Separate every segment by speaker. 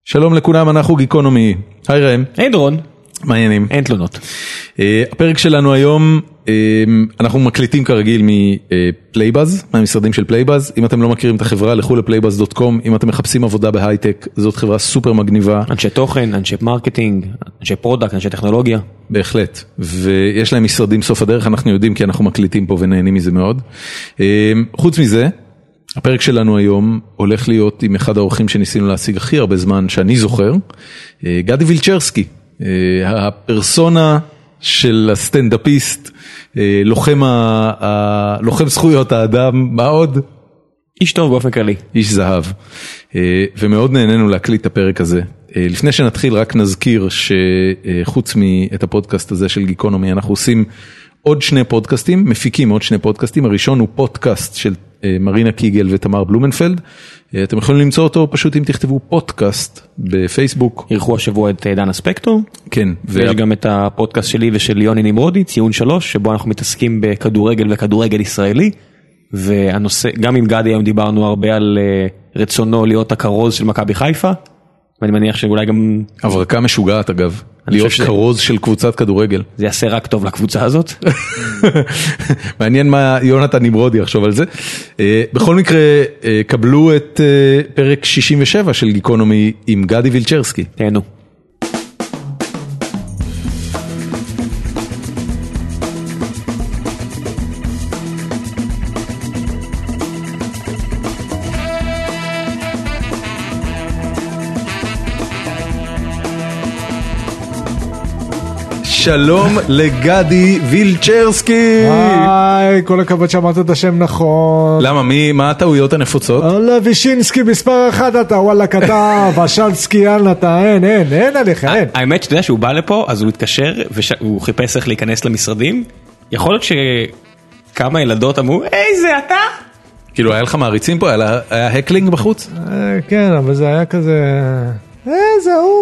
Speaker 1: שלום לכולם, אנחנו גיקונומי. היי ראם.
Speaker 2: היי דרון.
Speaker 1: מה העניינים?
Speaker 2: אין תלונות.
Speaker 1: הפרק שלנו היום, אנחנו מקליטים כרגיל מפלייבאז, מהמשרדים של פלייבאז. אם אתם לא מכירים את החברה, לכו לפלייבאז.com. אם אתם מחפשים עבודה בהייטק, זאת חברה סופר מגניבה.
Speaker 2: אנשי תוכן, אנשי מרקטינג, אנשי פרודקט, אנשי טכנולוגיה.
Speaker 1: בהחלט. ויש להם משרדים סוף הדרך, אנחנו יודעים כי אנחנו מקליטים פה ונהנים מזה מאוד. חוץ מזה, הפרק שלנו היום הולך להיות עם אחד האורחים שניסינו להשיג הכי הרבה זמן שאני זוכר, גדי וילצ'רסקי, הפרסונה של הסטנדאפיסט, לוחם זכויות האדם, מה עוד?
Speaker 2: איש טוב באופן כללי.
Speaker 1: איש זהב. ומאוד נהנינו להקליט את הפרק הזה. לפני שנתחיל רק נזכיר שחוץ מאת הפודקאסט הזה של גיקונומי, אנחנו עושים עוד שני פודקאסטים, מפיקים עוד שני פודקאסטים. הראשון הוא פודקאסט של מרינה קיגל ותמר בלומנפלד. אתם יכולים למצוא אותו פשוט אם תכתבו פודקאסט בפייסבוק.
Speaker 2: אירחו השבוע את דנה ספקטור.
Speaker 1: כן.
Speaker 2: ויש גם את הפודקאסט שלי ושל יוני נמרודי, ציון 3, שבו אנחנו מתעסקים בכדורגל וכדורגל ישראלי. והנושא, גם עם גדי היום דיברנו הרבה על רצונו להיות הכרוז של מכבי חיפה. ואני מניח שאולי גם... הברקה
Speaker 1: משוגעת אגב. להיות כרוז של קבוצת כדורגל.
Speaker 2: זה יעשה רק טוב לקבוצה הזאת.
Speaker 1: מעניין מה יונתן נמרודי יחשוב על זה. בכל מקרה, קבלו את פרק 67 של גיקונומי עם גדי וילצ'רסקי.
Speaker 2: תהנו.
Speaker 1: שלום לגדי וילצ'רסקי.
Speaker 3: היי, כל הכבוד שאמרת את השם נכון.
Speaker 1: למה? מה הטעויות הנפוצות?
Speaker 3: וישינסקי מספר 1 אתה, וואלה כתב, ושלסקי אתה, אין עליך, אין.
Speaker 2: האמת שאתה יודע שהוא בא לפה, אז הוא התקשר, והוא חיפש איך להיכנס למשרדים. יכול להיות שכמה ילדות אמרו, היי זה אתה?
Speaker 1: כאילו היה לך מעריצים פה, היה הקלינג בחוץ?
Speaker 3: כן, אבל זה היה כזה... זה הוא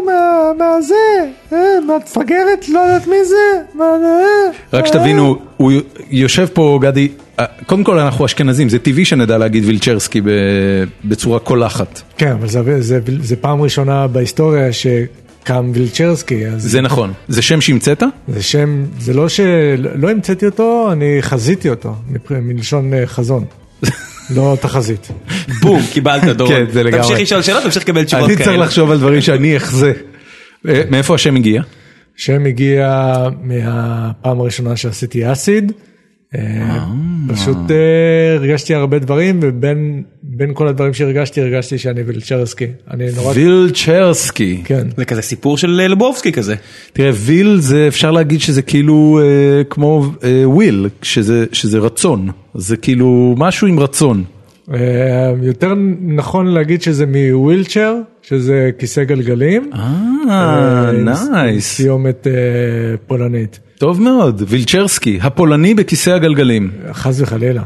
Speaker 3: מהתפגרת, לא יודעת מי זה.
Speaker 1: רק שתבינו, הוא יושב פה גדי, קודם כל אנחנו אשכנזים, זה טבעי שנדע להגיד וילצ'רסקי בצורה קולחת.
Speaker 3: כן, אבל זה פעם ראשונה בהיסטוריה שקם וילצ'רסקי.
Speaker 1: זה נכון. זה שם שהמצאת?
Speaker 3: זה שם, זה לא שלא המצאתי אותו, אני חזיתי אותו, מלשון חזון. לא תחזית.
Speaker 2: בום, קיבלת דורון.
Speaker 1: כן, זה לגמרי.
Speaker 2: תמשיך לשאול שאלות, תמשיך לקבל תשובות כאלה.
Speaker 1: אני צריך לחשוב על דברים שאני אחזה. מאיפה השם הגיע?
Speaker 3: השם הגיע מהפעם הראשונה שעשיתי אסיד. פשוט הרגשתי הרבה דברים, ובין כל הדברים הרגשתי שאני וילצ'רסקי.
Speaker 1: וילצ'רסקי.
Speaker 3: כן.
Speaker 2: זה כזה סיפור של לבובסקי כזה.
Speaker 1: תראה, ויל זה אפשר להגיד שזה כאילו כמו וויל, שזה רצון. זה כאילו משהו עם רצון.
Speaker 3: יותר נכון להגיד שזה מווילצ'ר, שזה כיסא גלגלים.
Speaker 1: נייס.
Speaker 3: סיומת פולנית.
Speaker 1: טוב מאוד, וילצ'רסקי, הפולני בכיסא הגלגלים.
Speaker 3: חס וחלילה.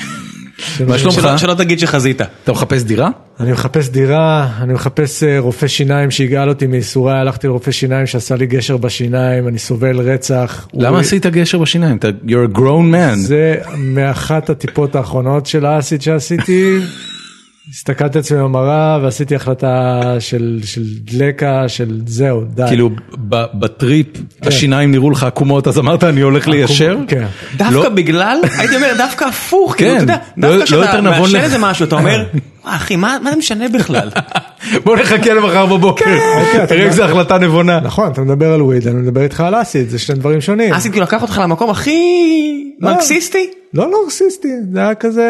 Speaker 1: מה שלומך?
Speaker 2: שלא תגיד שחזית.
Speaker 1: אתה מחפש דירה?
Speaker 3: אני מחפש דירה, אני מחפש רופא שיניים שיגאל אותי מייסורי, הלכתי לרופא שיניים שעשה לי גשר בשיניים, אני סובל רצח.
Speaker 1: למה עשית גשר בשיניים? You're a grown man.
Speaker 3: זה מאחת הטיפות האחרונות של האסיד שעשיתי. הסתכלתי עצמי במראה ועשיתי החלטה של דלקה, של זהו, די.
Speaker 1: כאילו בטריפ השיניים נראו לך עקומות, אז אמרת אני הולך ליישר?
Speaker 3: כן.
Speaker 2: דווקא בגלל, הייתי אומר, דווקא הפוך, כאילו, אתה יודע, דווקא שאתה מאשר איזה משהו, אתה אומר, אחי, מה זה משנה בכלל?
Speaker 1: בוא נחכה למחר בבוקר, תראה איך זה החלטה נבונה.
Speaker 3: נכון, אתה מדבר על וויד, אני מדבר איתך על אסיד, זה שני דברים שונים.
Speaker 2: אסיד כאילו לקח אותך למקום הכי מרקסיסטי?
Speaker 3: לא מרקסיסטי, זה היה כזה,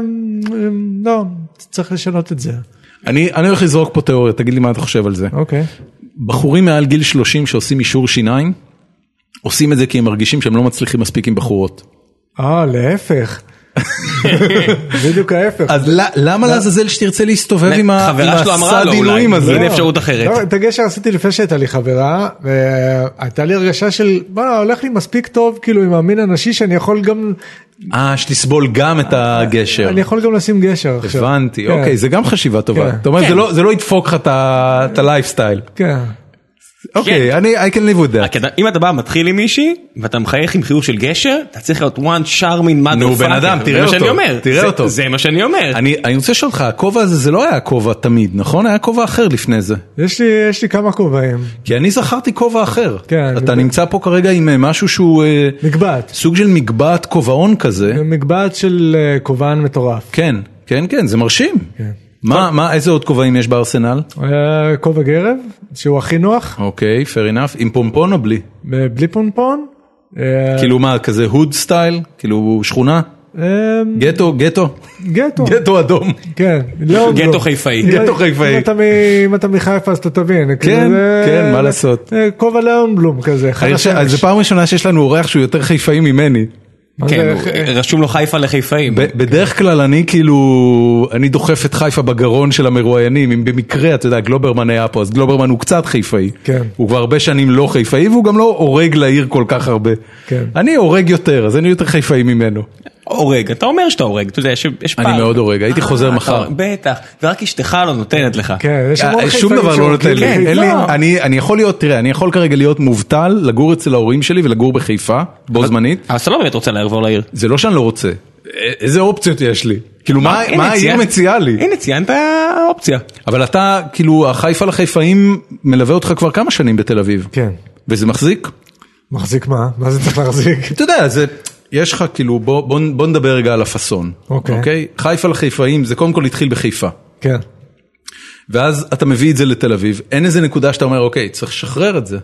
Speaker 3: לא, צריך לשנות את זה.
Speaker 1: אני הולך לזרוק פה תיאוריה, תגיד לי מה אתה חושב על זה.
Speaker 3: אוקיי.
Speaker 1: בחורים מעל גיל 30 שעושים אישור שיניים, עושים את זה כי הם מרגישים שהם לא מצליחים מספיק עם בחורות.
Speaker 3: להפך. בדיוק ההפך.
Speaker 1: אז למה לעזאזל שתרצה להסתובב עם
Speaker 2: המסע דינויים הזה? הנה אפשרות אחרת.
Speaker 3: את הגשר עשיתי לפני שהייתה לי חברה, והייתה לי הרגשה של, הולך לי מספיק טוב, כאילו עם המין הנשי שאני יכול גם...
Speaker 1: שתסבול גם את הגשר.
Speaker 3: אני יכול גם לשים גשר עכשיו.
Speaker 1: הבנתי, אוקיי, זה גם חשיבה טובה. זאת אומרת, זה לא ידפוק לך את הלייפסטייל.
Speaker 3: כן.
Speaker 1: אוקיי, I can live with that.
Speaker 2: אם אתה בא מתחיל עם מישהי, ואתה מחייך עם חיוך של גשר, אתה צריך להיות one charming motherfucker.
Speaker 1: נו, בן אדם, תראה אותו.
Speaker 2: זה מה שאני אומר.
Speaker 1: אני רוצה לשאול אותך, הכובע הזה זה לא היה כובע תמיד, נכון? היה כובע אחר לפני זה.
Speaker 3: יש לי כמה כובעים.
Speaker 1: כי אני זכרתי כובע אחר.
Speaker 3: כן.
Speaker 1: אתה נמצא פה כרגע עם משהו שהוא...
Speaker 3: מגבעת.
Speaker 1: סוג של מגבעת כובעון כזה.
Speaker 3: מגבעת של כובען מטורף.
Speaker 1: כן, כן, כן, זה מרשים.
Speaker 3: כן.
Speaker 1: איזה עוד כובעים יש בארסנל?
Speaker 3: כובע גרב, שהוא הכי נוח.
Speaker 1: אוקיי, fair enough. עם פומפון או בלי?
Speaker 3: בלי פומפון.
Speaker 1: כאילו מה, כזה הוד סטייל? כאילו שכונה? גטו? גטו אדום.
Speaker 3: כן.
Speaker 2: גטו חיפאי.
Speaker 1: גטו חיפאי.
Speaker 3: אם אתה מחיפה אז אתה תבין.
Speaker 1: כן, כן, מה לעשות.
Speaker 3: כובע לאון בלום כזה.
Speaker 1: זה פעם ראשונה שיש לנו אורח שהוא יותר חיפאי ממני.
Speaker 2: כן, רשום לו חיפה לחיפאים.
Speaker 1: בדרך כלל אני דוחף את חיפה בגרון של המרואיינים, אם במקרה, אתה יודע, גלוברמן היה פה, אז גלוברמן הוא קצת חיפאי. הוא כבר הרבה שנים לא חיפאי, והוא גם לא הורג לעיר כל כך הרבה. אני הורג יותר, אז אני יותר חיפאי ממנו.
Speaker 2: הורג, אתה אומר שאתה הורג, אתה יודע, יש פעם.
Speaker 1: אני מאוד הורג, הייתי חוזר מחר.
Speaker 2: בטח, ורק אשתך לא נותנת לך.
Speaker 1: שום דבר לא נותן לי. אני יכול להיות, תראה, אני יכול כרגע להיות מובטל, לגור אצל ההורים שלי ולגור בחיפה, בו זמנית.
Speaker 2: אבל אתה לא באמת רוצה לעבור לעיר.
Speaker 1: זה לא שאני לא רוצה. איזה אופציות יש לי? כאילו, מה העיר מציעה לי?
Speaker 2: הנה, ציינת האופציה.
Speaker 1: אבל אתה, כאילו, החיפה לחיפאים מלווה אותך כבר כמה שנים בתל אביב.
Speaker 3: כן.
Speaker 1: וזה מחזיק?
Speaker 3: מחזיק מה? מה זה צריך להחזיק?
Speaker 1: אתה יודע, יש לך כאילו, בוא נדבר רגע על הפסון. אוקיי? חיפה לחיפאים, זה קודם כל התחיל בחיפה.
Speaker 3: כן.
Speaker 1: ואז אתה מביא את זה לתל אביב, אין איזה נקודה שאתה אומר, אוקיי, צריך לשחרר את זה.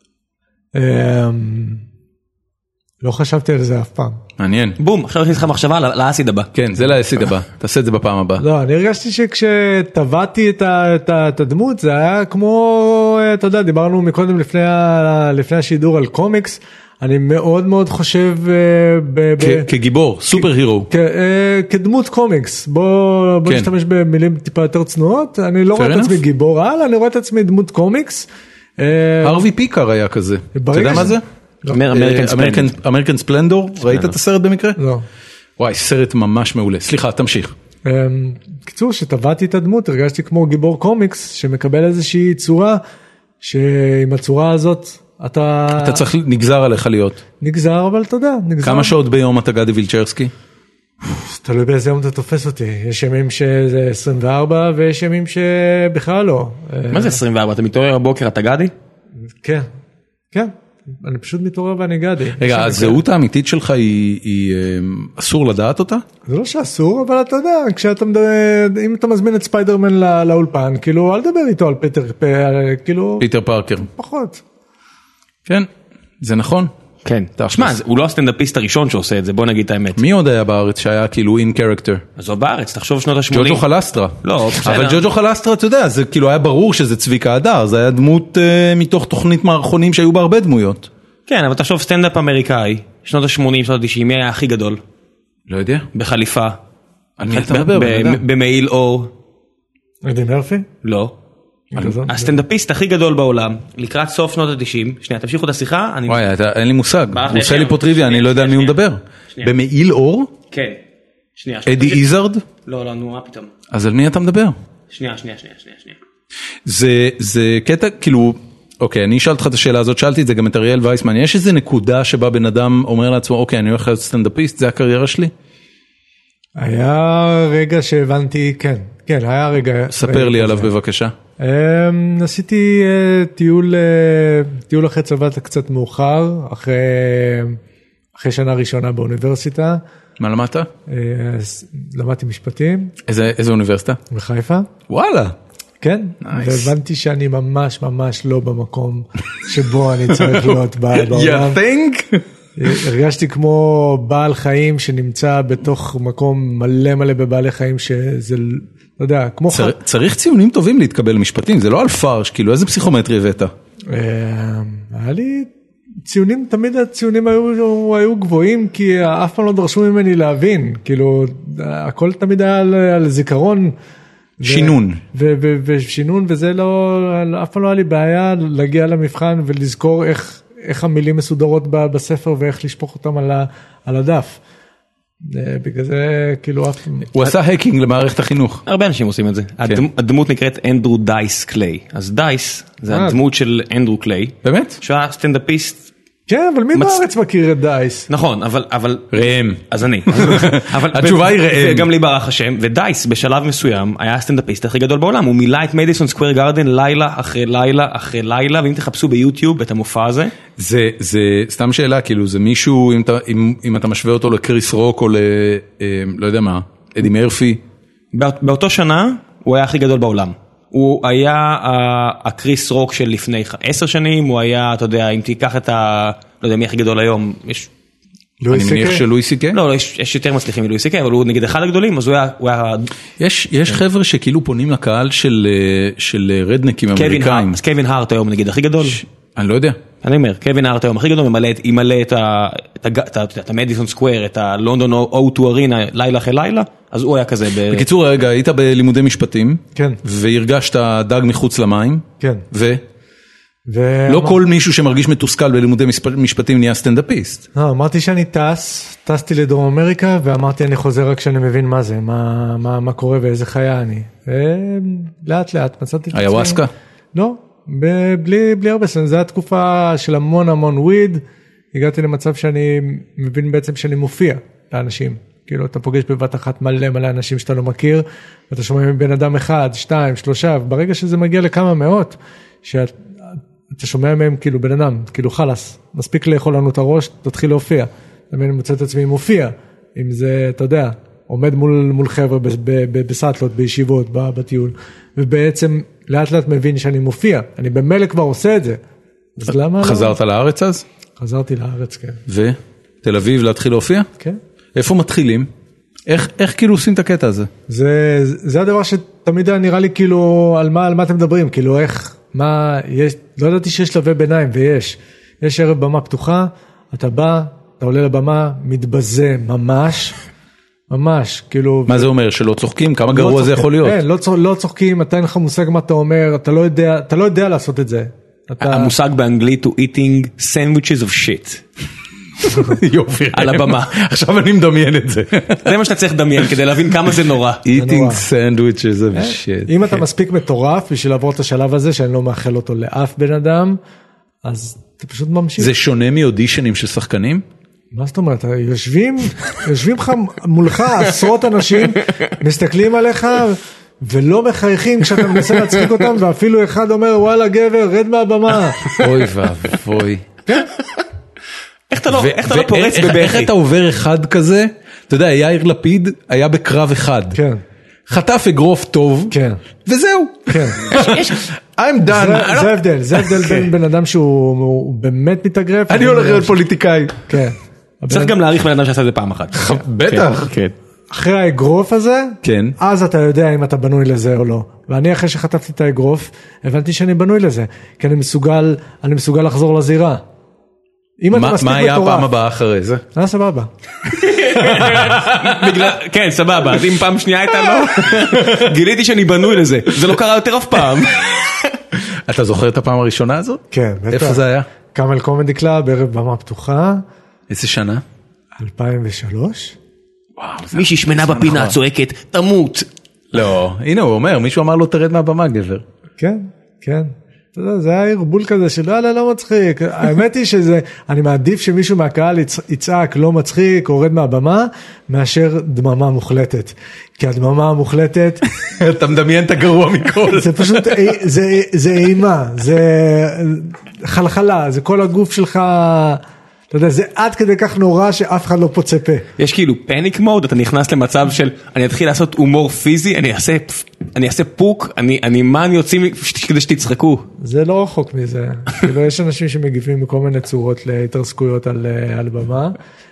Speaker 3: לא חשבתי על זה אף פעם.
Speaker 1: מעניין.
Speaker 2: בום, עכשיו יש לך מחשבה לאסיד הבא.
Speaker 1: כן, זה לאסיד הבא. תעשה את זה בפעם הבאה.
Speaker 3: לא, אני הרגשתי שכשטבעתי את הדמות, זה היה כמו, אתה יודע, דיברנו מקודם לפני השידור על קומיקס, אני מאוד מאוד חושב
Speaker 1: כגיבור, סופר הירו.
Speaker 3: כדמות קומיקס. בוא נשתמש במילים טיפה יותר צנועות. אני לא רואה את עצמי גיבור על, אני רואה את עצמי דמות קומיקס.
Speaker 1: הרווי פיקר היה כזה. אתה יודע מה זה? אמריקן ספלנדור. ראית את הסרט במקרה?
Speaker 3: לא.
Speaker 1: וואי, סרט ממש מעולה. סליחה, תמשיך.
Speaker 3: בקיצור, שטבעתי את הדמות, הרגשתי כמו גיבור קומיקס, שמקבל איזושהי צורה, שעם הצורה הזאת,
Speaker 1: אתה צריך, נגזר עליך להיות.
Speaker 3: נגזר, אבל אתה יודע, נגזר.
Speaker 1: כמה שעות ביום אתה גדי וילצ'רסקי?
Speaker 3: תלוי באיזה יום אתה תופס אותי. יש ימים שזה 24, ויש ימים שבכלל לא.
Speaker 2: מה זה 24? אתה מתעורר בבוקר, אתה גדי?
Speaker 3: כן, כן. אני פשוט מתעורר ואני גדי.
Speaker 1: רגע, הזהות האמיתית שלך היא אסור לדעת אותה?
Speaker 3: זה לא שאסור, אבל אתה יודע, אם אתה מזמין את ספיידרמן לאולפן, כאילו, אל תדבר איתו על
Speaker 1: פיטר פארקר.
Speaker 3: פחות.
Speaker 1: כן, זה נכון.
Speaker 2: כן. תשמע, הוא לא הסטנדאפיסט הראשון שעושה את זה, בוא נגיד את האמת.
Speaker 1: מי עוד היה בארץ שהיה כאילו in character?
Speaker 2: אז הוא בארץ, תחשוב שנות ה-80.
Speaker 1: ג'וג'ו חלסטרה.
Speaker 2: לא, בסדר.
Speaker 1: אבל ג'וג'ו חלסטרה, אתה יודע, זה כאילו היה ברור שזה צביקה הדר, זה היה דמות מתוך תוכנית מערכונים שהיו בה הרבה דמויות.
Speaker 2: כן, אבל תחשוב סטנדאפ אמריקאי, שנות ה-80, שנות ה-90, מי היה הכי גדול?
Speaker 1: לא יודע.
Speaker 2: בחליפה.
Speaker 1: על מי אתה מדבר?
Speaker 2: במעיל אור.
Speaker 3: אדי מרפי?
Speaker 2: לא. הסטנדאפיסט הכי גדול בעולם, לקראת סוף שנות ה-90, שנייה, תמשיכו את השיחה.
Speaker 1: וואי, אין לי מושג, הוא עושה לי פה טריוויה, אני לא יודע על מי הוא מדבר. במעיל אור?
Speaker 2: כן. שנייה.
Speaker 1: אדי איזרד?
Speaker 2: לא, נו, מה פתאום?
Speaker 1: אז על מי אתה מדבר?
Speaker 2: שנייה.
Speaker 1: זה קטע, כאילו, אוקיי, אני שאלתי לך את השאלה הזאת, שאלתי את זה גם את אריאל וייסמן, יש איזה נקודה שבה בן אדם אומר לעצמו, אוקיי, אני הולך להיות סטנדאפיסט, זה הקריירה שלי?
Speaker 3: היה רגע שהבנתי, כן, היה רגע.
Speaker 1: ספר לי עליו בבקשה.
Speaker 3: עשיתי טיול אחרי צבא קצת מאוחר, אחרי שנה ראשונה באוניברסיטה.
Speaker 1: מה למדת?
Speaker 3: למדתי משפטים.
Speaker 1: איזה אוניברסיטה?
Speaker 3: בחיפה.
Speaker 1: וואלה.
Speaker 3: כן, והבנתי שאני ממש ממש לא במקום שבו אני צריך להיות בעולם.
Speaker 1: You think?
Speaker 3: הרגשתי כמו בעל חיים שנמצא בתוך מקום מלא מלא בבעלי חיים שזה, לא יודע, כמו...
Speaker 1: צריך ציונים טובים להתקבל למשפטים, זה לא על פרש, כאילו איזה פסיכומטרי הבאת?
Speaker 3: היה לי ציונים, תמיד הציונים היו גבוהים, כי אף פעם לא דרשו ממני להבין, כאילו הכל תמיד היה על זיכרון.
Speaker 1: שינון.
Speaker 3: ושינון, וזה לא, אף פעם לא היה לי בעיה להגיע למבחן ולזכור איך המילים מסודרות בספר ואיך לשפוך אותם על הדף. בגלל זה כאילו
Speaker 1: הוא עשה האקינג למערכת החינוך.
Speaker 2: הרבה אנשים עושים את זה. הדמות נקראת אנדרו דייס קליי. אז דייס זה הדמות של אנדרו קליי.
Speaker 1: באמת?
Speaker 2: שהיה סטנדאפיסט.
Speaker 3: כן, אבל מי בארץ מכיר את דייס?
Speaker 2: נכון, אבל...
Speaker 1: ראם.
Speaker 2: אז אני.
Speaker 1: התשובה היא ראם.
Speaker 2: וגם לי ברח השם, ודייס בשלב מסוים היה הסטנדאפיסט הכי גדול בעולם. הוא מילא את מדיסון סקוואר גארדן לילה אחרי לילה אחרי לילה, ואם תחפשו ביוטיוב את המופע הזה.
Speaker 1: זה סתם שאלה, כאילו זה מישהו, אם אתה משווה אותו לקריס רוק או לא יודע מה, אדי מרפי.
Speaker 2: באותו שנה הוא היה הכי גדול בעולם. הוא היה הקריס רוק של לפני 10 שנים, הוא היה, אתה יודע, אם תיקח את לא יודע מי הכי גדול היום, יש...
Speaker 1: אני מניח שלואי סי-קיי?
Speaker 2: לא, יש יותר מצליחים מלואי סי-קיי, אבל הוא נגיד אחד הגדולים, אז הוא היה...
Speaker 1: יש חבר'ה שכאילו פונים לקהל של רדנקים אמריקאים.
Speaker 2: אז קווין הארט היום נגיד הכי גדול.
Speaker 1: אני לא יודע.
Speaker 2: אני אומר, קווין הארט היום הכי גדול, ימלא את המדיסון סקוואר, את הלונדון אוטו ארינה, לילה אחרי לילה, אז הוא היה כזה
Speaker 1: בקיצור, רגע, היית בלימודי משפטים,
Speaker 3: כן.
Speaker 1: והרגשת דג מחוץ למים,
Speaker 3: כן.
Speaker 1: לא כל מישהו שמרגיש מתוסכל בלימודי משפטים נהיה סטנדאפיסט.
Speaker 3: אמרתי שאני טסתי לדרום אמריקה, ואמרתי אני חוזר רק כשאני מבין מה זה, מה קורה ואיזה חיה אני. ולאט לאט מצאתי את עצמי.
Speaker 1: איוואסקה?
Speaker 3: לא, בלי הרבה סנס, זו התקופה של המון וויד, הגעתי למצב שאני מבין בעצם שאני מופיע לאנשים. כאילו אתה פוגש בבת אחת מלא אנשים שאתה לא מכיר, ואתה שומע מבן אדם 1, 2, 3, ברגע שזה מגיע לכמה מאות, אתה שומע מהם כאילו בן אדם, כאילו חלס, מספיק לאכול לנו את הראש, תתחיל להופיע. אני מוצא את עצמי מופיע, אם זה, אתה יודע, עומד מול חבר'ה בסטלות, בישיבות, בטיול, ובעצם לאט לאט מבין שאני מופיע, אני במילא כבר עושה את זה. אז למה?
Speaker 1: חזרת לארץ אז?
Speaker 3: חזרתי לארץ, כן.
Speaker 1: ותל אביב להתחיל להופיע?
Speaker 3: כן.
Speaker 1: איפה מתחילים? איך כאילו עושים את הקטע הזה?
Speaker 3: זה הדבר שתמיד נראה לי כאילו, על מה אתם מדברים, כאילו איך, מה, יש, לא ידעתי שיש שלבי ביניים, יש ערב במה פתוחה, אתה בא, אתה עולה לבמה, מתבזה ממש, כאילו...
Speaker 1: מה זה אומר? שלא צוחקים? כמה גרוע זה יכול להיות?
Speaker 3: כן, לא צוחקים, אתה אין לך מושג מה אתה אומר, אתה לא יודע לעשות את זה.
Speaker 2: המושג באנגלית הוא eating sandwiches of shit.
Speaker 1: יופי.
Speaker 2: על הבמה.
Speaker 1: עכשיו אני מדמיין את זה.
Speaker 2: זה מה שאתה צריך לדמיין, כדי להבין כמה זה נורא.
Speaker 1: eating sandwiches of shit.
Speaker 3: אם אתה מספיק מטורף בשביל לעבור את השלב הזה, שאני לא מאחל אותו לאף בן אדם, אז אתה פשוט ממשיך.
Speaker 1: זה שונה מאודישנים של שחקנים?
Speaker 3: מה זאת אומרת? יושבים לך מולך עשרות אנשים, מסתכלים עליך, ולא מחייכים כשאתה מנסה להצחיק אותם, ואפילו אחד אומר, וואלה גבר, רד מהבמה.
Speaker 1: אוי ואבוי.
Speaker 2: איך אתה לא פורץ בבכי?
Speaker 1: איך אתה עובר אחד כזה? אתה יודע, יאיר לפיד היה בקרב אחד.
Speaker 3: כן.
Speaker 1: חטף אגרוף טוב,
Speaker 3: כן.
Speaker 1: וזהו.
Speaker 3: כן.
Speaker 1: I'm done.
Speaker 3: זה הבדל בין בן אדם שהוא באמת מתאגרף.
Speaker 1: אני הולך להיות פוליטיקאי.
Speaker 3: כן.
Speaker 2: צריך גם להעריך בן אדם שעשה את זה פעם אחת.
Speaker 1: בטח.
Speaker 3: אחרי האגרוף הזה,
Speaker 1: כן.
Speaker 3: אז אתה יודע אם אתה בנוי לזה או לא. ואני אחרי שחטפתי את האגרוף, הבנתי שאני בנוי לזה. כי אני מסוגל לחזור לזירה.
Speaker 1: מה היה הפעם הבאה אחרי זה?
Speaker 3: סבבה.
Speaker 2: כן, סבבה. אז אם פעם שנייה הייתה לא, גיליתי שאני בנוי לזה. זה לא קרה יותר אף פעם.
Speaker 1: אתה זוכר את הפעם הראשונה הזאת?
Speaker 3: כן.
Speaker 1: איפה זה היה?
Speaker 3: קאמל קומדי קלאב, בערב במה פתוחה.
Speaker 1: איזה שנה?
Speaker 3: 2003.
Speaker 2: מישהי שמנה בפינה צועקת, תמות.
Speaker 1: לא, הנה הוא אומר, מישהו אמר לו תרד מהבמה גבר.
Speaker 3: כן, כן. אתה יודע, זה היה ערבול כזה של לא מצחיק. האמת היא שזה, אני מעדיף שמישהו מהקהל יצעק לא מצחיק, יורד מהבמה, מאשר דממה מוחלטת. כי הדממה המוחלטת...
Speaker 1: אתה מדמיין את הגרוע מכל.
Speaker 3: זה פשוט, זה אימה, זה חלחלה, זה כל הגוף שלך... אתה יודע, זה עד כדי כך נורא שאף אחד לא פוצה פה.
Speaker 2: יש כאילו פניק מוד, אתה נכנס למצב של, אני אתחיל לעשות הומור פיזי, אני אעשה פוק, מה אני יוצאים כדי שתצחקו.
Speaker 3: זה לא רחוק מזה. כאילו, יש אנשים שמגיבים מכל מיני צורות להתרסקויות על במה.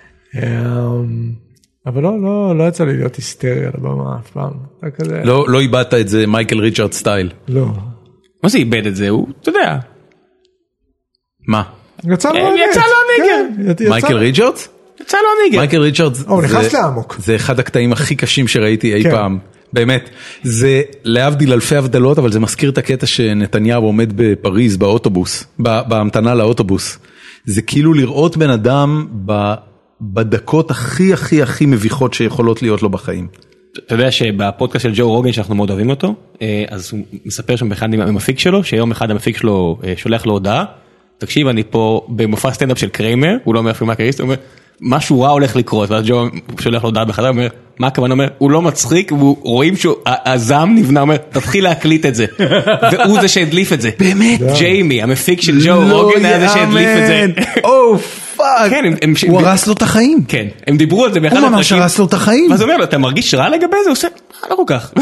Speaker 3: אבל לא יצא לי להיות היסטרי על הבמה אף פעם.
Speaker 1: לא איבדת את זה מייקל ריצ'רד סטייל.
Speaker 3: לא.
Speaker 2: מה זה איבד את זה? הוא, אתה יודע.
Speaker 1: מה?
Speaker 3: יצא לו
Speaker 2: ניגר.
Speaker 1: מייקל ריצ'רדס?
Speaker 2: יצא לו ניגר.
Speaker 1: מייקל ריצ'רדס.
Speaker 3: הוא נכנס לעמוק.
Speaker 1: זה אחד הקטעים הכי קשים שראיתי אי פעם. באמת. זה להבדיל אלפי הבדלות, אבל זה מזכיר את הקטע שנתניהו עומד בפריז באוטובוס, בהמתנה לאוטובוס. זה כאילו לראות בן אדם בדקות הכי הכי הכי מביכות שיכולות להיות לו בחיים.
Speaker 2: אתה יודע שבפודקאסט של ג'ו רוגן שאנחנו מאוד אוהבים אותו, אז הוא מספר שם באחד עם המפיק שלו, שיום אחד המפיק שלו שולח לו הודעה, תקשיב, אני פה במופע סטנדאפ של קריימר, הוא לא אומר אפילו מה קריסט, הוא אומר, משהו רע הולך לקרות, ואז ג'ו שולח לו הודעה בחדר, הוא אומר, מה הכוונה? אומר, הוא לא מצחיק, ורואים שהזעם נבנה, אומר, תתחיל להקליט את זה, והוא זה שהדליף את זה.
Speaker 1: באמת?
Speaker 2: ג'יימי, המפיק של ג'ו רוגן, היה זה שהדליף את זה.
Speaker 1: או פאק, הוא הרס לו את החיים.
Speaker 2: כן, הם דיברו על זה באחד
Speaker 1: הוא ממש הרס לו את החיים.
Speaker 2: ואז הוא אומר לו, אתה מרגיש רע לגבי זה? הוא עושה, לא כל כך.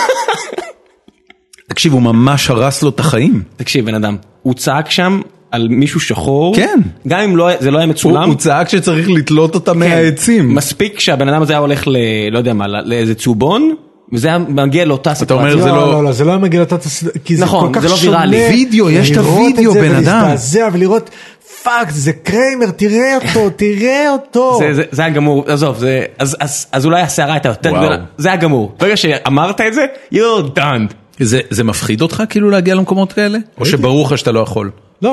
Speaker 1: תקשיב, הוא ממש הרס לו את החיים.
Speaker 2: תקשיב, בן אדם, הוא צעק שם על מישהו שחור,
Speaker 1: כן.
Speaker 2: גם אם זה לא היה מצולם.
Speaker 1: הוא צעק שצריך לתלות אותה מהעצים.
Speaker 2: מספיק שהבן אדם הזה היה הולך לא יודע מה, לאיזה צובון, וזה היה מגיע לאותה סיטואציה.
Speaker 1: אתה אומר, זה לא...
Speaker 3: לא, זה לא היה מגיע לאותה סיטואציה, כי זה
Speaker 2: נכון,
Speaker 3: כל כך
Speaker 2: זה לא
Speaker 3: שונה.
Speaker 2: ויראלי.
Speaker 1: וידאו, יש את הוידאו, בן אדם.
Speaker 3: ולהזדעזע ולראות, פאק, זה קריימר, תראה אותו, תראה אותו.
Speaker 2: זה היה גמור, עזוב, אז אולי השערה הייתה יותר גדולה, זה היה גמור. ברגע שאמרת את זה, you're done.
Speaker 1: זה מפחיד אותך כאילו להגיע למקומות כאלה? או שברור לך שאתה לא יכול?
Speaker 3: לא,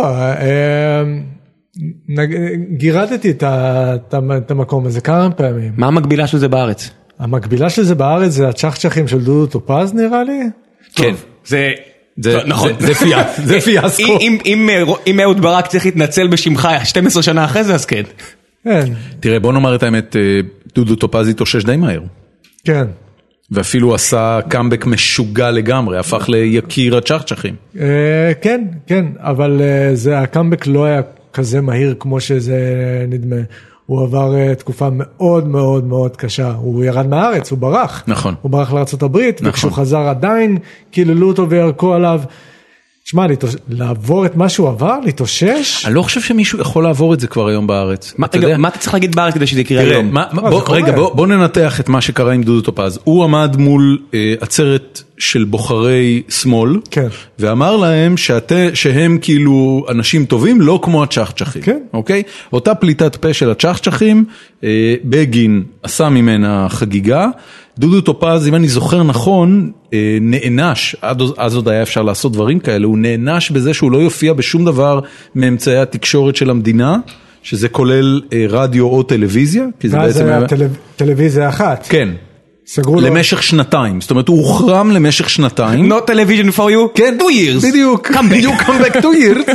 Speaker 3: גירדתי את המקום הזה כמה פעמים.
Speaker 2: מה המקבילה של זה בארץ?
Speaker 3: המקבילה של זה בארץ זה הצ'חצ'חים של דודו טופז נראה לי?
Speaker 2: כן, נכון.
Speaker 1: זה פיאסקו.
Speaker 2: אם אהוד ברק צריך להתנצל בשמך 12 שנה אחרי זה, אז כן.
Speaker 3: כן.
Speaker 1: תראה, בוא נאמר את האמת, דודו טופז התאושש די מהר.
Speaker 3: כן.
Speaker 1: ואפילו עשה קאמבק משוגע לגמרי, הפך ליקיר הצ'חצ'חים.
Speaker 3: כן, כן, אבל הקאמבק לא היה כזה מהיר כמו שזה נדמה. הוא עבר תקופה מאוד מאוד מאוד קשה, הוא ירד מהארץ, הוא ברח.
Speaker 1: נכון.
Speaker 3: הוא ברח לארצות הברית, וכשהוא חזר עדיין, קיללו אותו וירקו עליו. שמע, לעבור את מה שהוא עבר, להתאושש?
Speaker 1: אני לא חושב שמישהו יכול לעבור את זה כבר היום בארץ.
Speaker 2: מה אתה צריך להגיד בארץ כדי שזה יקרה היום?
Speaker 1: רגע, בוא ננתח את מה שקרה עם דודו טופז. הוא עמד מול עצרת של בוחרי שמאל, ואמר להם שהם כאילו אנשים טובים, לא כמו הצ'חצ'חים. אוקיי? אותה פליטת פה של הצ'חצ'חים, בגין עשה ממנה חגיגה, דודו טופז, אם אני זוכר נכון, נענש, אז עוד היה אפשר לעשות דברים כאלה, הוא נענש בזה שהוא לא יופיע בשום דבר מאמצעי התקשורת של המדינה, שזה כולל רדיו או טלוויזיה.
Speaker 3: ואז זה היה טלוויזיה אחת.
Speaker 1: כן. למשך שנתיים, זאת אומרת הוא הוחרם למשך שנתיים.
Speaker 2: Not television for you,
Speaker 1: כן,
Speaker 2: 2 years.
Speaker 1: בדיוק, come back 2 years.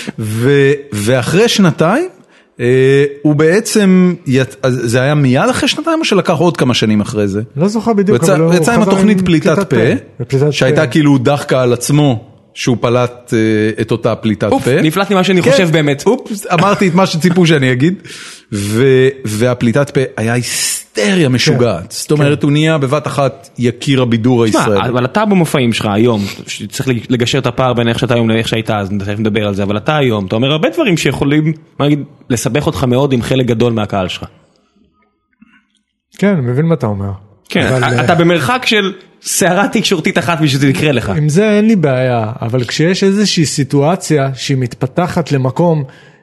Speaker 1: ואחרי שנתיים, הוא בעצם, זה היה מיד אחרי שנתיים או שלקח עוד כמה שנים אחרי זה?
Speaker 3: לא זוכר בדיוק.
Speaker 1: הוא יצא עם התוכנית פליטת פה, שהייתה כאילו דחקה על עצמו, שהוא פלט את אותה פליטת פה.
Speaker 2: נפלט לי מה שאני חושב באמת.
Speaker 1: אמרתי את מה שציפו שאני אגיד, והפליטת פה היה היסטריה משוגעת. זאת אומרת, הוא נהיה בבת אחת יקיר הבידור הישראלי.
Speaker 2: אבל אתה במופעים שלך היום, צריך לגשר את הפער בין איך שאתה היום לאיך שהיית אז, נדבר על זה, אבל אתה היום, אתה אומר הרבה דברים שיכולים, מה נגיד, לסבך אותך מאוד עם חלק גדול מהקהל שלך.
Speaker 3: כן, אני מבין מה אתה אומר.
Speaker 2: כן, אתה במרחק של שערה תקשורתית אחת בשביל שזה יקרה לך.
Speaker 3: עם זה אין לי בעיה, אבל כשיש איזושהי סיטואציה שהיא מתפתחת למקום,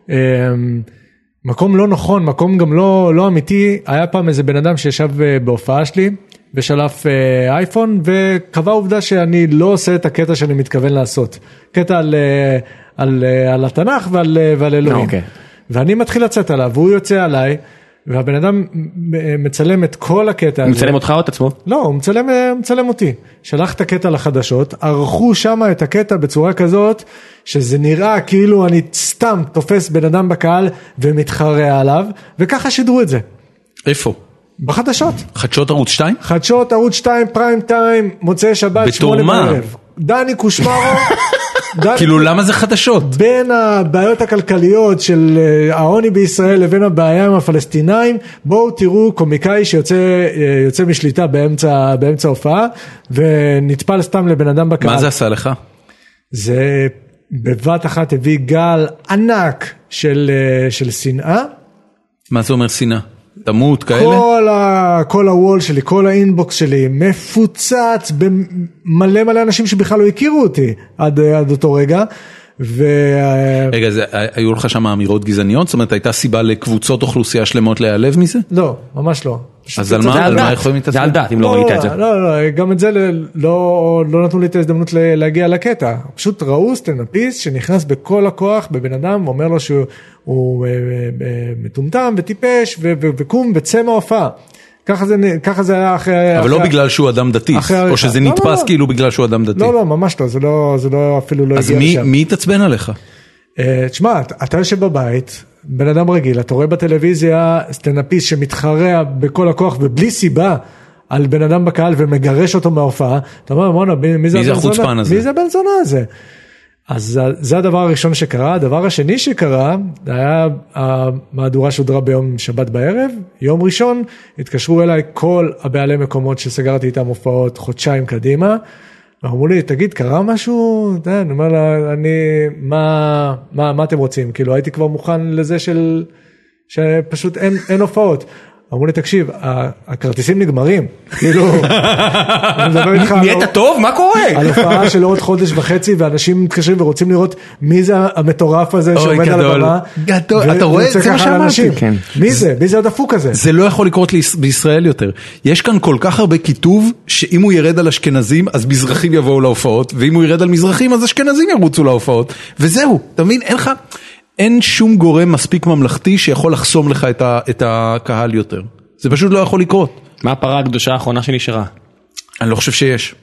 Speaker 3: מקום לא נכון, מקום גם לא אמיתי, היה פעם איזה בן אדם שישב בהופעה שלי, ושלף אייפון, וקבע עובדה שאני לא עושה את הקטע שאני מתכוון לעשות. קטע על התנ"ך ועל אלוהים. ואני מתחיל לצאת עליו, והוא יוצא עליי, והבן אדם מצלם את כל הקטע הזה.
Speaker 2: הוא מצלם אותך או את עצמו?
Speaker 3: לא, הוא מצלם אותי. שלח את הקטע לחדשות, ערכו שם את הקטע בצורה כזאת, שזה נראה כאילו אני סתם תופס בן אדם בקהל ומתחרע עליו, וככה שידרו את זה.
Speaker 1: איפה?
Speaker 3: בחדשות.
Speaker 1: חדשות ערוץ 2?
Speaker 3: חדשות ערוץ 2 פריים טיים, מוצאי שבת 8 בערב. דני קושמרו.
Speaker 1: כאילו למה זה חדשות?
Speaker 3: בין הבעיות הכלכליות של העוני בישראל לבין הבעיה עם הפלסטינאים, בואו תראו קומיקאי שיוצא משליטה באמצע הופעה, ונטפל סתם לבן אדם בקהל.
Speaker 1: מה זה עשה לך?
Speaker 3: זה בבת אחת הביא גל ענק של שנאה.
Speaker 1: מה זה אומר שנאה? תמות כאלה?
Speaker 3: כל הוול שלי, כל האינבוקס שלי מפוצץ במלא אנשים שבכלל לא הכירו אותי עד אותו רגע.
Speaker 1: רגע, היו לך שם אמירות גזעניות? זאת אומרת, הייתה סיבה לקבוצות אוכלוסייה שלמות להיעלב מזה?
Speaker 3: לא, ממש לא.
Speaker 1: אז על מה יכולים להתעסק?
Speaker 2: זה על דעת, אם לא ראית את זה.
Speaker 3: לא, גם את זה לא נתנו לי את ההזדמנות להגיע לקטע. פשוט ראו סטנדאפיסט שנכנס בכל הכוח בבן אדם, אומר לו שהוא מטומטם וטיפש וקום וצא מההופעה. ככה זה היה אחרי...
Speaker 1: אבל לא בגלל שהוא אדם דתי, או שזה נתפס כאילו בגלל שהוא אדם דתי.
Speaker 3: לא, ממש לא, זה לא אפילו לא הגיע לשם.
Speaker 1: אז מי יתעצבן עליך?
Speaker 3: תשמע, אתה יושב בבית, בן אדם רגיל, אתה רואה בטלוויזיה סטנדאפיסט שמתחרע בכל הכוח ובלי סיבה על בן אדם בקהל ומגרש אותו מההופעה, אתה אומר, מונה, מי זה
Speaker 1: החוצפן הזה?
Speaker 3: מי זה בן זונה הזה? אז זה הדבר הראשון שקרה. הדבר השני שקרה, היה המהדורה שודרה ביום שבת בערב, יום ראשון, התקשרו אליי כל הבעלי מקומות שסגרתי איתם הופעות חודשיים קדימה, ואמרו לי, תגיד, קרה משהו? אני אומר לה, מה אתם רוצים? כאילו, הייתי כבר מוכן לזה שפשוט אין הופעות. אמרו לי, תקשיב, הכרטיסים נגמרים, כאילו, אני מדבר איתך,
Speaker 2: נהיית טוב? מה קורה?
Speaker 3: על הופעה של עוד חודש וחצי, ואנשים מתקשרים ורוצים לראות מי זה המטורף הזה שעומד על הבמה,
Speaker 1: גדול, אתה רואה? זה מה שאמרתי.
Speaker 3: מי זה הדפוק הזה?
Speaker 1: זה לא יכול לקרות בישראל יותר. יש כאן כל כך הרבה כיתוב, שאם הוא ירד על אשכנזים, אז מזרחים יבואו להופעות, ואם הוא ירד על מזרחים, אז אשכנזים ירוצו להופעות, וזהו, אתה מבין? אין שום גורם מספיק ממלכתי שיכול לחסום לך את הקהל יותר. זה פשוט לא יכול לקרות.
Speaker 2: מה הפרה הקדושה האחרונה שנשארה?
Speaker 1: אני לא חושב שיש.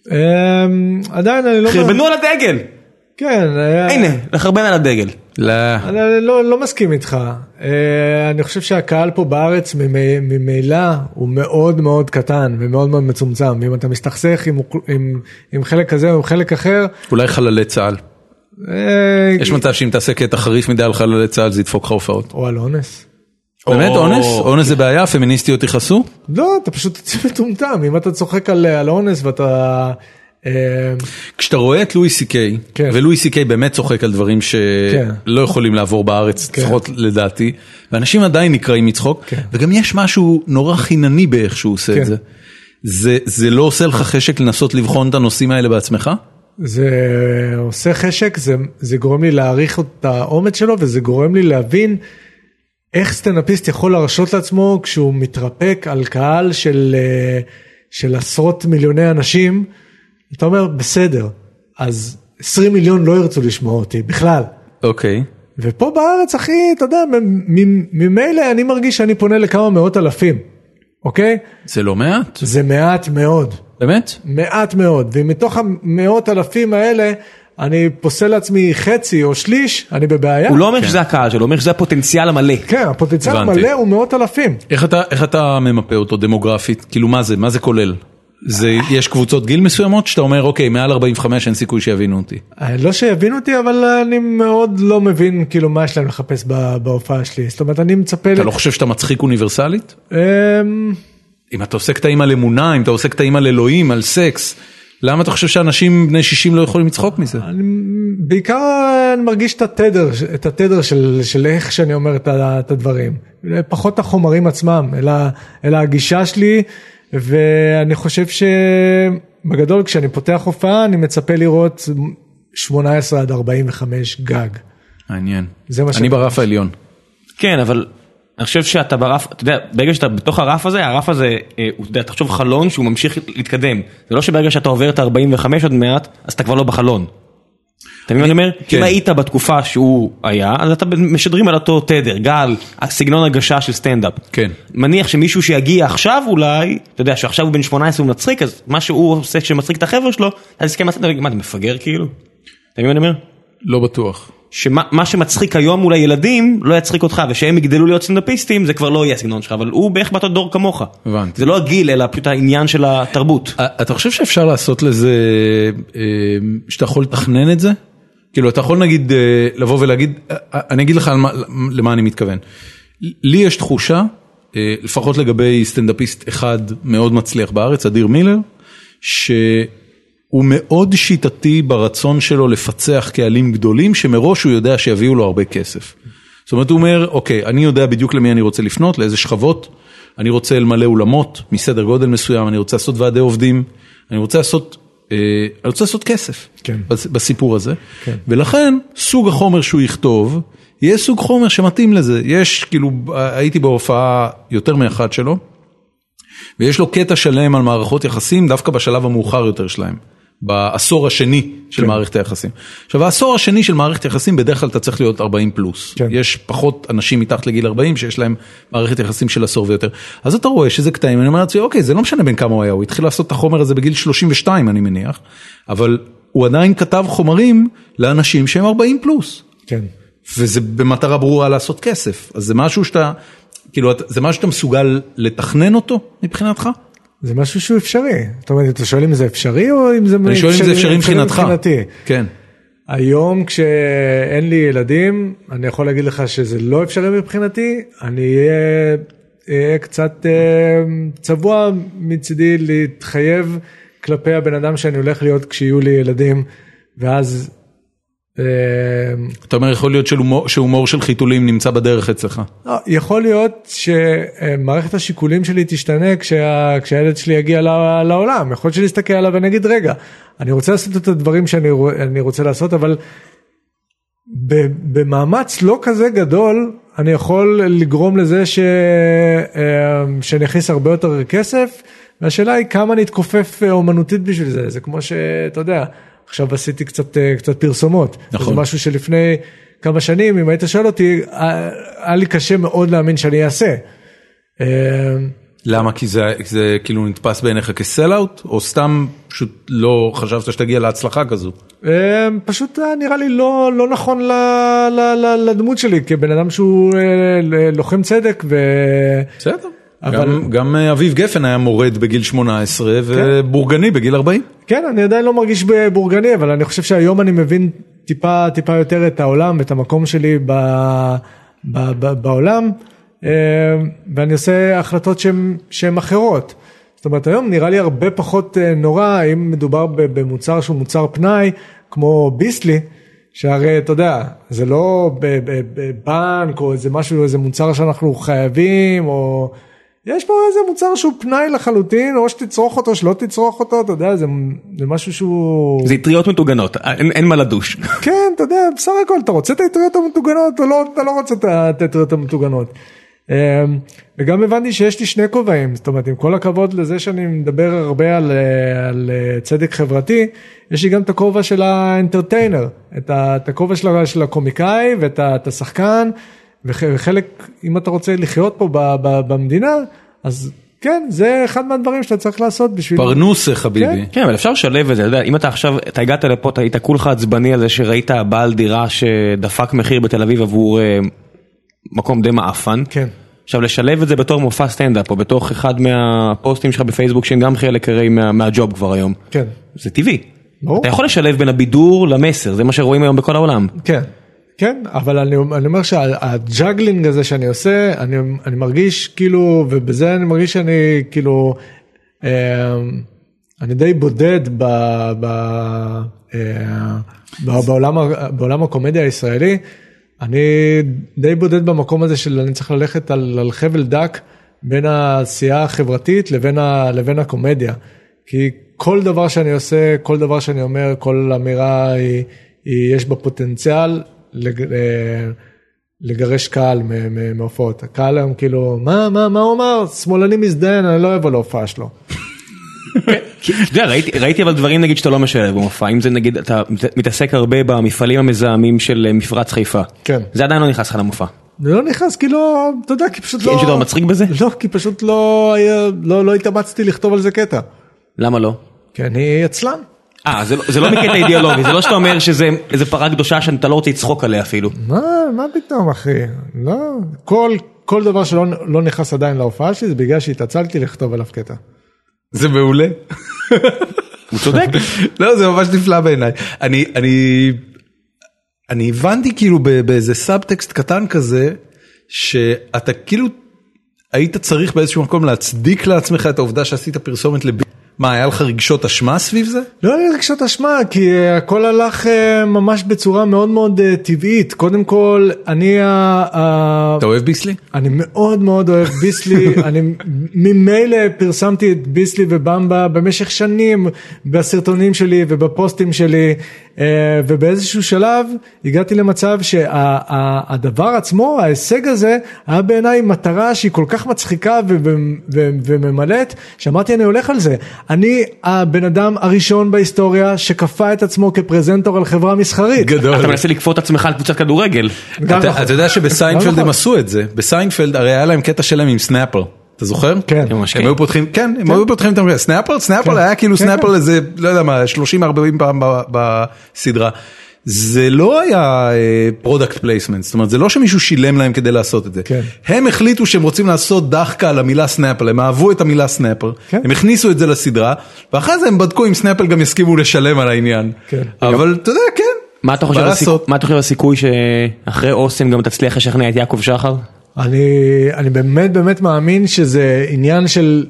Speaker 3: עדיין אני לא...
Speaker 2: חרבנו על הדגל!
Speaker 3: כן.
Speaker 2: הנה, לחרבן על הדגל.
Speaker 3: אני לא מסכים איתך. אני חושב שהקהל פה בארץ ממילא הוא מאוד מאוד קטן ומאוד מאוד מצומצם. ואם אתה מסתכסך עם חלק כזה או עם חלק אחר...
Speaker 1: אולי חללי צה"ל. יש מצב שאם תעשה קטע חריף מדי על חללי צה"ל זה ידפוק לך הופעות.
Speaker 3: או על אונס.
Speaker 1: באמת אונס? אונס זה בעיה? פמיניסטיות יכעסו?
Speaker 3: לא, אתה פשוט מטומטם. אם אתה צוחק על אונס ואתה...
Speaker 1: כשאתה רואה את לואי סי-קיי, ולואי סי-קיי באמת צוחק על דברים שלא יכולים לעבור בארץ, לפחות לדעתי, ואנשים עדיין נקראים מצחוק, וגם יש משהו נורא חינני באיך שהוא עושה את זה. זה לא עושה לך חשק לנסות לבחון את הנושאים האלה בעצמך?
Speaker 3: זה עושה חשק, זה גורם לי להעריך את האומץ שלו, וזה גורם לי להבין איך סטנדאפיסט יכול להרשות לעצמו כשהוא מתרפק על קהל של עשרות מיליוני אנשים, אתה אומר, בסדר, אז 20 מיליון לא ירצו לשמוע אותי, בכלל.
Speaker 1: אוקיי.
Speaker 3: ופה בארץ, אחי, אתה יודע, ממילא אני מרגיש שאני פונה לכמה מאות אלפים, אוקיי?
Speaker 1: זה לא מעט?
Speaker 3: זה מעט מאוד.
Speaker 1: באמת?
Speaker 3: מעט מאוד, ומתוך המאות אלפים האלה, אני פוסל לעצמי חצי או שליש, אני בבעיה.
Speaker 2: הוא לא אומר שזה הקהל שלו, הוא אומר שזה הפוטנציאל המלא.
Speaker 3: כן, הפוטנציאל המלא הוא מאות אלפים.
Speaker 1: איך אתה ממפה אותו דמוגרפית? כאילו מה זה כולל? יש קבוצות גיל מסוימות שאתה אומר, אוקיי, מעל 45 אין סיכוי שיבינו אותי.
Speaker 3: לא שיבינו אותי, אבל אני מאוד לא מבין כאילו מה יש להם לחפש בהופעה שלי. זאת אומרת, אני מצפה...
Speaker 1: אתה לא חושב שאתה מצחיק אוניברסלית? אם אתה עושה קטעים על אמונה, אם אתה עושה קטעים על אלוהים, על סקס, למה אתה חושב שאנשים בני 60 לא יכולים לצחוק מזה?
Speaker 3: בעיקר אני מרגיש את התדר של איך שאני אומר את הדברים. פחות החומרים עצמם, אלא הגישה שלי, ואני חושב שבגדול כשאני פותח הופעה, אני מצפה לראות 18 עד 45 גג.
Speaker 1: מעניין. אני ברף העליון.
Speaker 2: כן, אבל... אני חושב שאתה ברף, אתה יודע, ברגע שאתה בתוך הרף הזה, הוא, אתה תחשוב חלון שהוא ממשיך להתקדם. זה לא שברגע שאתה עובר את ה-45 עוד מעט, אז אתה כבר לא בחלון. אתה מבין מה אני אומר? אם היית בתקופה שהוא היה, אז אתה משדרים על אותו תדר, גל, הסגנון הגשה של סטנדאפ. כן. מניח שמישהו שיגיע עכשיו אולי, אתה יודע, שעכשיו הוא בן 18 הוא מצחיק, אז מה שהוא עושה כשמצחיק את החבר'ה שלו, אז הסכם הסטנדאפ, מה, אתה מפגר כאילו? אתה מבין מה אני אומר?
Speaker 1: לא בטוח.
Speaker 2: שמה שמצחיק היום מול הילדים לא יצחיק אותך, ושהם יגדלו להיות סטנדאפיסטים, זה כבר לא יהיה הסגנון שלך, אבל הוא בערך באותו דור כמוך.
Speaker 1: הבנתי.
Speaker 2: זה לא הגיל, אלא פשוט העניין של התרבות.
Speaker 1: אתה חושב שאפשר לעשות לזה, שאתה יכול לתכנן את זה? כאילו, אתה יכול נגיד, לבוא ולהגיד, אני אגיד לך למה אני מתכוון. לי יש תחושה, לפחות לגבי סטנדאפיסט אחד מאוד מצליח בארץ, אדיר מילר, הוא מאוד שיטתי ברצון שלו לפצח קהלים גדולים, שמראש הוא יודע שיביאו לו הרבה כסף. זאת אומרת, הוא אומר, אוקיי, אני יודע בדיוק למי אני רוצה לפנות, לאיזה שכבות, אני רוצה למלא אולמות, מסדר גודל מסוים, אני רוצה לעשות ועדי עובדים, אני רוצה לעשות כסף בסיפור הזה, ולכן סוג החומר שהוא יכתוב, יהיה סוג חומר שמתאים לזה. יש, כאילו, הייתי בהופעה יותר מאחד שלו, ויש לו קטע שלם על מערכות יחסים, דווקא בשלב המאוחר יותר שלהם, בעשור השני של מערכת היחסים. עכשיו, העשור השני של מערכת יחסים, בדרך כלל אתה צריך להיות 40 פלוס. יש פחות אנשים מתחת לגיל 40 שיש להם מערכת יחסים של עשור ויותר. אז אתה רואה שזה קטעים, אני אומר לעצמי, אוקיי, זה לא משנה בין כמה הוא היה, הוא התחיל לעשות את החומר הזה בגיל 32, אני מניח, אבל הוא עדיין כתב חומרים לאנשים שהם 40 פלוס.
Speaker 3: כן.
Speaker 1: וזה במטרה ברורה לעשות כסף. אז זה משהו שאתה, כאילו, זה משהו שאתה מסוגל לתכנן אותו מבחינתך?
Speaker 3: זה משהו שהוא אפשרי. זאת אומרת, אתה שואל אם זה אפשרי או אם זה...
Speaker 1: אני שואל אם זה אפשרי מבחינתך. כן.
Speaker 3: היום כשאין לי ילדים, אני יכול להגיד לך שזה לא אפשרי מבחינתי, אני אהיה קצת צבוע מצידי להתחייב כלפי הבן אדם שאני הולך להיות כשיהיו לי ילדים, ואז...
Speaker 1: אתה אומר, יכול להיות שהומור של חיתולים נמצא בדרך אצלך.
Speaker 3: יכול להיות שמערכת השיקולים שלי תשתנה כשהילד שלי יגיע לעולם. יכול להיות שנסתכל עליו ונגיד, רגע, אני רוצה לעשות את הדברים שאני רוצה לעשות, אבל במאמץ לא כזה גדול, אני יכול לגרום לזה שאני אכניס הרבה יותר כסף, והשאלה היא כמה נתכופף אומנותית בשביל זה. זה כמו שאתה יודע, עכשיו עשיתי קצת פרסומות. נכון. זה משהו שלפני כמה שנים, אם היית שואל אותי, היה לי קשה מאוד להאמין שאני אעשה.
Speaker 1: למה? כי זה כאילו נתפס בעיניך כסל-אוט? או סתם פשוט לא חשבת שתגיע להצלחה כזו?
Speaker 3: פשוט נראה לי לא נכון לדמות שלי, כבן אדם שהוא לוחם צדק
Speaker 1: בסדר. גם אביב גפן היה מורד בגיל 18 ובורגני בגיל 40.
Speaker 3: כן, אני עדיין לא מרגיש בורגני, אבל אני חושב שהיום אני מבין טיפה יותר את העולם, את המקום שלי בעולם, ואני עושה החלטות שהן אחרות. זאת אומרת, היום נראה לי הרבה פחות נורא, אם מדובר במוצר שהוא מוצר פנאי, כמו ביסלי, שהרי אתה יודע, זה לא בבנק או איזה משהו, איזה מוצר שאנחנו חייבים, או... יש פה איזה מוצר שהוא פנאי לחלוטין, או שתצרוך אותו, שלא תצרוך אותו, אתה יודע, זה משהו שהוא...
Speaker 2: זה יטריות מטוגנות, אין מה לדוש.
Speaker 3: כן, אתה יודע, בסך הכל, אתה רוצה את היטריות המטוגנות, או לא, אתה לא רוצה את היטריות המטוגנות. וגם הבנתי שיש לי שני כובעים, זאת אומרת, עם כל הכבוד לזה שאני מדבר הרבה על צדק חברתי, יש לי גם את הכובע של האנטרטיינר, את הכובע של הקומיקאי, ואת השחקן, וחלק, אם אתה רוצה לחיות פה במדינה, אז כן, זה אחד מהדברים שאתה צריך לעשות בשביל...
Speaker 1: פרנוסה חביבי.
Speaker 2: כן, אבל אפשר לשלב את זה, אתה יודע, אם אתה עכשיו, אתה הגעת לפה, אתה היית כולך עצבני על זה שראית בעל דירה שדפק מחיר בתל אביב עבור מקום די מעפן. כן. עכשיו, לשלב את זה בתור מופע סטנדאפ, או בתוך אחד מהפוסטים שלך בפייסבוק, שהם גם חלק הרי מהג'וב כבר היום. כן. זה טבעי. אתה יכול לשלב בין הבידור למסר, זה מה שרואים היום בכל העולם. כן.
Speaker 3: כן, אבל אני אומר שהג'אגלינג הזה שאני עושה, אני מרגיש כאילו, ובזה אני מרגיש שאני כאילו, אני די בודד בעולם הקומדיה הישראלי, אני די בודד במקום הזה של אני צריך ללכת על חבל דק בין העשייה החברתית לבין הקומדיה, כי כל דבר שאני עושה, כל דבר שאני אומר, כל אמירה יש בה פוטנציאל, לגרש קהל מהופעות. הקהל היום כאילו, מה הוא אמר? שמאלני מזדיין, אני לא אוהב על ההופעה שלו.
Speaker 2: ראיתי אבל דברים נגיד שאתה לא משלב במופע, אם זה נגיד אתה מתעסק הרבה במפעלים המזהמים של מפרץ חיפה, זה עדיין לא נכנס לך למופע.
Speaker 3: זה לא נכנס כי לא, אתה יודע, כי פשוט לא...
Speaker 2: כי אין שדור מצחיק בזה?
Speaker 3: לא, כי פשוט לא התאמצתי לכתוב על זה קטע.
Speaker 2: למה לא?
Speaker 3: כי אני עצלן.
Speaker 2: זה לא מקטע אידיאולוגי, זה לא שאתה אומר שזה איזה פרה קדושה שאתה לא רוצה לצחוק עליה אפילו.
Speaker 3: מה פתאום אחי? לא, כל דבר שלא נכנס עדיין להופעה שלי, זה בגלל שהתעצלתי לכתוב עליו קטע.
Speaker 1: זה מעולה.
Speaker 2: הוא צודק.
Speaker 1: לא, זה ממש נפלא בעיניי. אני הבנתי כאילו באיזה סאבטקסט קטן כזה, שאתה כאילו היית צריך באיזשהו מקום להצדיק לעצמך את העובדה שעשית פרסומת לביט. מה, היה לך רגשות אשמה סביב זה?
Speaker 3: לא היה לי רגשות אשמה, כי הכל הלך ממש בצורה מאוד מאוד טבעית. קודם כל,
Speaker 1: אתה אוהב ביסלי?
Speaker 3: אני מאוד מאוד אוהב ביסלי. אני ממילא פרסמתי את ביסלי ובמבה במשך שנים בסרטונים שלי ובפוסטים שלי. ובאיזשהו שלב הגעתי למצב שהדבר עצמו, ההישג הזה, היה בעיניי מטרה שהיא כל כך מצחיקה וממלאת, שאמרתי אני הולך על זה. אני הבן אדם הראשון בהיסטוריה שקפה את עצמו כפרזנטור על חברה מסחרית.
Speaker 1: גדול.
Speaker 2: אתה מנסה לקפות עצמך על קבוצת כדורגל.
Speaker 1: אתה יודע שבסיינפלד הם עשו את זה, בסיינפלד הרי היה להם קטע שלהם עם סנאפר. אתה זוכר?
Speaker 3: כן.
Speaker 1: הם היו פותחים, כן, הם היו פותחים את המקרה. סנאפר היה כאילו סנאפר לזה, לא יודע מה, 30-40 פעם בסדרה. זה לא היה פרודקט פלייסמנט, זאת אומרת, זה לא שמישהו שילם להם כדי לעשות את זה. הם החליטו שהם רוצים לעשות דחקה על המילה סנאפר, הם אהבו את המילה סנאפר, הם הכניסו את זה לסדרה, ואחרי זה הם בדקו אם סנאפר גם יסכימו לשלם על העניין. אבל אתה יודע, כן.
Speaker 2: מה אתה חושב על הסיכוי שאחרי אוסם גם תצליח לשכנע את יעקב שחר?
Speaker 3: אני באמת מאמין שזה עניין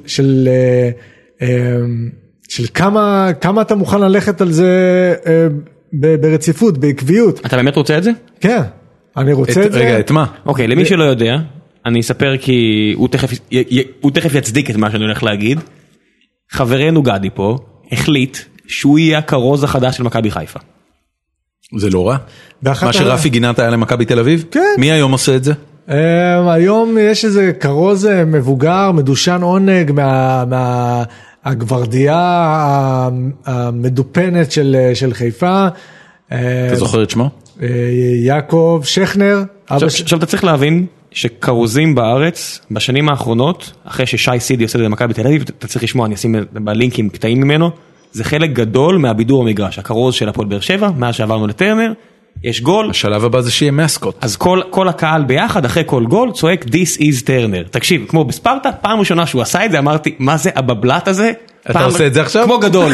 Speaker 3: של כמה אתה מוכן ללכת על זה ברציפות, בעקביות.
Speaker 2: אתה באמת רוצה את זה?
Speaker 3: כן, אני רוצה את זה.
Speaker 1: רגע, את מה?
Speaker 2: אוקיי, למי שלא יודע, אני אספר כי הוא תכף יצדיק את מה שאני הולך להגיד. חברנו גדי פה החליט שהוא יהיה הכרוז החדש של מכבי חיפה.
Speaker 1: זה לא רע. מה שרפי גינת היה למכבי תל אביב?
Speaker 3: כן.
Speaker 1: מי היום עושה את זה?
Speaker 3: היום יש איזה כרוז מבוגר, מדושן עונג מהגוורדיה המדופנת של חיפה.
Speaker 1: אתה זוכר את שמו?
Speaker 3: יעקב שכנר.
Speaker 2: עכשיו אתה צריך להבין שכרוזים בארץ בשנים האחרונות, אחרי ששי סידי עושה את זה למכבי תל אביב, אתה צריך לשמוע, אני אשים בלינקים קטעים ממנו, זה חלק גדול מהבידור המגרש, הכרוז של הפועל באר שבע, מאז שעברנו לטרנר, יש גול.
Speaker 1: השלב הבא זה שיהיה מסקוט.
Speaker 2: אז כל הקהל ביחד, אחרי כל גול, צועק This is Turner. תקשיב, כמו בספרטה, פעם ראשונה שהוא עשה את זה, אמרתי, מה זה הבבלת הזה?
Speaker 1: אתה עושה את זה עכשיו?
Speaker 2: כמו גדול,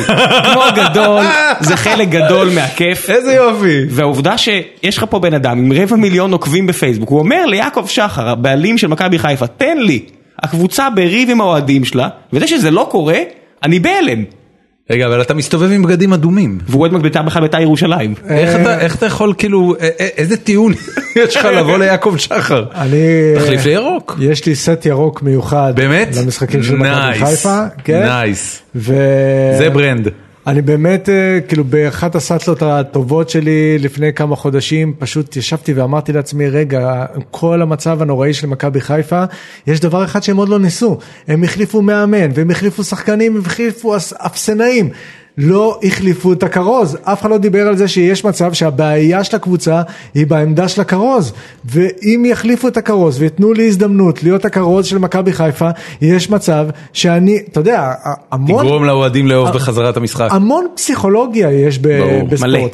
Speaker 2: זה חלק גדול מהכיף.
Speaker 1: איזה יופי.
Speaker 2: והעובדה שיש לך פה בן אדם עם 250,000 עוקבים בפייסבוק, הוא אומר ליעקב שחר, הבעלים של מכבי חיפה, תן לי, הקבוצה בריב עם האוהדים שלה, וזה שזה לא קורה, אני בהלם.
Speaker 1: רגע, אבל אתה מסתובב עם בגדים אדומים.
Speaker 2: והוא עוד מקביתה בכלל בית"ר ירושלים.
Speaker 1: איך אתה יכול כאילו, איזה טיעון יש לך לבוא ליעקב שחר? תחליף לירוק.
Speaker 3: יש לי סט ירוק מיוחד.
Speaker 1: באמת?
Speaker 3: למשחקים של מכבי חיפה.
Speaker 1: נייס. זה ברנד.
Speaker 3: אני באמת, כאילו באחת הסטלות הטובות שלי לפני כמה חודשים, פשוט ישבתי ואמרתי לעצמי, רגע, כל המצב הנוראי של מכבי חיפה, יש דבר אחד שהם עוד לא ניסו, הם החליפו מאמן, והם החליפו שחקנים, הם החליפו אפסנאים, לא החליפו את הכרוז, אף אחד לא דיבר על זה שיש מצב שהבעיה של הקבוצה היא בעמדה של הכרוז, ואם יחליפו את הכרוז ויתנו לי הזדמנות להיות הכרוז של מכבי חיפה, יש מצב שאני, אתה יודע, המון...
Speaker 1: תגרום לאוהדים לאהוב בחזרת המשחק.
Speaker 3: המון פסיכולוגיה יש בספורט,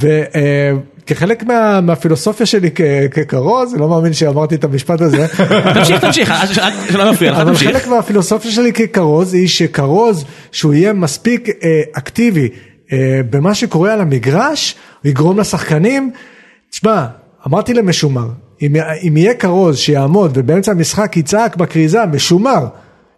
Speaker 3: וכחלק מהפילוסופיה שלי ככרוז, לא מאמין שאמרתי את המשפט הזה,
Speaker 2: תמשיך, שלא נפריע לך,
Speaker 3: אבל חלק מהפילוסופיה שלי ככרוז היא שכרוז שהוא יהיה מספיק אקטיבי במה שקורה על המגרש, הוא יגרום לשחקנים. תשמע, אמרתי למשומר, אם יהיה כרוז שיעמוד ובאמצע המשחק יצעק בקריזה, משומר,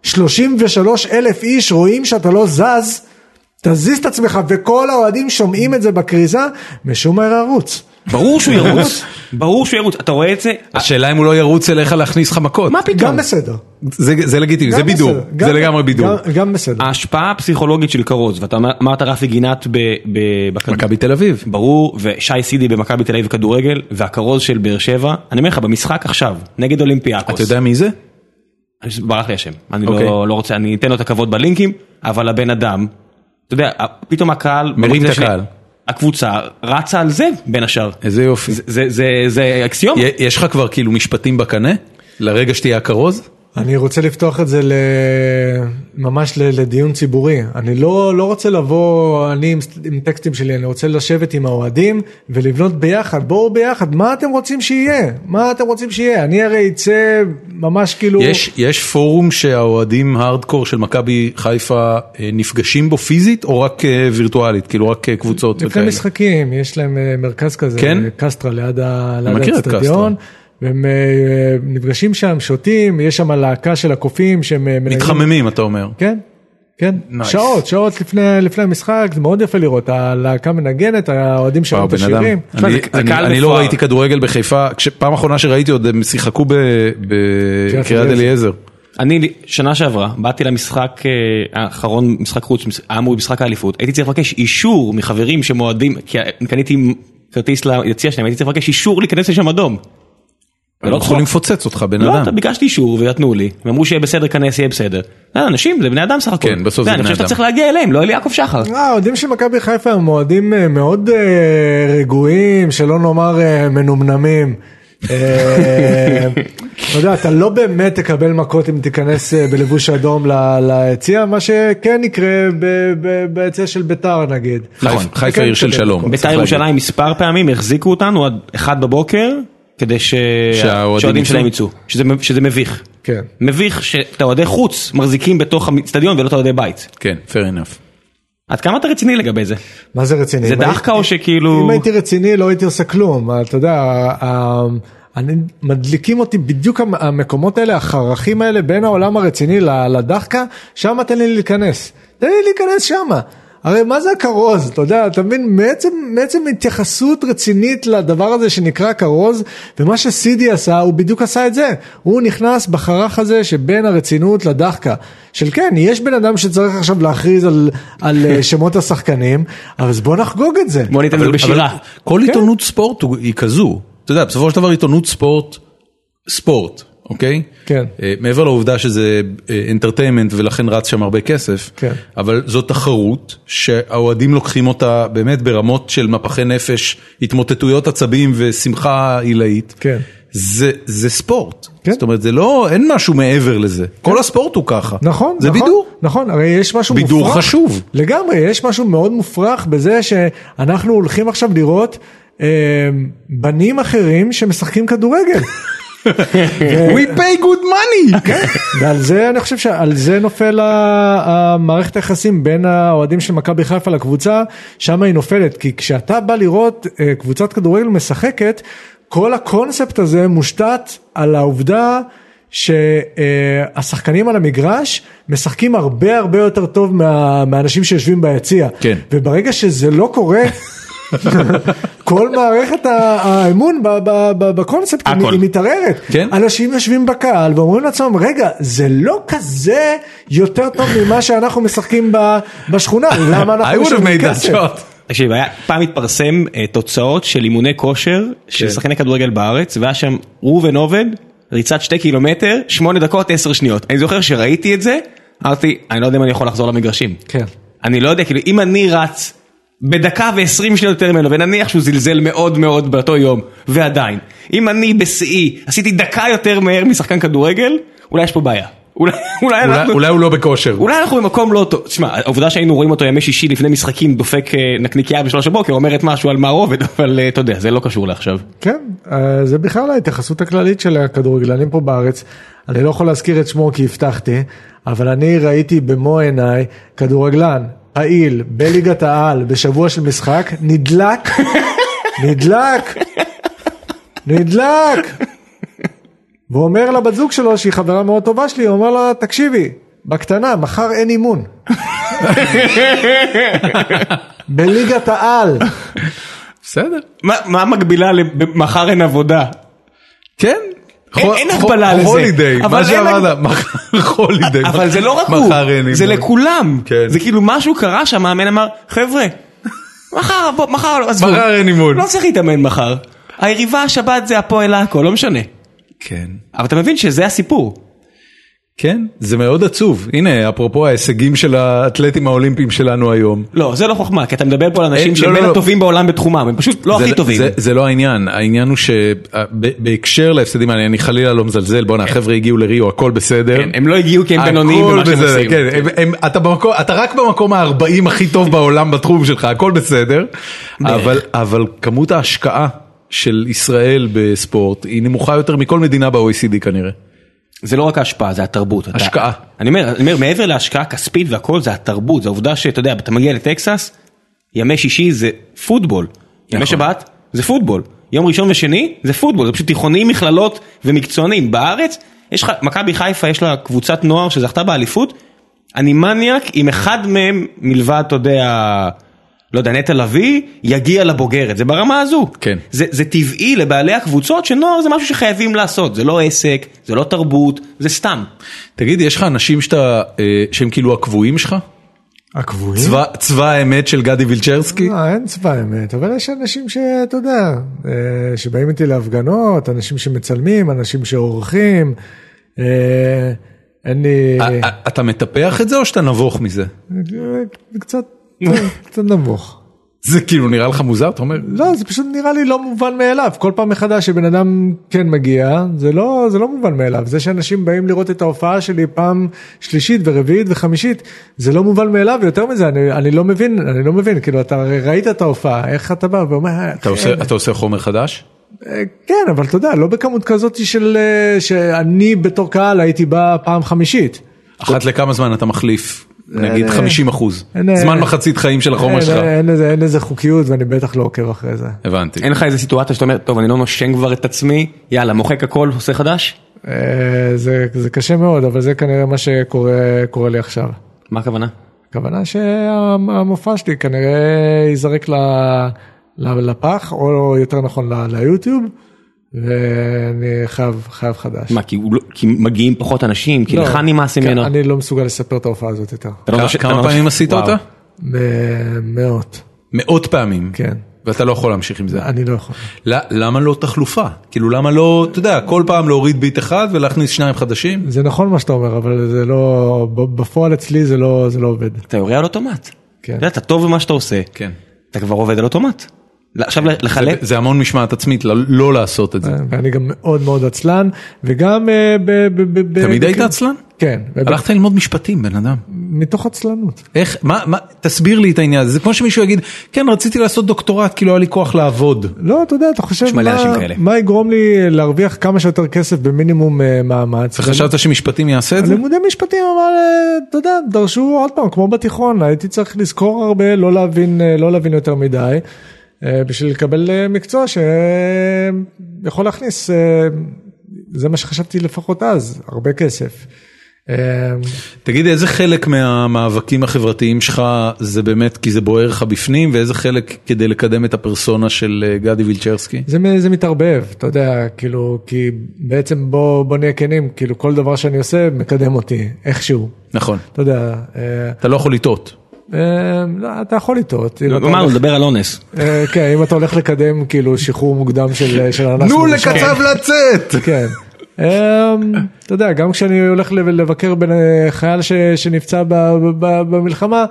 Speaker 3: 33,000 איש רואים שאתה לא זז, תזיז את עצמך, וכל האוהדים שומעים את זה בקריזה, משומר ירוץ.
Speaker 2: ברור שהוא ירוץ, ברור שהוא ירוץ, אתה רואה את זה?
Speaker 1: השאלה אם הוא לא ירוץ אליך להכניס לך מכות.
Speaker 2: מה פתאום?
Speaker 3: גם בסדר.
Speaker 1: זה לגיטימי, זה בידור, זה לגמרי בידור.
Speaker 3: גם בסדר.
Speaker 2: ההשפעה הפסיכולוגית של כרוז, ואתה אמרת רפי גינת
Speaker 1: מכבי תל אביב.
Speaker 2: ברור, ושי סידי במכבי תל אביב כדורגל, והכרוז של באר שבע, אני אומר לך, במשחק עכשיו, נגד אולימפיאקוס.
Speaker 1: אתה יודע מי זה?
Speaker 2: ברח לי השם, אני לא רוצה, אני אתן לו את הכבוד בלינקים, אבל הבן אדם, אתה יודע, פתאום הקהל,
Speaker 1: מרים את הקהל.
Speaker 2: הקבוצה רצה על זה בין השאר.
Speaker 1: איזה יופי.
Speaker 2: זה אקסיום.
Speaker 1: יש לך כבר כאילו משפטים בקנה? לרגע שתהיה הכרוז?
Speaker 3: אני רוצה לפתוח את זה ממש לדיון ציבורי. אני לא רוצה לבוא, אני עם טקסטים שלי, אני רוצה לשבת עם האוהדים ולבנות ביחד. בואו ביחד, מה אתם רוצים שיהיה? מה אתם רוצים שיהיה? אני הרי יצא ממש כאילו...
Speaker 1: יש פורום שהאוהדים הארדקור של מכבי חיפה נפגשים בו פיזית או רק וירטואלית? כאילו רק קבוצות וכאלה?
Speaker 3: לפני משחקים, יש להם מרכז כזה, קסטרה ליד האצטדיון. והם נפגשים שם, שותים, יש שם להקה של הקופים שהם
Speaker 1: מתחממים, אתה אומר.
Speaker 3: כן, כן, שעות לפני המשחק, זה מאוד יפה לראות, הלהקה מנגנת, האוהדים שרים את השירים.
Speaker 1: אני לא ראיתי כדורגל בחיפה, פעם האחרונה שראיתי עוד הם שיחקו בקריית אליעזר.
Speaker 2: אני שנה שעברה, באתי למשחק האחרון, משחק חוץ, אמור משחק האליפות, הייתי צריך לבקש אישור מחברים שמועדים, כי קניתי כרטיס ליציאה שלהם, הייתי צריך לבקש אישור להיכנס לשם אדום.
Speaker 1: לא יכולים לפוצץ אותך, בן אדם.
Speaker 2: לא, ביקשתי אישור ויתנו לי, ואמרו שיהיה בסדר, כנס יהיה בסדר. אנשים, זה בני אדם סך הכל.
Speaker 1: כן, בסוף זה בני אדם.
Speaker 2: אני חושב שאתה צריך להגיע אליהם, לא אלי יעקב שחר.
Speaker 3: האוהדים של מכבי חיפה הם אוהדים מאוד רגועים, שלא נאמר מנומנמים. אתה יודע, אתה לא באמת תקבל מכות אם תיכנס בלבוש אדום ליציאה, מה שכן יקרה ביציאה של ביתר נגיד.
Speaker 1: חיפה עיר של שלום.
Speaker 2: ביתר ירושלים מספר פעמים החזיקו אותנו עד 1 בבוקר, כדי שהאוהדים שלהם יצאו, שזה מביך.
Speaker 3: כן.
Speaker 2: מביך שאתה אוהדי חוץ מחזיקים בתוך האצטדיון ולא אתה אוהדי בית.
Speaker 1: כן, fair enough.
Speaker 2: עד כמה אתה רציני לגבי זה?
Speaker 3: מה זה רציני?
Speaker 2: זה דחקה או שכאילו...
Speaker 3: אם הייתי רציני לא הייתי עושה כלום, אתה יודע, מדליקים אותי בדיוק המקומות האלה, החרכים האלה בין העולם הרציני לדחקה, שם תן לי להיכנס. תן לי להיכנס שם. הרי מה זה הכרוז? אתה יודע, אתה מבין, מעצם התייחסות רצינית לדבר הזה שנקרא כרוז, ומה שסידי עשה, הוא בדיוק עשה את זה. הוא נכנס בחרך הזה שבין הרצינות לדחקה. של כן, יש בן אדם שצריך עכשיו להכריז על שמות השחקנים, אז בוא נחגוג את זה.
Speaker 2: בוא ניתן זה בשירה.
Speaker 1: כל עיתונות ספורט היא כזו. אתה יודע, בסופו של דבר עיתונות ספורט. אוקיי?
Speaker 3: כן.
Speaker 1: מעבר לעובדה שזה entertainment ולכן רץ שם הרבה כסף,
Speaker 3: כן.
Speaker 1: אבל זו תחרות שהאוהדים לוקחים אותה באמת ברמות של מפחי נפש, התמוטטויות עצבים ושמחה עילאית.
Speaker 3: כן.
Speaker 1: זה ספורט.
Speaker 3: כן.
Speaker 1: זאת אומרת, זה לא, אין משהו מעבר לזה. כל הספורט הוא ככה.
Speaker 3: נכון.
Speaker 1: זה בידור.
Speaker 3: נכון, הרי יש משהו מופרך.
Speaker 1: בידור חשוב.
Speaker 3: לגמרי, יש משהו מאוד מופרך בזה שאנחנו הולכים עכשיו לראות בנים אחרים שמשחקים כדורגל.
Speaker 1: We pay good money.
Speaker 3: ועל זה אני חושב שעל זה נופל המערכת היחסים בין האוהדים של מכבי חיפה לקבוצה, שם היא נופלת, כי כשאתה בא לראות קבוצת כדורגל משחקת, כל הקונספט הזה מושתת על העובדה שהשחקנים על המגרש משחקים הרבה הרבה יותר טוב מהאנשים שיושבים ביציע.
Speaker 1: כן.
Speaker 3: וברגע שזה לא קורה, כל מערכת האמון בקונספט היא מתערערת. אנשים יושבים בקהל ואומרים לעצמם, רגע, זה לא כזה יותר טוב ממה שאנחנו משחקים בשכונה, למה אנחנו משלמים כסף?
Speaker 2: תקשיב, פעם התפרסם תוצאות של אימוני כושר של שחקני כדורגל בארץ, והיה שם ראובן עובד, ריצת 2 קילומטר, 8 דקות 10 שניות. אני זוכר שראיתי את זה, אמרתי, אני לא יודע אם אני יכול לחזור למגרשים.
Speaker 3: כן.
Speaker 2: אני לא יודע, כאילו, אם אני רץ בדקה ו20 שניות יותר ממנו, ונניח שהוא זלזל מאוד מאוד באותו יום, ועדיין, אם אני עשיתי דקה יותר מהר משחקן כדורגל, אולי יש פה בעיה.
Speaker 1: אולי הוא לא בכושר.
Speaker 2: אולי אנחנו במקום לא טוב. תשמע, העובדה שהיינו רואים אותו ימי שישי לפני משחקים דופק נקניקייה ב3 בבוקר, אומרת משהו על מה עובד, אבל אתה יודע, זה לא קשור לעכשיו.
Speaker 3: כן, זה בכלל ההתייחסות הכללית של הכדורגלנים פה בארץ. אני לא יכול להזכיר את שמו כי הבטחתי, אבל אני ראיתי במו עיניי כדורגלן פעיל בליגת העל בשבוע של משחק, נדלק. והוא אומר לבת זוג שלו, שהיא חברה מאוד טובה שלי, הוא אומר לה, תקשיבי, בקטנה, מחר אין אימון. בליגת העל.
Speaker 1: בסדר.
Speaker 2: מה המקבילה למחר אין עבודה?
Speaker 1: כן.
Speaker 2: אין הגבלה לזה.
Speaker 1: הולידיי, מה שאמרת, הולידיי.
Speaker 2: אבל זה לא רק הוא, זה לכולם. זה כאילו משהו קרה שהמאמן אמר, חבר'ה, מחר
Speaker 1: אין אימון.
Speaker 2: לא צריך להתאמן מחר. היריבה השבת זה הפועל עכו, לא משנה.
Speaker 1: כן.
Speaker 2: אבל אתה מבין שזה הסיפור.
Speaker 1: כן, זה מאוד עצוב. הנה, אפרופו ההישגים של האתלטים האולימפיים שלנו היום.
Speaker 2: לא, זה לא חוכמה, כי אתה מדבר פה על אנשים שהם בין הטובים בעולם בתחומם, הם פשוט לא הכי טובים.
Speaker 1: זה לא העניין, העניין הוא שבהקשר להפסדים האלה, אני חלילה לא מזלזל, בוא'נה, החבר'ה הגיעו לריו, הכל בסדר.
Speaker 2: הם לא הגיעו כי הם בינוניים במה שהם עושים.
Speaker 1: אתה רק במקום ה-40 הכי טוב בעולם בתחום שלך, הכל בסדר, אבל כמות ההשקעה של ישראל בספורט היא נמוכה יותר מכל מדינה ב-OECD כנראה.
Speaker 2: זה לא רק ההשפעה, זה התרבות.
Speaker 1: השקעה.
Speaker 2: אני אומר, מעבר להשקעה כספית והכל, זה התרבות, זה העובדה שאתה יודע, אתה מגיע לטקסס, ימי שישי זה פוטבול, ימי שבת זה פוטבול, יום ראשון ושני זה פוטבול, זה פשוט תיכונים, מכללות ומקצוענים. בארץ, מכבי חיפה יש לה קבוצת נוער שזכתה באליפות, אני מניאק עם אחד מהם מלבד, אתה יודע, לא יודע, נטע לביא יגיע לבוגרת, זה ברמה הזו.
Speaker 1: כן.
Speaker 2: זה טבעי לבעלי הקבוצות שנוער זה משהו שחייבים לעשות, זה לא עסק, זה לא תרבות, זה סתם.
Speaker 1: תגיד, יש לך אנשים שהם כאילו הקבועים שלך?
Speaker 3: הקבועים?
Speaker 1: צבא האמת של גדי וילצ'רסקי?
Speaker 3: לא, אין צבא האמת, אבל יש אנשים שאתה יודע, שבאים איתי להפגנות, אנשים שמצלמים, אנשים שעורכים, אין לי...
Speaker 1: אתה מטפח את זה או שאתה נבוך מזה?
Speaker 3: קצת נמוך.
Speaker 1: זה כאילו נראה לך מוזר, אתה אומר?
Speaker 3: לא, זה פשוט נראה לי לא מובן מאליו. כל פעם מחדש שבן אדם כן מגיע, זה לא מובן מאליו. זה שאנשים באים לראות את ההופעה שלי פעם שלישית ורביעית וחמישית, זה לא מובן מאליו, ויותר מזה, אני לא מבין, כאילו אתה ראית את ההופעה, איך אתה בא ואומר...
Speaker 1: אתה עושה חומר חדש?
Speaker 3: כן, אבל אתה יודע, לא בכמות כזאת שאני בתור קהל הייתי בא פעם חמישית.
Speaker 1: אחת לכמה זמן אתה מחליף? נגיד 50%. זמן מחצית חיים של החומר שלך.
Speaker 3: אין איזה חוקיות ואני בטח לא עוקב אחרי זה.
Speaker 1: הבנתי.
Speaker 2: אין לך איזה סיטואציה שאתה אומר, טוב, אני לא נושם כבר את עצמי, יאללה, מוחק הכל, עושה חדש?
Speaker 3: זה קשה מאוד, אבל זה כנראה מה שקורה לי עכשיו.
Speaker 2: מה הכוונה?
Speaker 3: הכוונה שהמופע שלי כנראה ייזרק לפח, או יותר נכון ליוטיוב, ואני חייב חדש.
Speaker 2: מה, כי מגיעים פחות אנשים? כי לך נמאס ממנו?
Speaker 3: אני לא מסוגל לספר את ההופעה הזאת יותר.
Speaker 1: כמה פעמים עשית אותה?
Speaker 3: מאות.
Speaker 1: מאות פעמים?
Speaker 3: כן.
Speaker 1: ואתה לא יכול להמשיך עם זה?
Speaker 3: אני לא יכול.
Speaker 1: למה לא תחלופה? כאילו למה לא, אתה יודע, כל פעם להוריד ביט אחד ולהכניס שניים חדשים?
Speaker 3: זה נכון מה שאתה אומר, אבל זה לא, בפועל אצלי זה לא עובד.
Speaker 2: אתה יורה על אוטומט.
Speaker 3: כן.
Speaker 2: אתה טוב במה שאתה עושה.
Speaker 1: כן.
Speaker 2: אתה כבר עובד על אוטומט. עכשיו לחלק...
Speaker 1: זה המון משמעת עצמית, לא לעשות את זה.
Speaker 3: ואני גם מאוד מאוד עצלן, וגם...
Speaker 1: תמיד היית עצלן?
Speaker 3: כן.
Speaker 1: הלכת ללמוד משפטים, בן אדם.
Speaker 3: מתוך עצלנות.
Speaker 1: איך, תסביר לי את העניין הזה, זה כמו שמישהו יגיד, כן, רציתי לעשות דוקטורט, כי לא היה לי כוח לעבוד.
Speaker 3: לא, אתה יודע, אתה חושב מה יגרום לי להרוויח כמה שיותר כסף במינימום מאמץ.
Speaker 1: וחשבת שמשפטים יעשה את זה?
Speaker 3: לימודי משפטים, אבל אתה יודע, דרשו עוד פעם, כמו בתיכון, הייתי צריך לזכור הרבה, לא להבין יותר מדי. בשביל לקבל מקצוע שיכול להכניס, זה מה שחשבתי לפחות אז, הרבה כסף.
Speaker 1: תגיד, איזה חלק מהמאבקים החברתיים שלך זה באמת כי זה בוער לך בפנים, ואיזה חלק כדי לקדם את הפרסונה של גדי וילצ'רסקי?
Speaker 3: זה מתערבב, אתה יודע, כאילו, כי בעצם בוא נהיה כנים, כאילו כל דבר שאני עושה מקדם אותי, איכשהו.
Speaker 1: נכון.
Speaker 3: אתה יודע.
Speaker 1: אתה לא יכול לטעות.
Speaker 3: אתה יכול לטעות.
Speaker 2: אמרנו, לדבר על אונס.
Speaker 3: כן, אם אתה הולך לקדם כאילו שחרור מוקדם של אנס.
Speaker 1: נו, לקצב לצאת!
Speaker 3: כן. אתה יודע, גם כשאני הולך לבקר בין חייל שנפצע במלחמה,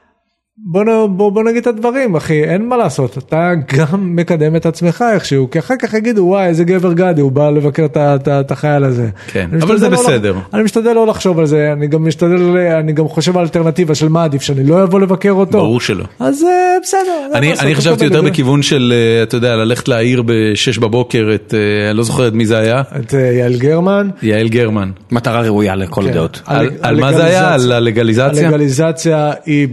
Speaker 3: בוא נגיד את הדברים, אחי, אין מה לעשות, אתה גם מקדם את עצמך איכשהו, כי אחר כך יגידו, וואי, איזה גבר גדי, הוא בא לבקר את החייל הזה.
Speaker 1: כן, אבל זה בסדר.
Speaker 3: אני משתדל לא לחשוב על זה, אני גם חושב על אלטרנטיבה של מה עדיף, שאני לא אבוא לבקר אותו.
Speaker 1: ברור שלא.
Speaker 3: אז בסדר.
Speaker 1: אני חשבתי יותר בכיוון של, אתה יודע, ללכת להעיר ב-6 בבוקר את, אני לא זוכר את מי זה היה.
Speaker 3: את יעל גרמן.
Speaker 1: יעל גרמן.
Speaker 2: מטרה ראויה לכל הדעות.
Speaker 1: על מה זה היה? על הלגליזציה?
Speaker 3: הלגליזציה היא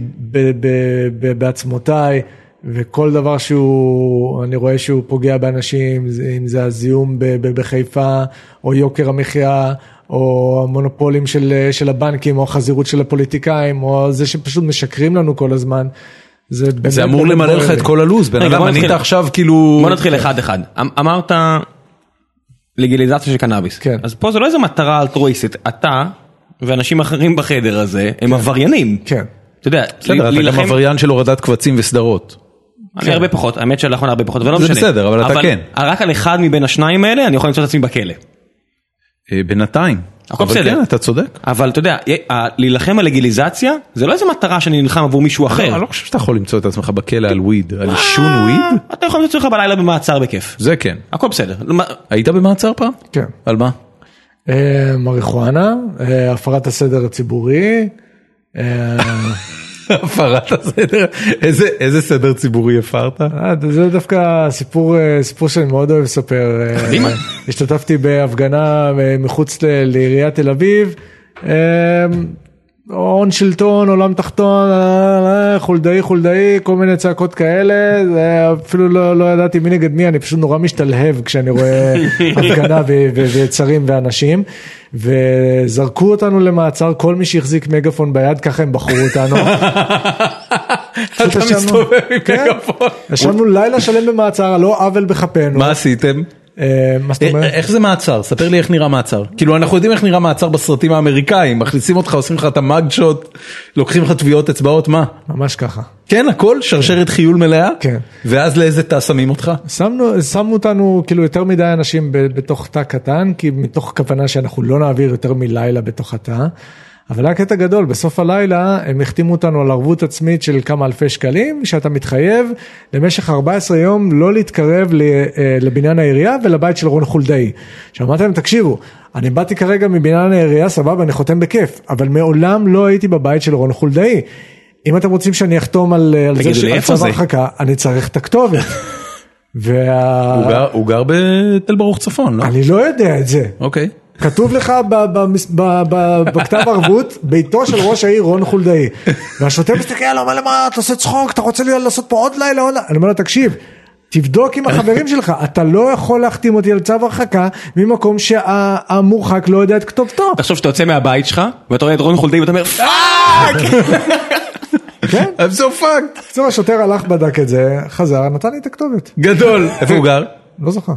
Speaker 3: בעצמותיי, וכל דבר אני רואה שהוא פוגע באנשים, אם זה הזיהום בחיפה, או יוקר המחיה, או המונופולים של הבנקים, או החזירות של הפוליטיקאים, או זה שפשוט משקרים לנו כל הזמן. זה
Speaker 1: אמור למלא לך את כל הלוז, בן אדם, מנית עכשיו כאילו...
Speaker 2: בוא נתחיל אחד. אמרת לגליזציה של קנאביס.
Speaker 3: כן.
Speaker 2: אז פה זה לא איזו מטרה אלטרואיסטית, אתה ואנשים אחרים בחדר הזה, הם עבריינים.
Speaker 3: כן.
Speaker 2: אתה יודע,
Speaker 1: בסדר, אתה גם עבריין של הורדת קבצים וסדרות.
Speaker 2: אני הרבה פחות, האמת שלאחרונה הרבה פחות, ולא משנה.
Speaker 1: זה בסדר, אבל אתה כן.
Speaker 2: רק על אחד מבין השניים האלה, אני יכול למצוא את עצמי בכלא.
Speaker 1: בינתיים. אבל כן, אתה צודק.
Speaker 2: אבל אתה יודע, להילחם על לגיליזציה, זה לא איזו מטרה שאני נלחם עבור מישהו אחר.
Speaker 1: אני לא חושב שאתה יכול למצוא את עצמך בכלא על וויד, על עישון וויד.
Speaker 2: אתה יכול למצוא אותך בלילה במעצר בכיף.
Speaker 1: זה כן.
Speaker 2: הכל בסדר.
Speaker 1: היית במעצר פעם?
Speaker 3: כן.
Speaker 1: על מה?
Speaker 3: מריחואנה, הפרת הסדר הציבורי.
Speaker 1: הפרת הסדר, איזה סדר ציבורי הפרת?
Speaker 3: זה דווקא סיפור שאני מאוד אוהב לספר. השתתפתי בהפגנה מחוץ לעיריית תל אביב, הון שלטון, עולם תחתון, חולדאי, כל מיני צעקות כאלה, אפילו לא ידעתי מי נגד מי, אני פשוט נורא משתלהב כשאני רואה הפגנה ויצרים ואנשים, וזרקו אותנו למעצר, כל מי שהחזיק מגפון ביד, ככה הם בחרו אותנו.
Speaker 1: אתה מסתובב עם מגפון.
Speaker 3: ישבנו לילה שלם במעצר, על לא עוול בכפינו.
Speaker 1: מה עשיתם?
Speaker 3: מה זאת אומרת?
Speaker 1: איך זה מעצר? ספר לי איך נראה מעצר. כאילו אנחנו יודעים איך נראה מעצר בסרטים האמריקאים, מכניסים אותך, עושים לך את המאג שוט, לוקחים לך טביעות אצבעות, מה?
Speaker 3: ממש ככה.
Speaker 1: כן, הכל? שרשרת חיול מלאה?
Speaker 3: כן.
Speaker 1: ואז לאיזה תא שמים אותך?
Speaker 3: שמו אותנו כאילו יותר מדי אנשים בתוך תא קטן, כי מתוך כוונה שאנחנו לא נעביר יותר מלילה בתוך התא, אבל הקטע גדול, בסוף הלילה הם החתימו אותנו על ערבות עצמית של כמה אלפי שקלים, שאתה מתחייב למשך 14 יום לא להתקרב לבניין העירייה ולבית של רון חולדאי. שאמרתי להם, תקשיבו, אני באתי כרגע מבניין העירייה, סבבה, אני חותם בכיף, אבל מעולם לא הייתי בבית של רון חולדאי. אם אתם רוצים שאני אחתום על זה שעל צו הרחקה, אני צריך את הכתובת.
Speaker 1: הוא גר בתל ברוך צפון, לא?
Speaker 3: אני לא יודע את זה.
Speaker 1: אוקיי.
Speaker 3: כתוב לך בכתב ערבות, ביתו של ראש העיר רון חולדאי. והשוטר מסתכל, אומר למה, אתה עושה צחוק, אתה רוצה לעשות פה עוד לילה, עוד לילה. אני אומר לו, תקשיב, תבדוק עם החברים שלך, אתה לא יכול להחתים אותי על צו הרחקה, ממקום שהמורחק לא יודע את כתובתו.
Speaker 2: תחשוב שאתה יוצא מהבית שלך, ואתה רואה את רון חולדאי, ואתה אומר, פאק!
Speaker 3: כן?
Speaker 1: I'm so fucked.
Speaker 3: השוטר הלך בדק את זה, חזר, נתן לי את הכתובת.
Speaker 1: גדול. איפה הוא גר?
Speaker 3: לא זוכר.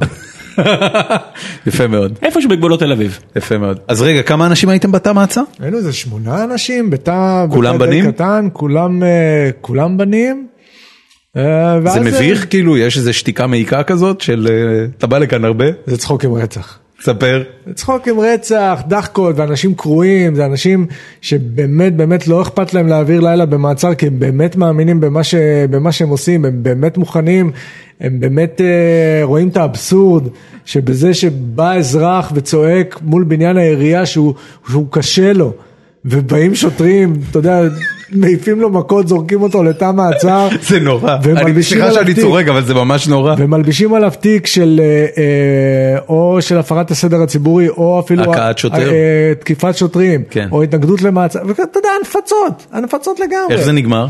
Speaker 1: יפה מאוד.
Speaker 2: איפשהו בגבולות תל אביב.
Speaker 1: יפה מאוד. אז רגע, כמה אנשים הייתם בתא מעצר?
Speaker 3: היינו איזה 8 אנשים, בתא
Speaker 1: בנים?
Speaker 3: קטן, כולם בנים.
Speaker 1: זה מביך כאילו, יש איזו שתיקה מעיקה כזאת של אתה בא לכאן הרבה?
Speaker 3: זה צחוק עם רצח.
Speaker 1: ספר.
Speaker 3: זה צחוק עם רצח, דחקות, ואנשים קרועים, זה אנשים שבאמת באמת לא אכפת להם להעביר לילה במעצר, כי הם באמת מאמינים במה שהם עושים, הם באמת מוכנים, הם באמת רואים את האבסורד, שבזה שבא אזרח וצועק מול בניין העירייה שהוא קשה לו, ובאים שוטרים, אתה יודע, מעיפים לו מכות, זורקים אותו לתא מעצר.
Speaker 1: זה נורא. אני סליחה שאני צורק, אבל זה ממש נורא.
Speaker 3: ומלבישים עליו תיק של, או של הפרת הסדר הציבורי, או אפילו תקיפת שוטרים, או התנגדות למעצר, ואתה יודע, הנפצות לגמרי.
Speaker 1: איך זה נגמר?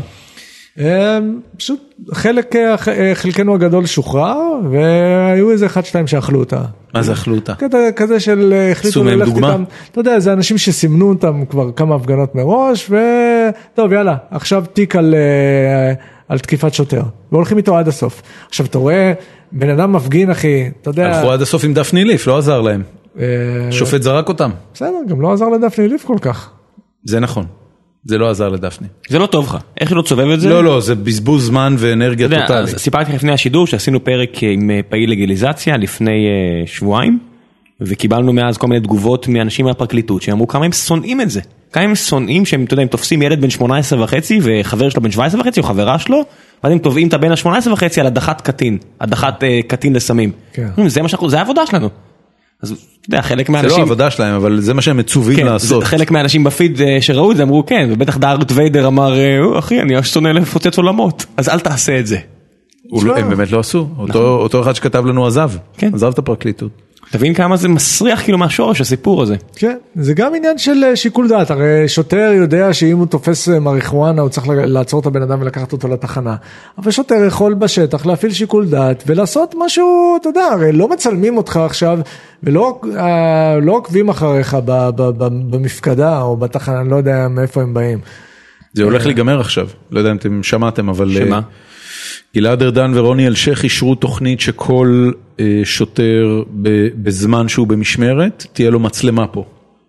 Speaker 3: פשוט חלקנו הגדול שוחרר, והיו איזה 1-2 שאכלו אותה.
Speaker 1: מה זה אכלו אותה?
Speaker 3: כזה של החליטו ללכת איתם, אתה יודע, זה אנשים שסימנו אותם כבר כמה הפגנות מראש, וטוב יאללה, עכשיו תיק על תקיפת שוטר, והולכים איתו עד הסוף. עכשיו אתה רואה, בן אדם מפגין אחי, אתה יודע...
Speaker 1: הלכו עד הסוף עם דפני ליף, לא עזר להם. שופט זרק אותם.
Speaker 3: בסדר, גם לא עזר לדפני ליף כל כך.
Speaker 1: זה נכון. זה לא עזר לדפני.
Speaker 2: זה לא טוב לך. איך לא תסובב את זה?
Speaker 1: לא, זה בזבוז זמן ואנרגיה טוטלית.
Speaker 2: סיפרתי לפני השידור שעשינו פרק עם פעיל לגיליזציה לפני שבועיים, וקיבלנו מאז כל מיני תגובות מאנשים מהפרקליטות, שאמרו כמה הם שונאים את זה. כמה הם שונאים שהם, אתה יודע, הם תופסים ילד בן 18 וחצי, וחבר שלו בן 17 וחצי, או חברה שלו, ואז הם תובעים את הבן ה-18 וחצי על הדחת קטין, הדחת קטין לסמים. זה העבודה שלנו. אז אתה יודע, חלק מהאנשים...
Speaker 1: זה לא העבודה שלהם, אבל זה מה שהם מצווים לעשות.
Speaker 2: חלק מהאנשים בפיד שראו את זה אמרו, כן, ובטח דארט ויידר אמר, אחי, אני שונא לפוצץ עולמות, אז אל תעשה את זה.
Speaker 1: הם באמת לא עשו. אותו אחד שכתב לנו עזב את הפרקליטות.
Speaker 2: תבין כמה זה מסריח כאילו מהשורש הסיפור הזה.
Speaker 3: כן, זה גם עניין של שיקול דעת, הרי שוטר יודע שאם הוא תופס מריחואנה הוא צריך לעצור את הבן אדם ולקחת אותו לתחנה, אבל שוטר יכול בשטח להפעיל שיקול דעת ולעשות משהו, אתה יודע, הרי לא מצלמים אותך עכשיו ולא עוקבים אחריך במפקדה או בתחנה, אני לא יודע מאיפה הם באים.
Speaker 1: זה הולך להיגמר עכשיו, לא יודע אם אתם שמעתם, אבל... שמה? גלעד ארדן ורוני אלשיך אישרו תוכנית שכל שוטר בזמן שהוא במשמרת, תהיה לו מצלמה פה.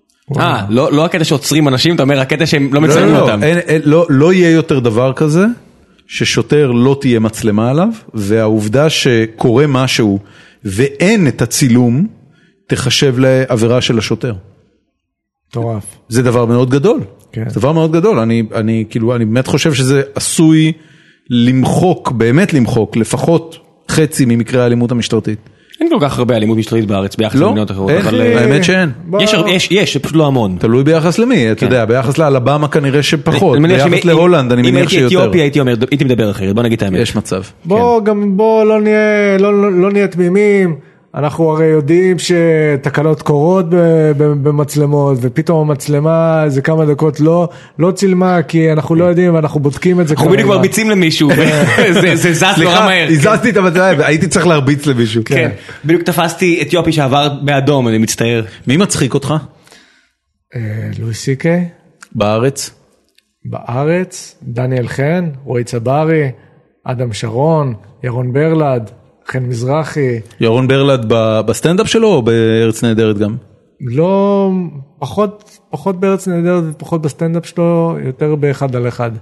Speaker 2: לא הקטע שעוצרים אנשים, אתה אומר הקטע שהם לא מצלמים אותם.
Speaker 1: לא יהיה יותר דבר כזה, ששוטר לא תהיה מצלמה עליו, והעובדה שקורה משהו ואין את הצילום, תחשב לעבירה של השוטר.
Speaker 3: טורף.
Speaker 1: זה דבר מאוד גדול. זה דבר מאוד גדול. אני באמת חושב שזה עשוי למחוק, באמת למחוק, לפחות חצי ממקרי האלימות המשטרתית.
Speaker 2: אין כל כך הרבה אלימות משטרתית בארץ ביחס למדינות אחרות.
Speaker 1: האמת שאין.
Speaker 2: יש, פשוט לא המון.
Speaker 1: תלוי ביחס למי, אתה יודע, ביחס לאלבמה כנראה שפחות, ביחס להולנד אני מניח שיותר.
Speaker 2: אם הייתי אתיופי הייתי מדבר אחרת, בוא נגיד את האמת.
Speaker 1: יש מצב.
Speaker 3: בוא לא נהיה תמימים, אנחנו הרי יודעים שתקלות קורות במצלמות, ופתאום המצלמה זה כמה דקות לא צילמה, כי אנחנו לא יודעים, ואנחנו בודקים את זה.
Speaker 2: אנחנו בדיוק מרביצים למישהו, זה זז נורא מהר.
Speaker 1: הזזתי את המצלמה, הייתי צריך להרביץ למישהו.
Speaker 2: כן, בדיוק תפסתי אתיופי שעבר באדום, אני מצטער.
Speaker 1: מי מצחיק אותך?
Speaker 3: לואי סי.קיי.
Speaker 1: בארץ?
Speaker 3: בארץ, דניאל חן, רועי צברי, אדם שרון, ירון ברלד, חן מזרחי.
Speaker 1: ירון ברלד בסטנדאפ שלו או בארץ נהדרת גם?
Speaker 3: לא, פחות בארץ נהדרת ופחות בסטנדאפ שלו, יותר באחד על אחד.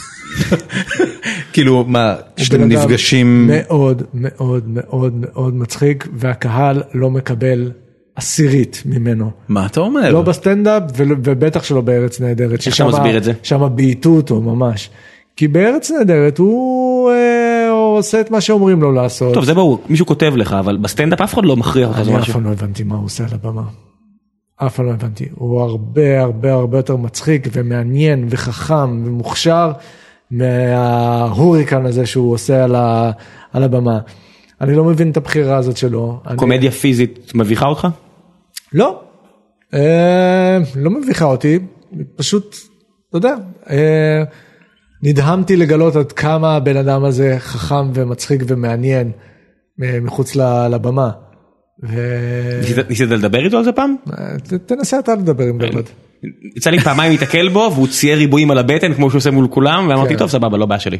Speaker 1: כאילו מה, שאתם נפגשים?
Speaker 3: מאוד מאוד מאוד מאוד מצחיק, והקהל לא מקבל עשירית ממנו.
Speaker 1: מה אתה אומר?
Speaker 3: לא בסטנדאפ ובטח שלא בארץ נהדרת.
Speaker 2: איך אתה מסביר את זה?
Speaker 3: שם בעיטו אותו ממש. כי בארץ נהדרת הוא עושה את מה שאומרים לו לעשות.
Speaker 2: טוב, זה ברור, מישהו כותב לך, אבל בסטנדאפ אף אחד לא מכריח אותך.
Speaker 3: אני אף פעם לא הבנתי מה הוא עושה על הבמה. אף פעם לא הבנתי. הוא הרבה הרבה הרבה יותר מצחיק ומעניין וחכם ומוכשר מההוריקן הזה שהוא עושה על הבמה. אני לא מבין את הבחירה הזאת שלו.
Speaker 2: קומדיה פיזית מביכה אותך?
Speaker 3: לא. לא מביכה אותי. פשוט, אתה יודע, נדהמתי לגלות עד כמה הבן אדם הזה חכם ומצחיק ומעניין מחוץ לבמה.
Speaker 2: ניסית לדבר איתו על זה פעם?
Speaker 3: תנסה אתה לדבר עם ברלד.
Speaker 2: יצא לי פעמיים להתקל בו והוא צייר ריבועים על הבטן כמו שהוא עושה מול כולם ואמרתי טוב סבבה לא בעיה שלי.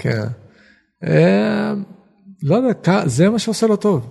Speaker 3: לא יודע, זה מה שעושה לו טוב.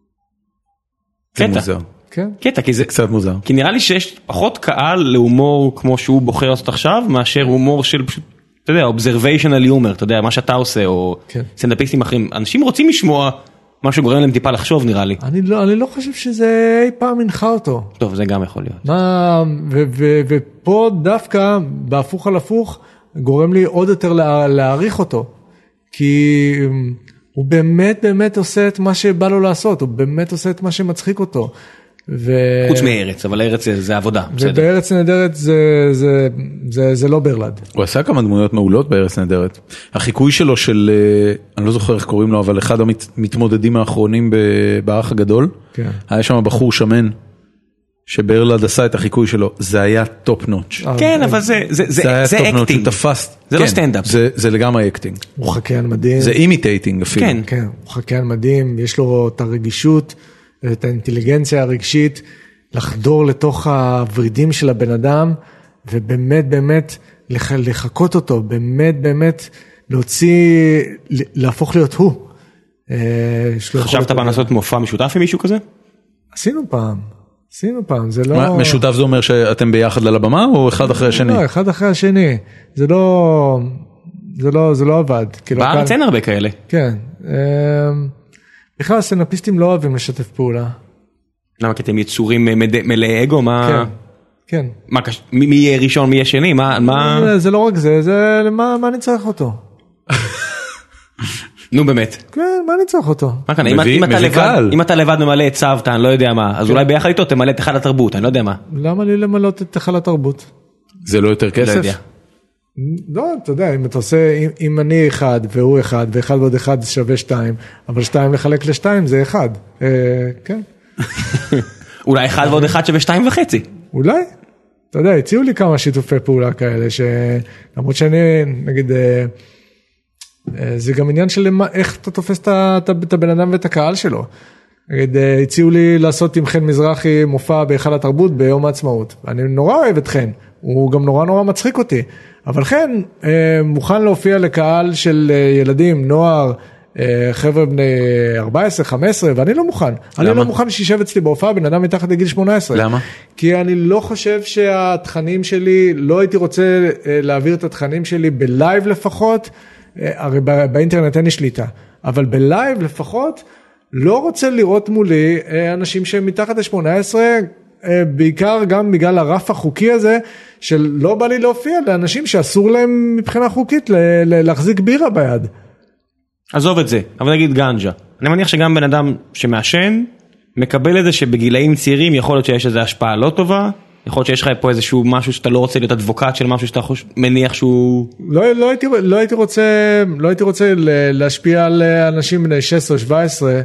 Speaker 2: קטע, כי
Speaker 1: זה קצת מוזר.
Speaker 2: כי נראה לי שיש פחות קהל להומור כמו שהוא בוחר לעשות עכשיו מאשר הומור של פשוט אתה יודע, observational humor, אתה יודע, מה שאתה עושה, או סטנדאפיסטים אחרים. אנשים רוצים לשמוע מה שגורם להם טיפה לחשוב, נראה לי.
Speaker 3: אני לא חושב שזה אי פעם מנחה אותו.
Speaker 2: טוב, זה גם יכול להיות.
Speaker 3: ופה דווקא, בהפוך על הפוך, גורם לי עוד יותר להעריך אותו. כי הוא באמת באמת עושה את מה שבא לו לעשות, הוא באמת עושה את מה שמצחיק אותו.
Speaker 2: חוץ מארץ, אבל ארץ זה עבודה.
Speaker 3: ובארץ נהדרת זה לא ברלד.
Speaker 1: הוא עשה כמה דמויות מעולות בארץ נהדרת. החיקוי שלו של, אני לא זוכר איך קוראים לו, אבל אחד המתמודדים האחרונים באח הגדול, היה שם בחור שמן, שברלד עשה את החיקוי שלו, זה היה טופ נוטש.
Speaker 2: כן, אבל זה אקטינג. זה לא סטנדאפ.
Speaker 1: זה לגמרי אקטינג.
Speaker 3: הוא חקיין מדהים.
Speaker 1: זה אימיטייטינג אפילו.
Speaker 3: כן, הוא חקיין מדהים, יש לו את הרגישות, את האינטליגנציה הרגשית, לחדור לתוך הוורידים של הבן אדם, ובאמת באמת לחכות אותו, באמת באמת להפוך להיות הוא.
Speaker 2: חשבת פעם לעשות מופע משותף עם מישהו כזה?
Speaker 3: עשינו פעם, זה לא...
Speaker 1: משותף זה אומר שאתם ביחד על הבמה, או אחד אחרי השני?
Speaker 3: לא, אחד אחרי השני, זה לא עבד.
Speaker 2: בארץ אין הרבה כאלה.
Speaker 3: כן, בכלל הסטנדאפיסטים לא אוהבים לשתף פעולה.
Speaker 2: למה? כי אתם יצורים מלאי אגו?
Speaker 3: כן.
Speaker 2: מי יהיה ראשון, מי יהיה שני?
Speaker 3: זה לא רק זה מה אני צריך אותו?
Speaker 2: נו באמת.
Speaker 3: כן, מה אני צריך אותו?
Speaker 2: אם אתה לבד ממלא את צוותא, אני לא יודע מה, אז אולי ביחד איתו תמלא את היכל התרבות, אני לא יודע מה.
Speaker 3: למה לי למלות את היכל התרבות?
Speaker 1: זה לא יותר כסף?
Speaker 2: לא יודע.
Speaker 3: לא, אתה יודע, אם אתה עושה, אם אני אחד והוא אחד, ואחד ועוד אחד שווה 2, אבל 2 לחלק ל2 זה 1. כן.
Speaker 2: אולי 1 ועוד 1 שווה 2.5.
Speaker 3: אולי. אתה יודע, הציעו לי כמה שיתופי פעולה כאלה, למרות שאני, נגיד, זה גם עניין של איך אתה תופס את הבן אדם ואת הקהל שלו. נגיד, הציעו לי לעשות עם חן מזרחי מופע בהיכל התרבות ביום העצמאות. אני נורא אוהב את חן, הוא גם נורא מצחיק אותי. אבל חן מוכן להופיע לקהל של ילדים, נוער, חבר'ה בני 14, 15, ואני לא מוכן. אני לא מוכן שישב אצלי בהופעה בן אדם מתחת לגיל 18.
Speaker 1: למה?
Speaker 3: כי אני לא חושב שהתכנים שלי, לא הייתי רוצה להעביר את התכנים שלי בלייב לפחות, הרי באינטרנט אין לי שליטה, אבל בלייב לפחות לא רוצה לראות מולי אנשים שהם מתחת ל-18, בעיקר גם בגלל הרף החוקי הזה, של לא בא לי להופיע לאנשים שאסור להם מבחינה חוקית להחזיק בירה ביד.
Speaker 2: עזוב את זה, אבל נגיד גנג'ה. אני מניח שגם בן אדם שמעשן, מקבל את זה שבגילאים צעירים יכול להיות שיש איזו השפעה לא טובה, יכול להיות שיש לך פה איזשהו משהו שאתה לא רוצה להיות אדבוקט של משהו שאתה מניח שהוא...
Speaker 3: לא הייתי רוצה להשפיע על אנשים בני 16 או 17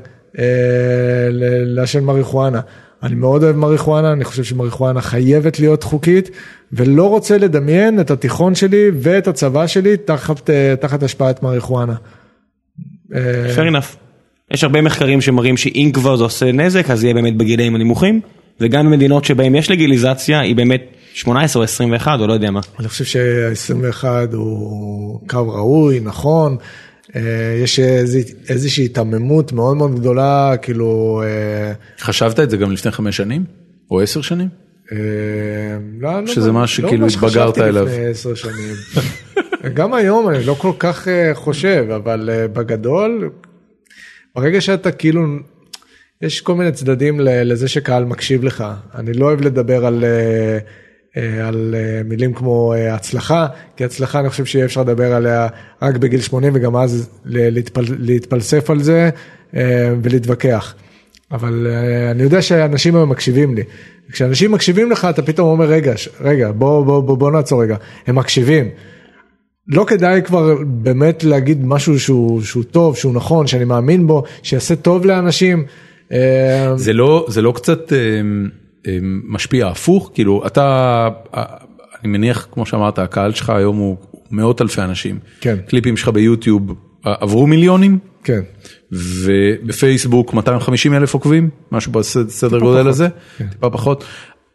Speaker 3: לעשן מריחואנה. אני מאוד אוהב מריחואנה, אני חושב שמריחואנה חייבת להיות חוקית, ולא רוצה לדמיין את התיכון שלי ואת הצבא שלי תחת השפעת מריחואנה.
Speaker 2: Fair enough. יש הרבה מחקרים שמראים שאם כבר זה עושה נזק, אז יהיה באמת בגילאים הנמוכים, וגם במדינות שבהם יש לגיליזציה, היא באמת 18 או 21 או לא יודע מה.
Speaker 3: אני חושב שה-21 הוא קו ראוי, נכון, יש איזושהי תממות מאוד מאוד גדולה, כאילו...
Speaker 1: חשבת את זה גם לפני 5 שנים? או 10 שנים?
Speaker 3: לא,
Speaker 1: שזה מה שכאילו התבגרת אליו.
Speaker 3: לא מה שחשבתי לפני 10 שנים. גם היום אני לא כל כך חושב, אבל בגדול, ברגע שאתה כאילו, יש כל מיני צדדים לזה שקהל מקשיב לך. אני לא אוהב לדבר על מילים כמו הצלחה, כי הצלחה אני חושב שיהיה אפשר לדבר עליה רק בגיל 80, וגם אז להתפלסף על זה ולהתווכח. אבל אני יודע שאנשים הם מקשיבים לי. כשאנשים מקשיבים לך, אתה פתאום אומר, רגע, בוא נעצור רגע. הם מקשיבים. לא כדאי כבר באמת להגיד משהו שהוא טוב, שהוא נכון, שאני מאמין בו, שיעשה טוב לאנשים.
Speaker 1: זה לא קצת משפיע הפוך, כאילו אני מניח, כמו שאמרת, הקהל שלך היום הוא מאות אלפי אנשים.
Speaker 3: כן.
Speaker 1: קליפים שלך ביוטיוב עברו מיליונים.
Speaker 3: כן.
Speaker 1: ובפייסבוק 250,000 עוקבים, משהו בסדר גודל הזה, טיפה פחות.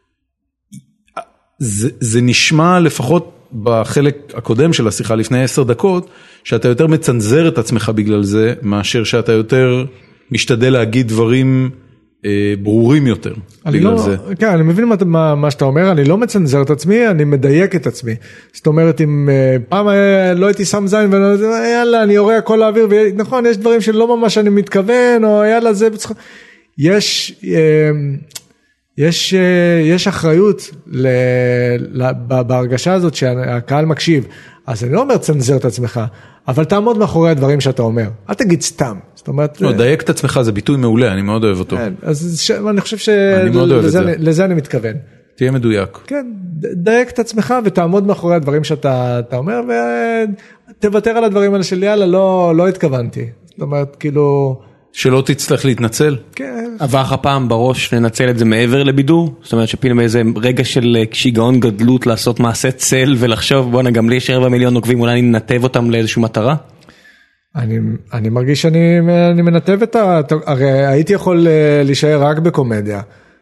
Speaker 1: זה נשמע לפחות בחלק הקודם של השיחה לפני 10 דקות, שאתה יותר מצנזר את עצמך בגלל זה, מאשר שאתה יותר משתדל להגיד דברים ברורים יותר בגלל זה.
Speaker 3: כן, אני מבין מה שאתה אומר, אני לא מצנזר את עצמי, אני מדייק את עצמי. זאת אומרת, אם פעם לא הייתי שם זין, יאללה, אני יורה הכל לאוויר, ונכון, יש דברים שלא ממש אני מתכוון, או יאללה, זה... יש אחריות בהרגשה הזאת שהקהל מקשיב, אז אני לא אומר צנזר את עצמך, אבל תעמוד מאחורי הדברים שאתה אומר, אל תגיד סתם. זאת אומרת...
Speaker 1: לא, דייק את עצמך זה ביטוי מעולה, אני מאוד אוהב אותו.
Speaker 3: אז אני חושב שלזה אני מתכוון.
Speaker 1: תהיה מדויק.
Speaker 3: כן, דייק את עצמך ותעמוד מאחורי הדברים שאתה אומר, ותוותר על הדברים האלה של יאללה, לא התכוונתי. זאת אומרת, כאילו...
Speaker 1: שלא תצטרך להתנצל?
Speaker 3: כן.
Speaker 2: עבר לך פעם בראש לנצל את זה מעבר לבידור? זאת אומרת שפתאום איזה רגע של שיגעון גדלות לעשות מעשה צל ולחשוב בואנה גם לי יש 4 מיליון עוקבים, אולי אני ננתב אותם לאיזושהי מטרה?
Speaker 3: אני מרגיש שאני מנתב הרי הייתי יכול להישאר רק בקומדיה.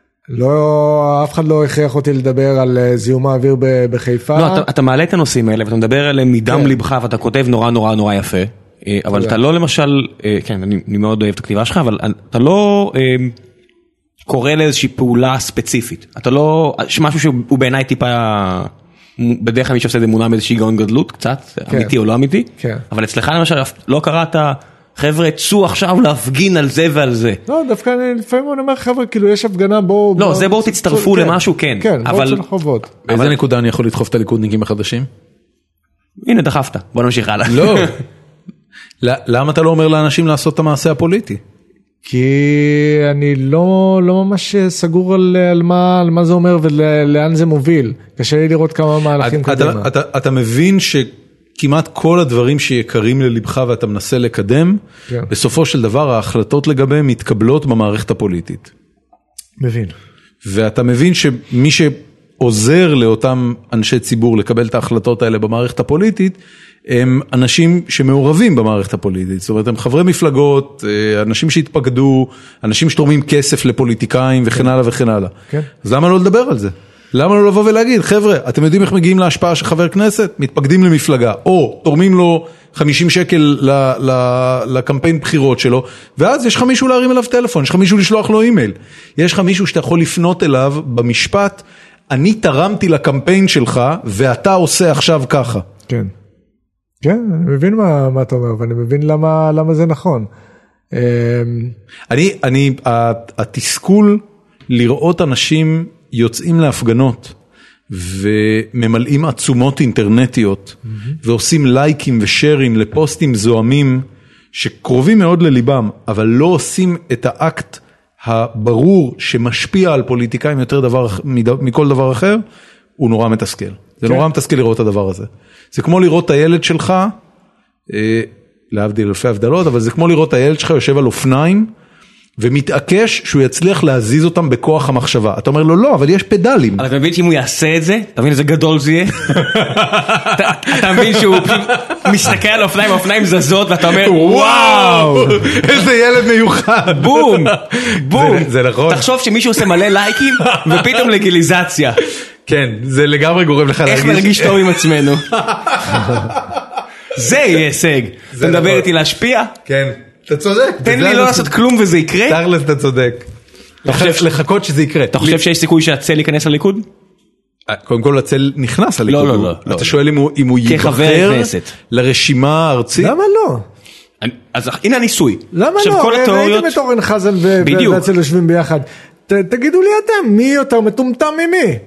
Speaker 3: לא, אף אחד לא הכריח אותי לדבר על זיהום האוויר בחיפה.
Speaker 2: לא, אתה מעלה את הנושאים האלה ואתה מדבר עליהם מדם ליבך ואתה כותב נורא נורא נורא יפה. אבל אתה לא למשל, כן, אני מאוד אוהב את הכתיבה שלך, אבל אתה לא קורא לאיזושהי פעולה ספציפית. אתה לא, משהו שהוא בעיניי טיפה, בדרך כלל מי שעושה את זה מונע מאיזושהי גאון גדלות, קצת, אמיתי או לא אמיתי, אבל אצלך למשל לא קראת, חבר'ה, צאו עכשיו להפגין על זה ועל זה.
Speaker 3: לא, דווקא לפעמים אני אומר, חבר'ה, כאילו יש הפגנה, בואו...
Speaker 2: לא, זה בואו תצטרפו למשהו, כן.
Speaker 3: כן, בואו של חובות.
Speaker 1: באיזה נקודה אני יכול לדחוף את הליכודניקים החדשים?
Speaker 2: הנה, דחפת. בוא נמשיך הלאה.
Speaker 1: לא. למה אתה לא אומר לאנשים לעשות את המעשה הפוליטי?
Speaker 3: כי אני לא ממש סגור על מה זה אומר ולאן זה מוביל. קשה לי לראות כמה מהלכים קדימה.
Speaker 1: אתה מבין שכמעט כל הדברים שיקרים ללבך ואתה מנסה לקדם, בסופו של דבר ההחלטות לגביהם מתקבלות במערכת הפוליטית.
Speaker 3: מבין.
Speaker 1: ואתה מבין שמי שעוזר לאותם אנשי ציבור לקבל את ההחלטות האלה במערכת הפוליטית, הם אנשים שמעורבים במערכת הפוליטית, זאת אומרת, הם חברי מפלגות, אנשים שהתפקדו, אנשים שתורמים כסף לפוליטיקאים וכן הלאה וכן הלאה. אז למה לא לדבר על זה? למה לא לבוא ולהגיד, חבר'ה, אתם יודעים איך מגיעים להשפעה של חבר כנסת? מתפקדים למפלגה, או תורמים לו 50 שקל לקמפיין בחירות שלו, ואז יש לך מישהו להרים אליו טלפון, יש לך מישהו לשלוח לו אימייל, יש לך מישהו שאתה יכול לפנות אליו במשפט, אני תרמתי לקמפיין שלך, ואתה עושה עכשיו ככה.
Speaker 3: כן. כן, אני מבין מה אתה אומר, ואני מבין למה זה נכון.
Speaker 1: התסכול לראות אנשים יוצאים להפגנות, וממלאים עצומות אינטרנטיות, ועושים לייקים ושרים לפוסטים זוהמים, שקרובים מאוד לליבם, אבל לא עושים את האקט הברור, שמשפיע על פוליטיקאים יותר מכל דבר אחר, הוא נורא מתסכל. זה נורא מתסכל לראות את הדבר הזה. זה כמו לראות את הילד שלך, להבדיל אלפי הבדלות, אבל זה כמו לראות את הילד שלך יושב על אופניים, ומתעקש שהוא יצליח להזיז אותם בכוח המחשבה. אתה אומר לו, לא, אבל יש פדלים.
Speaker 2: אבל אתה מבין שאם הוא יעשה את זה, אתה מבין איזה גדול זה יהיה? אתה מבין שהוא מסתכל על אופניים, האופניים זזות, ואתה אומר, וואו!
Speaker 1: איזה ילד מיוחד.
Speaker 2: בום! בום!
Speaker 1: זה נכון.
Speaker 2: תחשוב שמישהו עושה מלא לייקים, ופתאום לגיליזציה.
Speaker 1: כן, זה לגמרי גורם לך
Speaker 2: איך נרגיש טוב עם עצמנו. זה יהיה הישג. אתה מדבר איתי להשפיע?
Speaker 1: כן, אתה צודק.
Speaker 2: תן לי לא לעשות כלום וזה יקרה?
Speaker 1: תכלס אתה צודק. לחכות שזה יקרה.
Speaker 2: אתה חושב שיש סיכוי שהצל ייכנס לליכוד?
Speaker 1: קודם כל הצל נכנס לליכוד.
Speaker 2: לא.
Speaker 1: אתה שואל אם הוא ייבחר לרשימה הארצית?
Speaker 3: למה לא?
Speaker 2: אז הנה הניסוי.
Speaker 3: למה לא? ראיתם את אורן חזן והצל יושבים ביחד. תגידו לי אתם, מי יותר מטומטם ממי?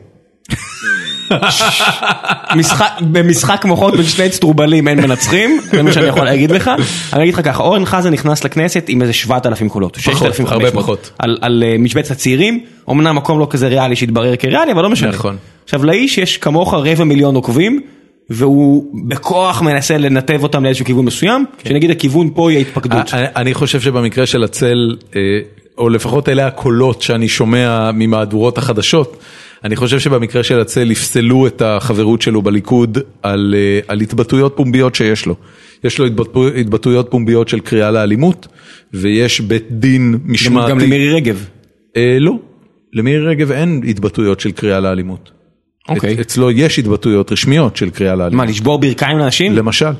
Speaker 2: במשחק מוחות בין שני צטרובלים אין מנצחים, זה מה שאני יכול להגיד לך. אני אגיד לך ככה, אורן חזן נכנס לכנסת עם איזה 7,000 קולות, 6,500, הרבה פחות, על משבצת הצעירים, אמנם מקום לא כזה ריאלי שהתברר כריאלי, אבל לא משנה. עכשיו לאיש יש כמוך 250,000 עוקבים, והוא בכוח מנסה לנתב אותם לאיזשהו כיוון מסוים, שנגיד הכיוון פה יהיה התפקדות.
Speaker 1: אני חושב שבמקרה של הצל, או לפחות אלה הקולות שאני שומע ממהדורות החדשות, אני חושב שבמקרה של הצל יפסלו את החברות שלו בליכוד על התבטאויות פומביות שיש לו. יש לו התבטאויות פומביות של קריאה לאלימות, ויש בית דין משמעתי.
Speaker 2: גם למירי רגב?
Speaker 1: לא, למירי רגב אין התבטאויות של קריאה לאלימות. אצלו יש התבטאויות רשמיות של קריאה לאלימות.
Speaker 2: מה, לשבור ברכיים לאנשים?
Speaker 1: למשל.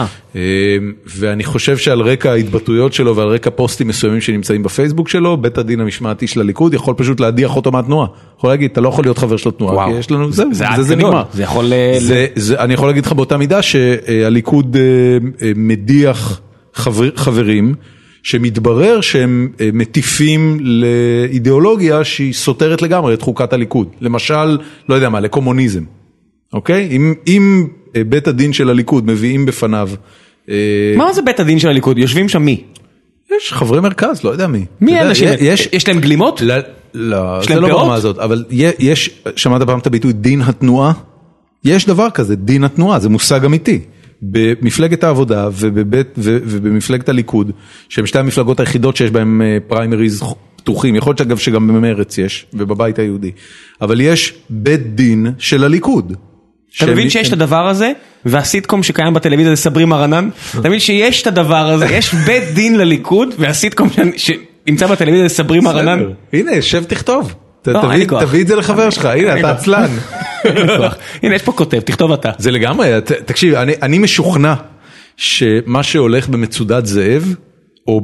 Speaker 1: ואני חושב שעל רקע ההתבטאויות שלו ועל רקע פוסטים מסוימים שנמצאים בפייסבוק שלו, בית הדין המשמעתי של הליכוד יכול פשוט להדיח אותו מהתנועה. יכול להגיד, אתה לא יכול להיות חבר של התנועה, כי יש לנו, זה נגמר. אני יכול להגיד לך באותה מידה שהליכוד מדיח חברים, שמתברר שהם מטיפים לאידיאולוגיה שהיא סותרת לגמרי את חוקת הליכוד. למשל, לא יודע מה, לקומוניזם. אוקיי? אם בית הדין של הליכוד מביאים בפניו...
Speaker 2: מה זה בית הדין של הליכוד? יושבים שם מי?
Speaker 1: יש חברי מרכז, לא יודע מי.
Speaker 2: מי האנשים? יש להם גלימות?
Speaker 1: לא, זה לא ברמה הזאת, אבל יש, שמעת פעם את הביטוי דין התנועה? יש דבר כזה, דין התנועה, זה מושג אמיתי. במפלגת העבודה ובמפלגת הליכוד, שהן שתי המפלגות היחידות שיש בהן פריימריז פתוחים, יכול להיות אגב שגם במרץ יש, ובבית היהודי, אבל יש בית דין של הליכוד.
Speaker 2: אתה מבין שיש את הדבר הזה, והסיטקום שקיים בטלוויזיה זה סברי מרנן, אתה מבין שיש את הדבר הזה, יש בית דין לליכוד, והסיטקום שנמצא בטלוויזיה זה סברי מרנן.
Speaker 1: הנה, שב תכתוב. תביא את זה לחבר שלך, הנה אתה עצלן.
Speaker 2: הנה יש פה כותב, תכתוב אתה.
Speaker 1: זה לגמרי, תקשיב, אני משוכנע שמה שהולך במצודת זאב, או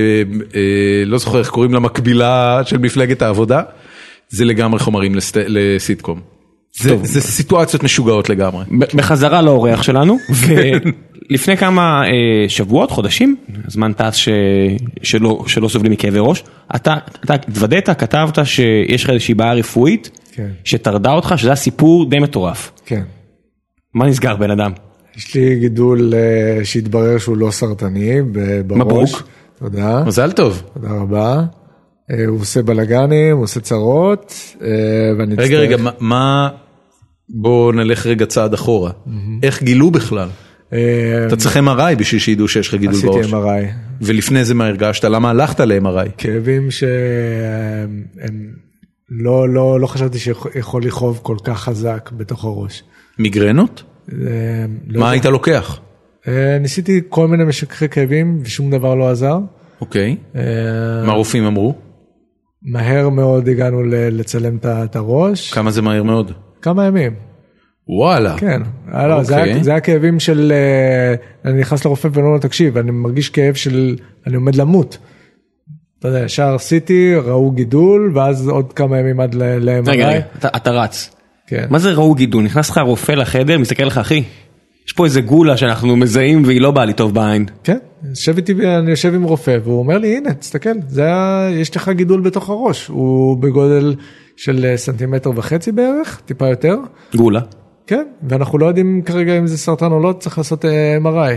Speaker 1: לא זוכר איך קוראים למקבילה של מפלגת העבודה, זה לגמרי חומרים לסיטקום. זה סיטואציות משוגעות לגמרי.
Speaker 2: בחזרה לאורח שלנו, ולפני כמה שבועות, חודשים, זמן טס שלא סובלים מכאבי ראש, אתה התוודעת, כתבת שיש לך איזושהי בעיה רפואית, שתרדה אותך, שזה הסיפור די מטורף. כן. מה נסגר בן אדם?
Speaker 3: יש לי גידול שהתברר שהוא לא סרטני בראש.
Speaker 2: מברוק.
Speaker 3: תודה.
Speaker 1: מזל טוב.
Speaker 3: תודה רבה. הוא עושה בלגנים, הוא עושה צרות, ואני אצטרך...
Speaker 1: רגע, מה... בוא נלך רגע צעד אחורה. איך גילו בכלל? אתה צריך MRI בשביל שידעו שיש לך גידול בראש.
Speaker 3: עשיתי MRI.
Speaker 1: ולפני זה מה הרגשת? למה הלכת ל-MRI?
Speaker 3: כאבים לא חשבתי שיכול לכאוב כל כך חזק בתוך הראש.
Speaker 1: מיגרנות? מה היית לוקח?
Speaker 3: ניסיתי כל מיני משככי כאבים ושום דבר לא עזר.
Speaker 1: אוקיי. מה הרופאים אמרו?
Speaker 3: מהר מאוד הגענו לצלם את הראש.
Speaker 1: כמה זה מהר מאוד?
Speaker 3: כמה ימים.
Speaker 1: וואלה.
Speaker 3: כן. זה היה כאבים של, אני נכנס לרופא ואומר לו, תקשיב, אני מרגיש כאב של, אני עומד למות. אתה יודע, ישר עשיתי, ראו גידול, ואז עוד כמה ימים עד ל-MRI.
Speaker 2: רגע, אתה רץ. כן. מה זה ראו גידול? נכנס לך רופא לחדר, מסתכל לך, אחי, יש פה איזה גולה שאנחנו מזהים והיא לא באה לי טוב בעין.
Speaker 3: כן, אני יושב עם רופא, והוא אומר לי, הנה, תסתכל, יש לך גידול בתוך הראש, הוא בגודל של 1.5 סנטימטר בערך, טיפה יותר.
Speaker 2: גולה.
Speaker 3: כן, ואנחנו לא יודעים כרגע אם זה סרטן או לא, צריך לעשות MRI.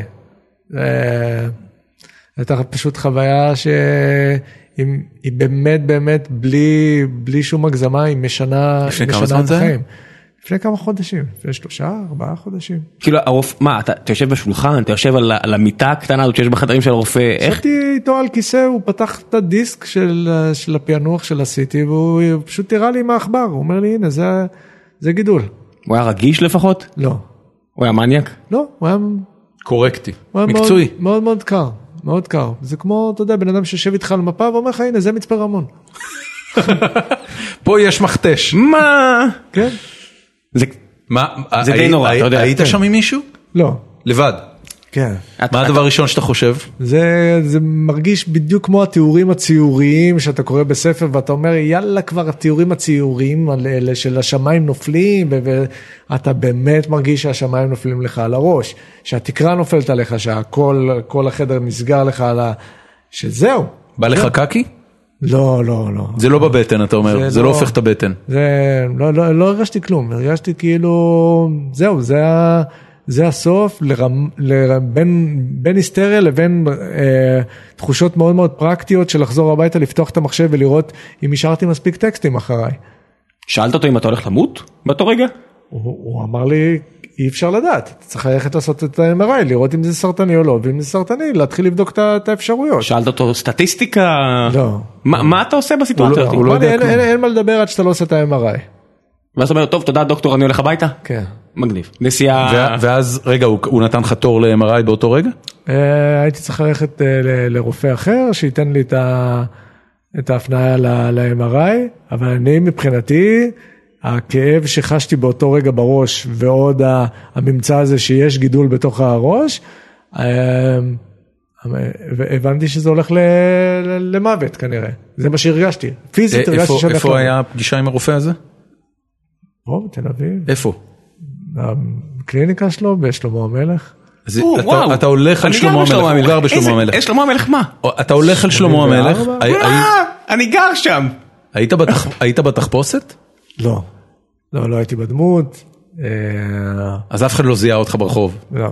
Speaker 3: הייתה פשוט חוויה שהיא באמת בלי שום הגזמה, היא משנה את החיים. לפני כמה חודשים, לפני 3-4 חודשים.
Speaker 2: כאילו הרופא, מה, אתה יושב בשולחן, אתה יושב על המיטה הקטנה הזאת שיש בחדרים של הרופא, איך?
Speaker 3: ישבתי איתו על כיסא, הוא פתח את הדיסק של הפענוח של הסיטי, והוא פשוט תראה לי מהעכבר, הוא אומר לי, הנה, זה גידול.
Speaker 2: הוא היה רגיש לפחות?
Speaker 3: לא.
Speaker 2: הוא היה מניאק?
Speaker 3: לא, הוא היה...
Speaker 1: קורקטי, מקצועי.
Speaker 3: מאוד מאוד קר, מאוד קר. זה כמו, אתה יודע, בן אדם שיושב איתך על מפה, ואומר לך, הנה, זה מצפה רמון.
Speaker 1: פה יש מכתש.
Speaker 2: מה?
Speaker 3: כן.
Speaker 2: זה די נורא, אתה יודע.
Speaker 1: היית שם עם מישהו?
Speaker 3: לא.
Speaker 1: לבד.
Speaker 3: כן.
Speaker 1: מה הדבר הראשון שאתה חושב?
Speaker 3: זה מרגיש בדיוק כמו התיאורים הציוריים שאתה קורא בספר, ואתה אומר, יאללה כבר התיאורים הציוריים האלה של השמיים נופלים, ואתה באמת מרגיש שהשמיים נופלים לך על הראש, שהתקרה נופלת עליך, כל החדר נסגר לך על שזהו.
Speaker 1: בא לך קקי?
Speaker 3: לא.
Speaker 1: זה לא בבטן, אתה אומר, זה לא הופך את הבטן.
Speaker 3: לא הרגשתי כלום, הרגשתי כאילו, זהו, זה הסוף, בין היסטריה לבין תחושות מאוד מאוד פרקטיות של לחזור הביתה, לפתוח את המחשב ולראות אם השארתי מספיק טקסטים אחריי.
Speaker 2: שאלת אותו אם אתה הולך למות באותו רגע?
Speaker 3: הוא אמר לי, אי אפשר לדעת, אתה צריך ללכת לעשות את ה-MRI, לראות אם זה סרטני או לא, ואם זה סרטני, להתחיל לבדוק את האפשרויות.
Speaker 2: שאלת אותו סטטיסטיקה?
Speaker 3: לא.
Speaker 2: מה אתה עושה בסיטואציה?
Speaker 3: הוא לא יודע כלום. אין מה לדבר עד שאתה לא עושה את ה-MRI.
Speaker 2: ואז אתה אומר, טוב, תודה דוקטור, אני הולך הביתה?
Speaker 3: כן.
Speaker 2: מגניב. נסיעה...
Speaker 1: ואז, רגע, הוא נתן לך תור ל-MRI באותו רגע?
Speaker 3: הייתי צריך ללכת לרופא אחר, שייתן לי את ההפניה ל-MRI, אבל אני מבחינתי, הכאב שחשתי באותו רגע בראש, ועוד הממצא הזה שיש גידול בתוך הראש, הבנתי שזה הולך למוות כנראה. זה מה שהרגשתי. פיזית הרגשתי שאני...
Speaker 1: איפה היה פגישה עם הרופא הזה?
Speaker 3: פה, בתל אביב.
Speaker 1: איפה?
Speaker 3: הקליניקה שלו, בשלמה המלך.
Speaker 1: אתה הולך על שלמה המלך, הוא גר בשלמה המלך.
Speaker 2: שלמה המלך מה?
Speaker 1: אתה הולך על שלמה המלך.
Speaker 2: אני גר שם.
Speaker 1: היית בתחפושת?
Speaker 3: לא. לא הייתי בדמות.
Speaker 1: אז אף אחד לא זיהה אותך ברחוב.
Speaker 3: לא.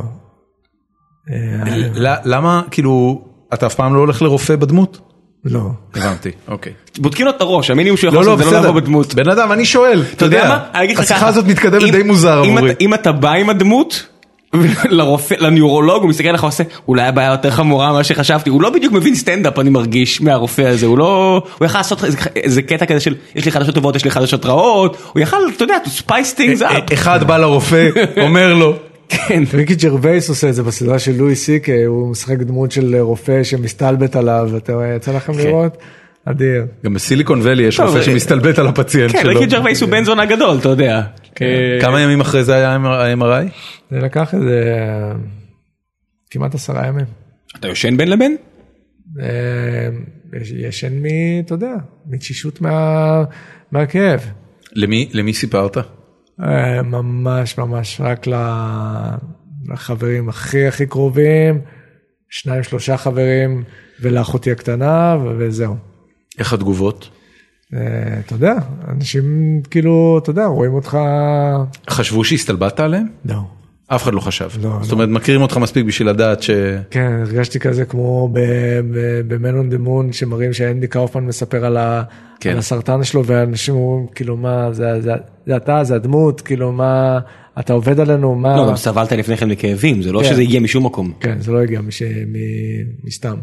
Speaker 1: למה, כאילו, אתה אף פעם לא הולך לרופא בדמות?
Speaker 3: לא.
Speaker 1: הבנתי, אוקיי.
Speaker 2: בודקים לו את הראש, המינימום שהוא יכול לעשות זה לא לבוא בדמות.
Speaker 1: בן אדם, אני שואל,
Speaker 2: אתה יודע מה?
Speaker 1: השיחה הזאת מתקדמת די מוזר עבורי.
Speaker 2: אם אתה בא עם הדמות, לניורולוג, הוא מסתכל לך ועושה, אולי הבעיה יותר חמורה ממה שחשבתי, הוא לא בדיוק מבין סטנדאפ, אני מרגיש מהרופא הזה, הוא יכל לעשות איזה קטע כזה של, יש לי חדשות טובות, יש לי חדשות רעות, הוא יכל, אתה יודע, to spice things up.
Speaker 1: אחד בא לרופא, אומר לו,
Speaker 3: כן. ריקי ג'רווייס עושה את זה בסדרה של לואי סי.קיי, הוא משחק דמות של רופא שמסתלבט עליו, יצא לכם לראות? אדיר.
Speaker 1: גם בסיליקון ואלי יש רופא שמסתלבט על הפציינט שלו.
Speaker 2: כן, ריקי ג'רווייס הוא בן זונה גדול, אתה יודע.
Speaker 1: כמה ימים אחרי זה היה ה-MRI?
Speaker 3: זה לקח איזה כמעט 10 ימים.
Speaker 2: אתה יושן בין לבין?
Speaker 3: ישן אתה יודע, מתשישות מהכאב.
Speaker 1: למי סיפרת?
Speaker 3: ממש רק לחברים הכי קרובים, 2-3 חברים ולאחותי הקטנה וזהו. איך
Speaker 1: התגובות?
Speaker 3: אתה יודע, אנשים כאילו, אתה יודע, רואים אותך...
Speaker 1: חשבו שהסתלבטת עליהם?
Speaker 3: לא.
Speaker 1: אף אחד לא חשב.
Speaker 3: לא.
Speaker 1: זאת אומרת, מכירים אותך מספיק בשביל לדעת ש...
Speaker 3: כן, הרגשתי כזה כמו ב-Man on the Moon, שמראים שאנדי קאופמן מספר על הסרטן שלו, ואנשים אומרים, כאילו, מה, זה אתה, זה הדמות, כאילו, מה, אתה עובד עלינו, מה...
Speaker 2: לא, גם סבלת לפני כן לכאבים, זה לא שזה הגיע משום מקום.
Speaker 3: כן, זה לא הגיע מסתם.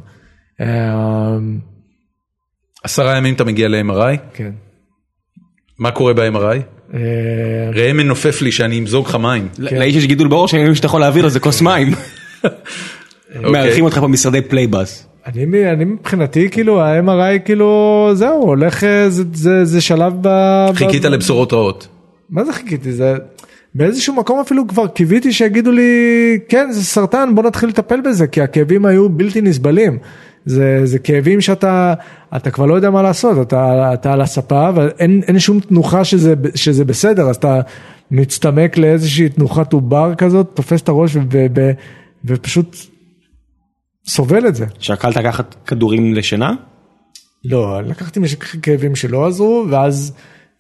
Speaker 1: 10 ימים אתה מגיע ל-MRI?
Speaker 3: כן.
Speaker 1: מה קורה ב-MRI? ראה מנופף לי שאני אמזוג לך מים.
Speaker 2: לאיש יש גידול בראש, אני שאתה יכול להעביר לו זה כוס מים. מארחים אותך במשרדי פלייבאס.
Speaker 3: אני מבחינתי, כאילו, ה-MRI, כאילו, זהו, הולך, זה שלב
Speaker 1: חיכית לבשורות רעות.
Speaker 3: מה זה חיכיתי? זה... באיזשהו מקום אפילו כבר קיוויתי שיגידו לי, כן, זה סרטן, בוא נתחיל לטפל בזה, כי הכאבים היו בלתי נסבלים. זה כאבים שאתה כבר לא יודע מה לעשות, אתה על הספה, ואין שום תנוחה שזה בסדר, אז אתה מצטמק לאיזושהי תנוחת עובר כזאת, תופס את הראש ופשוט סובל את זה.
Speaker 2: שקלת לקחת כדורים לשינה?
Speaker 3: לא, לקחתי כאבים שלא עזרו, ואז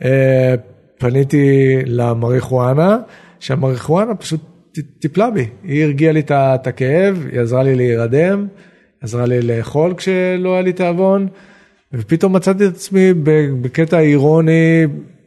Speaker 3: פניתי למריחואנה, שהמריחואנה פשוט טיפלה בי, היא הרגיעה לי את הכאב, היא עזרה לי להירדם, עזרה לי לאכול כשלא היה לי תאבון, ופתאום מצאתי את עצמי בקטע אירוני,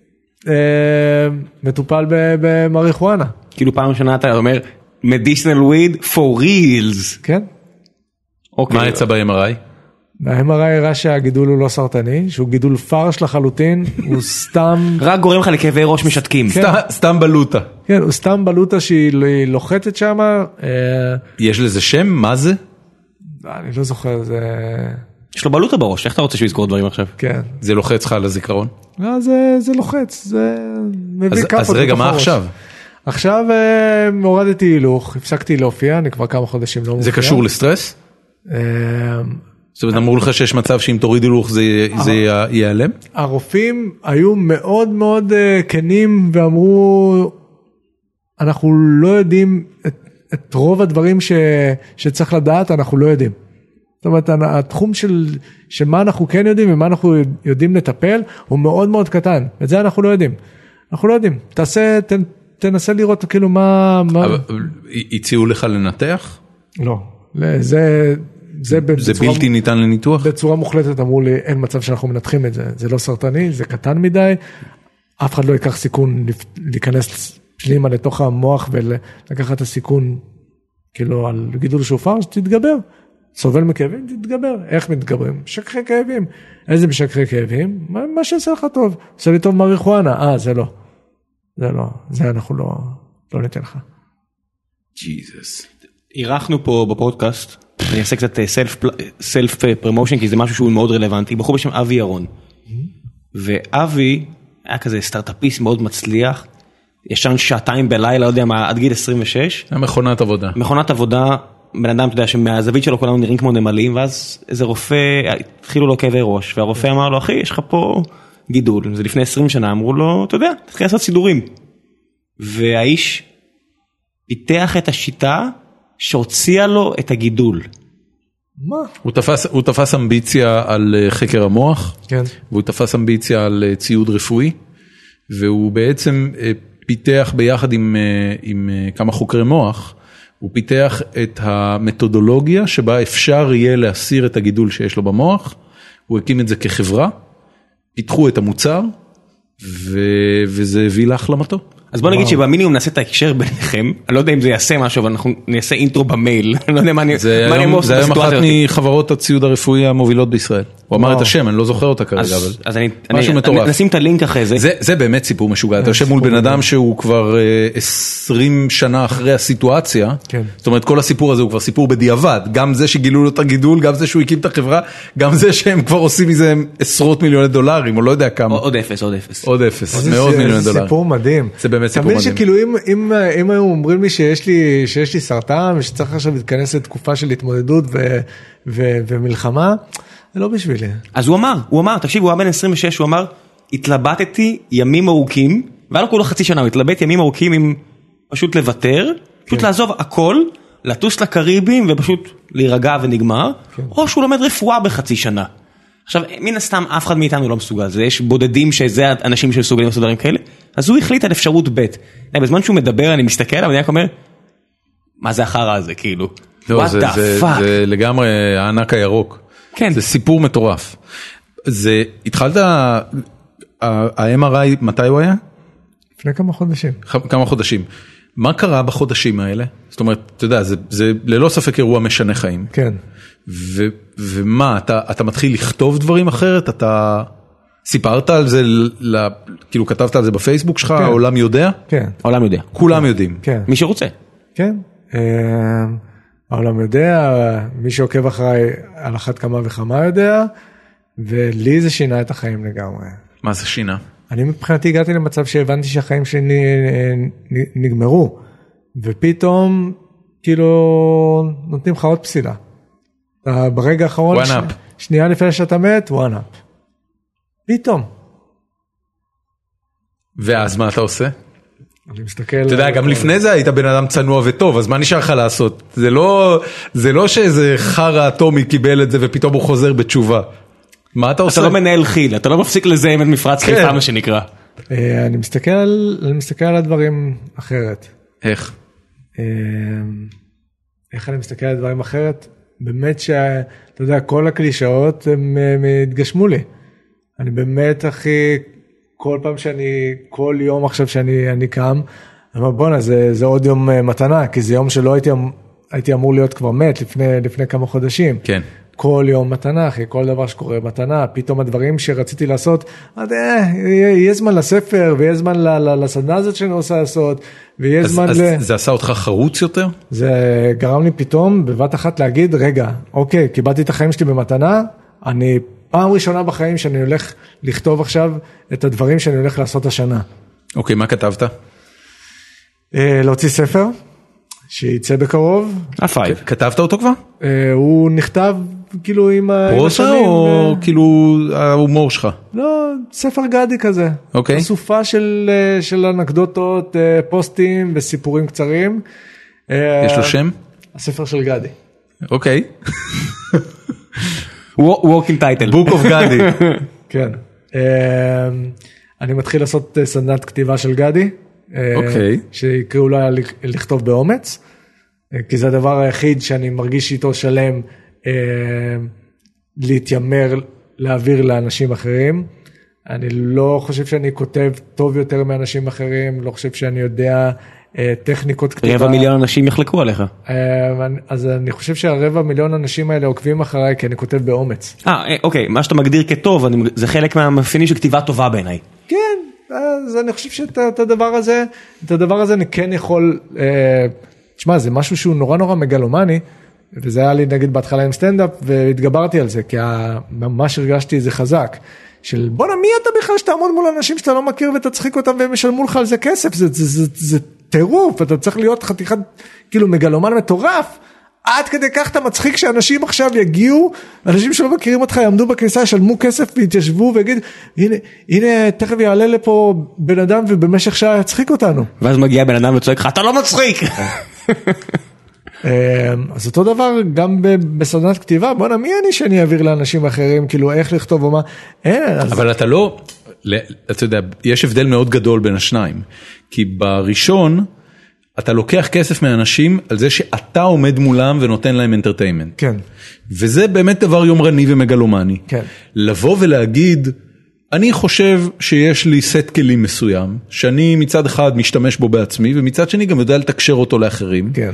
Speaker 3: מטופל במריחואנה.
Speaker 2: כאילו פעם ראשונה אתה אומר, medicinal weed for reals.
Speaker 3: כן.
Speaker 1: מה יצא ב-MRI?
Speaker 3: ב-MRI הראה שהגידול הוא לא סרטני, שהוא גידול פרש לחלוטין, הוא סתם...
Speaker 2: רק גורם לך לכאבי ראש משתקים.
Speaker 1: סתם בלוטה.
Speaker 3: כן, הוא סתם בלוטה שהיא לוחצת שם.
Speaker 1: יש לזה שם? מה זה?
Speaker 3: אני לא זוכר, זה...
Speaker 2: יש לו בלוטה בראש, איך אתה רוצה שהוא יזכור דברים עכשיו?
Speaker 3: כן.
Speaker 1: זה לוחץ לך על הזיכרון?
Speaker 3: לא, זה לוחץ, זה מביא כפות.
Speaker 1: אז רגע, מה עכשיו?
Speaker 3: עכשיו הורדתי הילוך, הפסקתי להופיע, אני כבר כמה חודשים לא מופיע.
Speaker 1: זה קשור לסטרס? זאת אומרת, אמרו לך שיש מצב שאם תוריד הילוך זה ייעלם?
Speaker 3: הרופאים היו מאוד מאוד כנים ואמרו, אנחנו לא יודעים את רוב הדברים שצריך לדעת, אנחנו לא יודעים. זאת אומרת, התחום של מה אנחנו כן יודעים ומה אנחנו יודעים לטפל, הוא מאוד מאוד קטן. את זה אנחנו לא יודעים. אנחנו לא יודעים. תנסה לראות כאילו מה...
Speaker 1: הציעו לך לנתח?
Speaker 3: לא. זה
Speaker 1: בלתי ניתן לניתוח?
Speaker 3: בצורה מוחלטת אמרו לי, אין מצב שאנחנו מנתחים את זה. זה לא סרטני, זה קטן מדי. אף אחד לא ייקח סיכון להיכנס פנימה לתוך המוח ולקחת את הסיכון כאילו על גידול שופר, שתתגבר. סובל מכאבים, תתגבר. איך מתגברים? משככי כאבים. איזה משככי כאבים? מה שעושה לך טוב. עושה לי טוב מריחואנה. זה לא. זה לא. זה אנחנו לא ניתן לך.
Speaker 1: ג'יזוס.
Speaker 2: אירחנו פה בפודקאסט, אני אעשה קצת סלף פרמושן, כי זה משהו שהוא מאוד רלוונטי, בחור בשם אבי ירון. ואבי היה כזה סטארט-אפיסט מאוד מצליח, ישן שעתיים בלילה, לא יודע מה, עד גיל 26.
Speaker 1: מכונת עבודה.
Speaker 2: מכונת עבודה, בן אדם, אתה יודע, שמהזווית שלו כולנו נראים כמו נמלים, ואז איזה רופא, התחילו לו כאבי ראש, והרופא אמר לו, אחי, יש לך פה גידול. זה לפני 20 שנה, אמרו לו, אתה יודע, תתחיל לעשות סידורים. והאיש פיתח את השיטה שהוציאה לו את הגידול.
Speaker 3: מה?
Speaker 1: הוא תפס אמביציה על חקר המוח,
Speaker 3: כן.
Speaker 1: והוא תפס אמביציה על ציוד רפואי, והוא בעצם פיתח ביחד עם כמה חוקרי מוח, הוא פיתח את המתודולוגיה שבה אפשר יהיה להסיר את הגידול שיש לו במוח, הוא הקים את זה כחברה, פיתחו את המוצר, וזה הביא להחלמתו.
Speaker 2: אז בוא נגיד שבמינימום נעשה את ההקשר ביניכם, אני לא יודע אם זה יעשה משהו, אבל אנחנו נעשה אינטרו במייל, אני לא יודע מה אני אמור
Speaker 1: זה היום אחת מחברות הציוד הרפואי המובילות בישראל. הוא אמר את השם, אני לא זוכר אותה כרגע, אבל משהו מטורף.
Speaker 2: נשים את הלינק אחרי זה.
Speaker 1: זה באמת סיפור משוגע, אתה יושב מול בן אדם שהוא כבר 20 שנה אחרי הסיטואציה, זאת אומרת כל הסיפור הזה הוא כבר סיפור בדיעבד, גם זה שגילו לו את הגידול, גם זה שהוא הקים את החברה, גם זה שהם כבר עושים מזה עשרות מיליוני דולרים, או לא יודע כמה.
Speaker 2: עוד אפס,
Speaker 1: מאות מיליוני דולרים.
Speaker 3: סיפור מדהים.
Speaker 1: זה באמת סיפור מדהים.
Speaker 3: שכאילו אם היו אומרים לי שיש לי סרטן ושצריך עכשיו להתכנס לתקופה של התמודדות ומלחמה, זה לא בשבילי.
Speaker 2: אז הוא אמר, תקשיב, הוא היה בן 26, הוא אמר, התלבטתי ימים ארוכים, והיה לו כולו חצי שנה, הוא התלבט ימים ארוכים עם פשוט לוותר, פשוט לעזוב הכל, לטוס לקריבים ופשוט להירגע ונגמר, או שהוא לומד רפואה בחצי שנה. עכשיו, מן הסתם אף אחד מאיתנו לא מסוגל, זה יש בודדים שזה האנשים שמסוגלים לעשות דברים כאלה, אז הוא החליט על אפשרות ב'. בזמן שהוא מדבר, אני מסתכל, אבל אני רק אומר, מה זה החרא הזה, כאילו?
Speaker 1: לא, זה לגמרי הענק הירוק.
Speaker 2: כן.
Speaker 1: זה סיפור מטורף. זה, התחלת, ה-MRI, מתי הוא היה?
Speaker 3: לפני כמה חודשים.
Speaker 1: כמה חודשים. מה קרה בחודשים האלה? זאת אומרת, אתה יודע, זה ללא ספק אירוע משנה חיים.
Speaker 3: כן.
Speaker 1: ומה, אתה מתחיל לכתוב דברים אחרת? אתה סיפרת על זה, כאילו כתבת על זה בפייסבוק שלך, העולם יודע?
Speaker 3: כן.
Speaker 2: העולם יודע.
Speaker 1: כולם יודעים.
Speaker 3: כן.
Speaker 2: מי שרוצה.
Speaker 3: כן. העולם יודע, מי שעוקב אחריי על אחת כמה וכמה יודע, ולי זה שינה את החיים לגמרי.
Speaker 1: מה זה שינה?
Speaker 3: אני מבחינתי הגעתי למצב שהבנתי שהחיים שלי נגמרו, ופתאום כאילו נותנים לך עוד פסילה. ברגע האחרון, שנייה לפני שאתה מת, one up. פתאום.
Speaker 1: ואז מה אתה עושה?
Speaker 3: אני מסתכל...
Speaker 1: אתה יודע, גם לפני זה היית בן אדם צנוע וטוב, אז מה נשאר לך לעשות? זה לא שאיזה חרא אטומי קיבל את זה ופתאום הוא חוזר בתשובה. מה אתה עושה?
Speaker 2: אתה לא מנהל חיל, אתה לא מפסיק לזהם את מפרץ חיפה, מה שנקרא.
Speaker 3: אני מסתכל על הדברים אחרת.
Speaker 1: איך?
Speaker 3: איך אני מסתכל על הדברים אחרת? באמת שאתה יודע, כל הקלישאות הם התגשמו לי. אני באמת הכי... כל פעם כל יום עכשיו שאני קם, אני אומר בונה, זה עוד יום מתנה, כי זה יום שלא הייתי אמור להיות כבר מת לפני כמה חודשים.
Speaker 1: כן.
Speaker 3: כל יום מתנה, אחי, כל דבר שקורה מתנה, פתאום הדברים שרציתי לעשות, יהיה זמן לספר, ויהיה זמן לסדנה הזאת שאני רוצה לעשות, ויהיה זמן
Speaker 1: זה עשה אותך חרוץ יותר?
Speaker 3: זה גרם לי פתאום בבת אחת להגיד, רגע, אוקיי, קיבלתי את החיים שלי במתנה, אני פעם ראשונה בחיים שאני הולך לכתוב עכשיו את הדברים שאני הולך לעשות השנה.
Speaker 1: אוקיי, מה כתבת?
Speaker 3: להוציא ספר, שיצא בקרוב.
Speaker 1: כתבת אותו כבר?
Speaker 3: הוא נכתב כאילו עם
Speaker 1: פרוזה או כאילו ההומור שלך?
Speaker 3: לא, ספר גדי כזה.
Speaker 1: אוקיי.
Speaker 3: אסופה של אנקדוטות, פוסטים וסיפורים קצרים.
Speaker 1: יש לו שם?
Speaker 3: הספר של גדי.
Speaker 1: אוקיי.
Speaker 2: Walking title.
Speaker 1: Book of גדי.
Speaker 3: כן. אני מתחיל לעשות סדנת כתיבה של גדי.
Speaker 1: אוקיי.
Speaker 3: שיקראו לה לכתוב באומץ. כי זה הדבר היחיד שאני מרגיש איתו שלם להתיימר, להעביר לאנשים אחרים. אני לא חושב שאני כותב טוב יותר מאנשים אחרים, לא חושב שאני יודע טכניקות כתיבה.
Speaker 2: 250,000 אנשים יחלקו עליך.
Speaker 3: אז אני חושב ש250,000 אנשים האלה עוקבים אחריי, כי אני כותב באומץ.
Speaker 2: אוקיי, מה שאתה מגדיר כטוב, זה חלק מהמאפיינים של כתיבה טובה בעיניי.
Speaker 3: כן, אז אני חושב שאת הדבר הזה אני כן יכול, תשמע, זה משהו שהוא נורא נורא מגלומני, וזה היה לי נגיד בהתחלה עם סטנדאפ, והתגברתי על זה, כי ממש הרגשתי זה חזק, של בונה מי אתה בכלל שתעמוד מול אנשים שאתה לא מכיר ותצחיק אותם והם ישלמו לך על זה כסף, זה טירוף, אתה צריך להיות חתיכת כאילו מגלומן מטורף, עד כדי כך אתה מצחיק שאנשים עכשיו יגיעו, אנשים שלא מכירים אותך יעמדו בכניסה, ישלמו כסף ויתיישבו ויגיד, הנה תכף יעלה לפה בן אדם ובמשך שעה יצחיק אותנו.
Speaker 2: ואז מגיע בן אדם וצועק לך, אתה לא מצחיק!
Speaker 3: אז אותו דבר גם בסדנת כתיבה, בוא נמי אני שאני אעביר לאנשים אחרים, כאילו איך לכתוב או מה,
Speaker 1: אבל אתה לא, אתה יודע, יש הבדל מאוד גדול בין השניים, כי בראשון, אתה לוקח כסף מאנשים על זה שאתה עומד מולם ונותן להם אנטרטיימנט.
Speaker 3: כן.
Speaker 1: וזה באמת דבר יומרני ומגלומני.
Speaker 3: כן.
Speaker 1: לבוא ולהגיד, אני חושב שיש לי סט כלים מסוים, שאני מצד אחד משתמש בו בעצמי, ומצד שני גם יודע לתקשר אותו לאחרים.
Speaker 3: כן.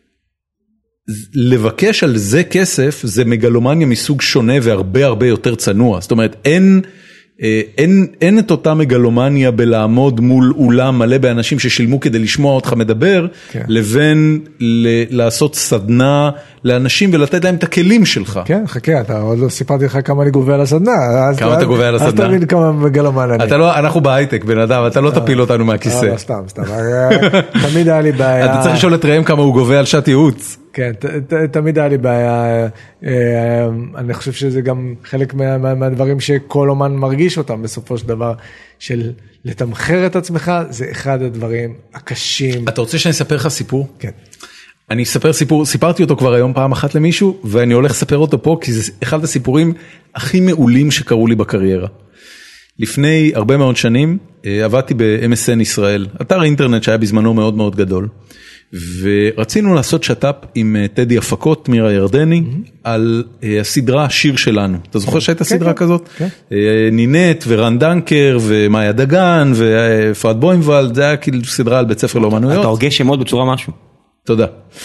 Speaker 1: לבקש על זה כסף, זה מגלומניה מסוג שונה והרבה הרבה יותר צנוע. זאת אומרת, אין את אותה מגלומניה בלעמוד מול אולם מלא באנשים ששילמו כדי לשמוע אותך מדבר,
Speaker 3: כן.
Speaker 1: לבין לעשות סדנה לאנשים ולתת להם את הכלים שלך.
Speaker 3: כן, חכה, אתה עוד לא סיפרתי לך כמה אני גובה על הסדנה.
Speaker 1: כמה אתה גובה על הסדנה?
Speaker 3: אז תבין כמה מגלומן אני.
Speaker 1: אנחנו בהייטק, בן אדם, אתה לא תפיל אותנו מהכיסא.
Speaker 3: לא, סתם. תמיד היה לי בעיה.
Speaker 1: אתה צריך לשאול את ראם כמה הוא גובה על שעת ייעוץ.
Speaker 3: כן, תמיד היה לי בעיה, אני חושב שזה גם חלק מהדברים שכל אומן מרגיש אותם בסופו של דבר, של לתמחר את עצמך, זה אחד הדברים הקשים.
Speaker 1: אתה רוצה שאני אספר לך סיפור?
Speaker 3: כן.
Speaker 1: אני אספר סיפור, סיפרתי אותו כבר היום פעם אחת למישהו, ואני הולך לספר אותו פה, כי זה אחד הסיפורים הכי מעולים שקרו לי בקריירה. לפני הרבה מאוד שנים, עבדתי ב-MSN ישראל, אתר אינטרנט שהיה בזמנו מאוד מאוד גדול, ורצינו לעשות שטאפ עם טדי הפקות, מירה ירדני, על הסדרה שיר שלנו. אתה זוכר שהייתה סדרה כזאת? נינת ורן דנקר ומאיה דגן ואפרת בוימבלד, זה היה כאילו סדרה על בית ספר לאומנויות.
Speaker 2: אתה הוגה שמות בצורה משהו.
Speaker 1: תודה.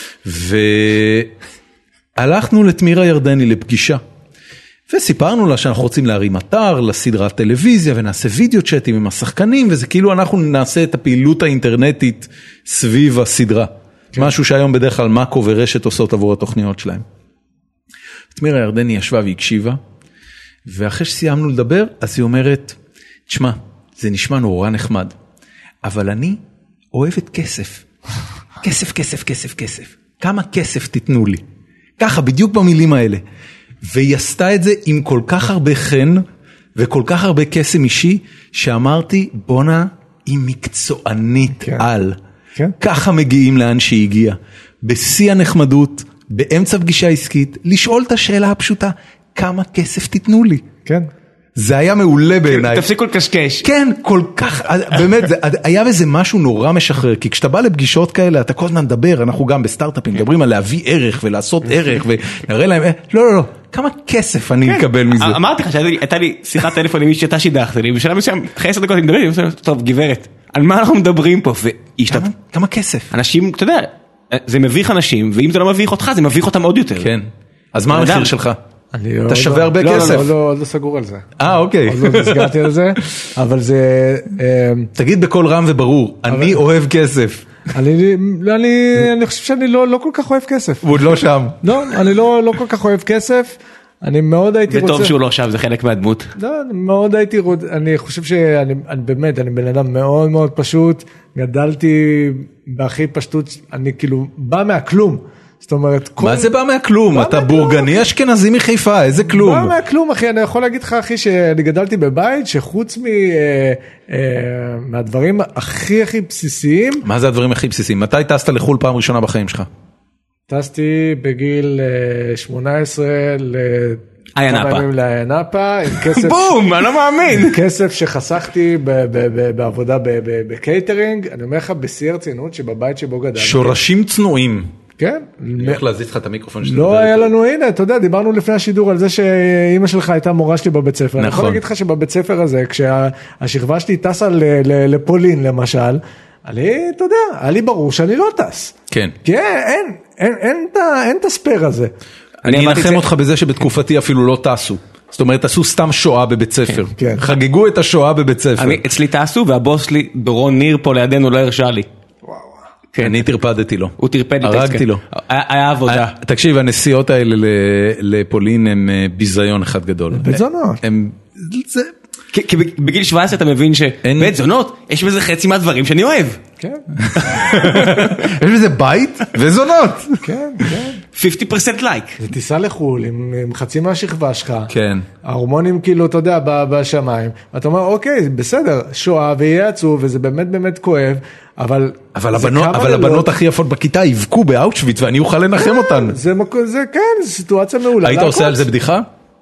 Speaker 1: והלכנו לתמירה ירדני לפגישה, וסיפרנו לה שאנחנו רוצים להרים אתר לסדרת טלוויזיה, ונעשה וידאו צ'אטים עם השחקנים, וזה כאילו אנחנו נעשה את הפעילות האינטרנטית סביב הסדרה. משהו שהיום בדרך כלל מאקו ורשת עושות עבור התוכניות שלהם. תמירה ירדני ישבה והקשיבה, ואחרי שסיימנו לדבר, אז היא אומרת, תשמע, זה נשמע נורא נחמד, אבל אני אוהבת כסף. כסף, כסף, כסף, כסף. כמה כסף תיתנו לי? ככה, בדיוק במילים האלה. והיא עשתה את זה עם כל כך הרבה חן, וכל כך הרבה קסם אישי, שאמרתי, בונה, היא מקצוענית על. ככה מגיעים לאן שהיא הגיעה. בשיא הנחמדות, באמצע פגישה עסקית, לשאול את השאלה הפשוטה, כמה כסף תיתנו לי?
Speaker 3: כן.
Speaker 1: זה היה מעולה בעיניי.
Speaker 2: תפסיקו לקשקש.
Speaker 1: כן, כל כך, באמת, היה בזה משהו נורא משחרר, כי כשאתה בא לפגישות כאלה, אתה כל הזמן מדבר, אנחנו גם בסטארט-אפים, מדברים על להביא ערך ולעשות ערך, ונראה להם, לא, כמה כסף אני אקבל מזה.
Speaker 2: אמרתי לך שהייתה לי שיחת טלפון עם מי שאתה שידחת לי, בשלב מסוים, אחרי 10 דקות אני מדבר, טוב, גברת, על מה אנחנו מדברים פה?
Speaker 1: כמה כסף?
Speaker 2: אנשים, אתה יודע, זה מביך אנשים, ואם זה לא מביך אותך, זה מביך אותם עוד יותר.
Speaker 1: כן. אז מה המחיר שלך? אתה שווה הרבה כסף.
Speaker 3: לא סגור על זה.
Speaker 1: אוקיי.
Speaker 3: עוד לא נסגרתי על זה, אבל זה...
Speaker 1: תגיד בקול רם וברור, אני אוהב כסף.
Speaker 3: אני חושב שאני לא כל כך אוהב כסף.
Speaker 1: ועוד לא שם.
Speaker 3: לא, אני לא כל כך אוהב כסף. אני מאוד הייתי רוצה...
Speaker 2: וטוב שהוא לא עכשיו, זה חלק מהדמות.
Speaker 3: לא, אני מאוד הייתי רוצה, אני חושב שאני באמת, אני בן אדם מאוד מאוד פשוט, גדלתי בהכי פשטות, אני כאילו בא מהכלום. זאת אומרת,
Speaker 1: מה זה בא מהכלום? אתה בורגני אשכנזי מחיפה, איזה כלום?
Speaker 3: בא מהכלום, אחי, אני יכול להגיד לך, אחי, שאני גדלתי בבית, שחוץ מהדברים הכי בסיסיים...
Speaker 1: מה זה הדברים הכי בסיסיים? מתי טסת לחול פעם ראשונה בחיים שלך?
Speaker 3: טסתי בגיל 18
Speaker 2: איינפה.
Speaker 3: לאיינפה, עם כסף...
Speaker 2: בום, אני לא מאמין.
Speaker 3: כסף שחסכתי בעבודה בקייטרינג, אני אומר לך בשיא הרצינות שבבית שבו גדלתי.
Speaker 1: שורשים צנועים.
Speaker 3: כן.
Speaker 1: אני הולך להזיז לך את המיקרופון.
Speaker 3: לא היה לנו, הנה, אתה יודע, דיברנו לפני השידור על זה שאמא שלך הייתה מורה שלי בבית ספר. אני יכול להגיד לך שבבית ספר הזה, כשהשכבה שלי טסה לפולין למשל, אתה יודע, היה לי ברור שאני לא טס.
Speaker 1: כן.
Speaker 3: כן, אין את הספר הזה.
Speaker 1: אני אנחם אותך בזה שבתקופתי אפילו לא טסו. זאת אומרת, עשו סתם שואה בבית ספר. חגגו את השואה בבית ספר.
Speaker 2: אצלי טסו, והבוס שלי, דורון ניר פה לידינו, לא הרשה לי.
Speaker 1: אני טרפדתי לו.
Speaker 2: הוא טרפד לי.
Speaker 1: הרגתי לו.
Speaker 2: היה עבודה.
Speaker 1: תקשיב, הנסיעות האלה לפולין הם ביזיון אחד גדול.
Speaker 3: בית זונות.
Speaker 2: כי בגיל 17 אתה מבין שבית זונות, יש בזה חצי מהדברים שאני אוהב.
Speaker 3: כן.
Speaker 1: יש בזה בית וזונות.
Speaker 3: כן, כן.
Speaker 2: 50% לייק.
Speaker 3: זה טיסה לחול עם חצי מהשכבה שלך.
Speaker 1: כן.
Speaker 3: ההורמונים כאילו, אתה יודע, בשמיים. ואתה אומר, אוקיי, בסדר, שואה ויהיה עצוב, וזה באמת באמת כואב, אבל
Speaker 1: הבנות הכי יפות בכיתה יבכו באושוויץ, ואני אוכל לנחם אותן.
Speaker 3: זה כן, זו סיטואציה מעולה.
Speaker 1: היית עושה על זה בדיחה?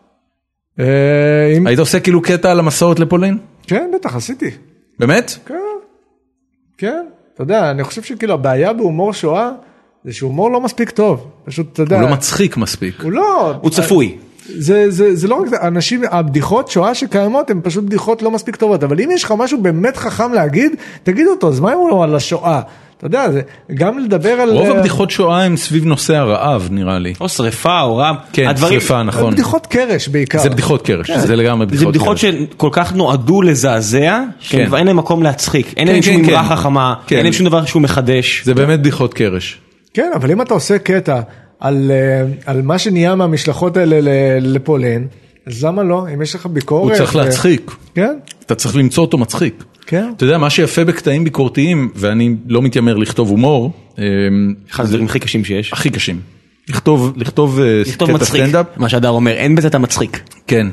Speaker 1: היית עושה כאילו קטע על המסעות לפולין?
Speaker 3: כן, בטח, עשיתי.
Speaker 1: באמת?
Speaker 3: כן, כן. אתה יודע, אני חושב שכאילו הבעיה בהומור שואה, זה שהומור לא מספיק טוב. פשוט, אתה יודע.
Speaker 1: הוא לא מצחיק מספיק.
Speaker 3: הוא לא.
Speaker 2: הוא צפוי.
Speaker 3: זה לא רק זה, אנשים, הבדיחות שואה שקיימות, הן פשוט בדיחות לא מספיק טובות, אבל אם יש לך משהו באמת חכם להגיד, תגיד אותו, אז מה הוא על השואה? אתה יודע, זה גם לדבר על...
Speaker 1: רוב הבדיחות שואה הם סביב נושא הרעב, נראה לי.
Speaker 2: או שריפה, או רעב.
Speaker 1: כן, שריפה, נכון.
Speaker 3: זה בדיחות קרש בעיקר.
Speaker 1: זה בדיחות קרש, זה לגמרי בדיחות קרש.
Speaker 2: זה בדיחות שכל כך נועדו לזעזע, שאין להם מקום להצחיק. אין להם שום אמרה חכמה, אין להם שום דבר שהוא מחדש.
Speaker 1: זה באמת בדיחות קרש.
Speaker 3: כן, אבל אם אתה עושה קטע על מה שנהיה מהמשלחות האלה לפולין, אז למה לא? אם יש לך ביקורת...
Speaker 1: הוא צריך להצחיק.
Speaker 3: כן.
Speaker 1: אתה צריך למצוא אותו מצחיק.
Speaker 3: כן.
Speaker 1: אתה יודע, מה שיפה בקטעים ביקורתיים, ואני לא מתיימר לכתוב הומור.
Speaker 2: אחד הדברים הכי קשים שיש.
Speaker 1: הכי קשים. לכתוב קטע סטנדאפ.
Speaker 2: מה שהדר אומר, אין בזה אתה מצחיק.
Speaker 1: כן.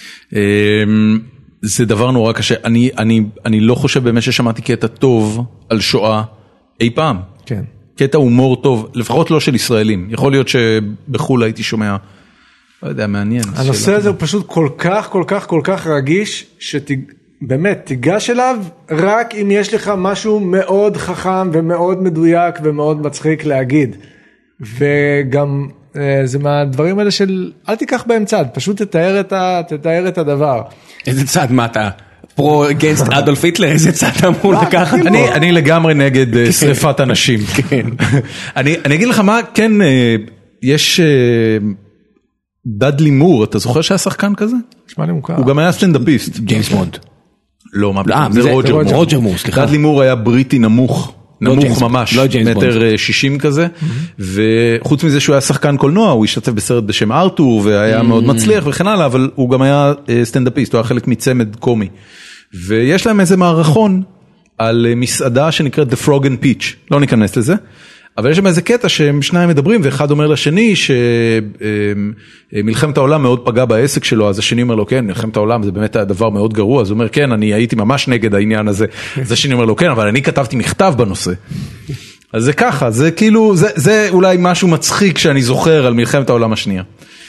Speaker 1: זה דבר נורא קשה. אני לא חושב באמת ששמעתי קטע טוב על שואה אי פעם.
Speaker 3: כן. קטע
Speaker 1: הומור טוב, לפחות לא של ישראלים. יכול להיות שבחול הייתי שומע, לא יודע, מעניין.
Speaker 3: הנושא הזה הוא פשוט כל כך רגיש, שבאמת תיגש אליו רק אם יש לך משהו מאוד חכם ומאוד מדויק ומאוד מצחיק להגיד. וגם זה מהדברים האלה של, אל תיקח בהם צד, פשוט תתאר את הדבר.
Speaker 2: איזה צד, מה אתה? פרו-אגנסט אדולף היטלר, איזה צד אמור לקחת?
Speaker 1: אני לגמרי נגד שריפת אנשים. אני אגיד לך מה, כן, יש דאדלי מור, אתה זוכר שהיה שחקן כזה?
Speaker 3: נשמע לי מוכר.
Speaker 1: הוא גם היה סטנדאפיסט.
Speaker 2: ג'יימס בונד.
Speaker 1: לא, זה
Speaker 2: רוג'ר מור, סליחה.
Speaker 1: דאדלי מור היה בריטי נמוך ממש, מטר 60 כזה, וחוץ מזה שהוא היה שחקן קולנוע, הוא השתתף בסרט בשם ארתור, והיה מאוד מצליח וכן הלאה, אבל הוא גם היה סטנדאפיסט, הוא היה חלק מצמד קומי, ויש להם איזה מערכון על מסעדה שנקראת The Frog and Peach, לא ניכנס לזה, אבל יש שם איזה קטע שהם שניים מדברים, ואחד אומר לשני שמלחמת העולם מאוד פגע בעסק שלו, אז השני אומר לו, כן, מלחמת העולם זה באמת הדבר מאוד גרוע, אז הוא אומר, כן, אני הייתי ממש נגד העניין הזה, אז השני אומר לו, כן, אבל אני כתבתי מכתב בנושא. אז זה ככה, זה כאילו, זה אולי משהו מצחיק שאני זוכר על מלחמת העולם השנייה.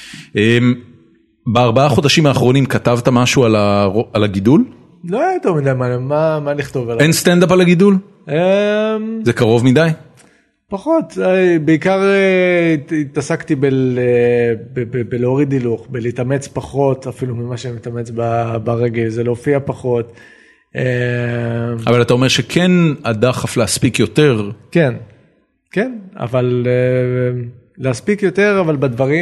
Speaker 1: ב4 חודשים האחרונים כתבת משהו על הגידול?
Speaker 3: לא היה יותר מדי, מה לכתוב עליו?
Speaker 1: אין סטנדאפ על הגידול? זה קרוב מדי?
Speaker 3: פחות, בעיקר התעסקתי בלהוריד הילוך, בלהתאמץ פחות אפילו ממה שאני מתאמץ ברגל, זה להופיע פחות.
Speaker 1: אבל אתה אומר שכן הדחף להספיק יותר.
Speaker 3: כן, כן, אבל להספיק יותר, אבל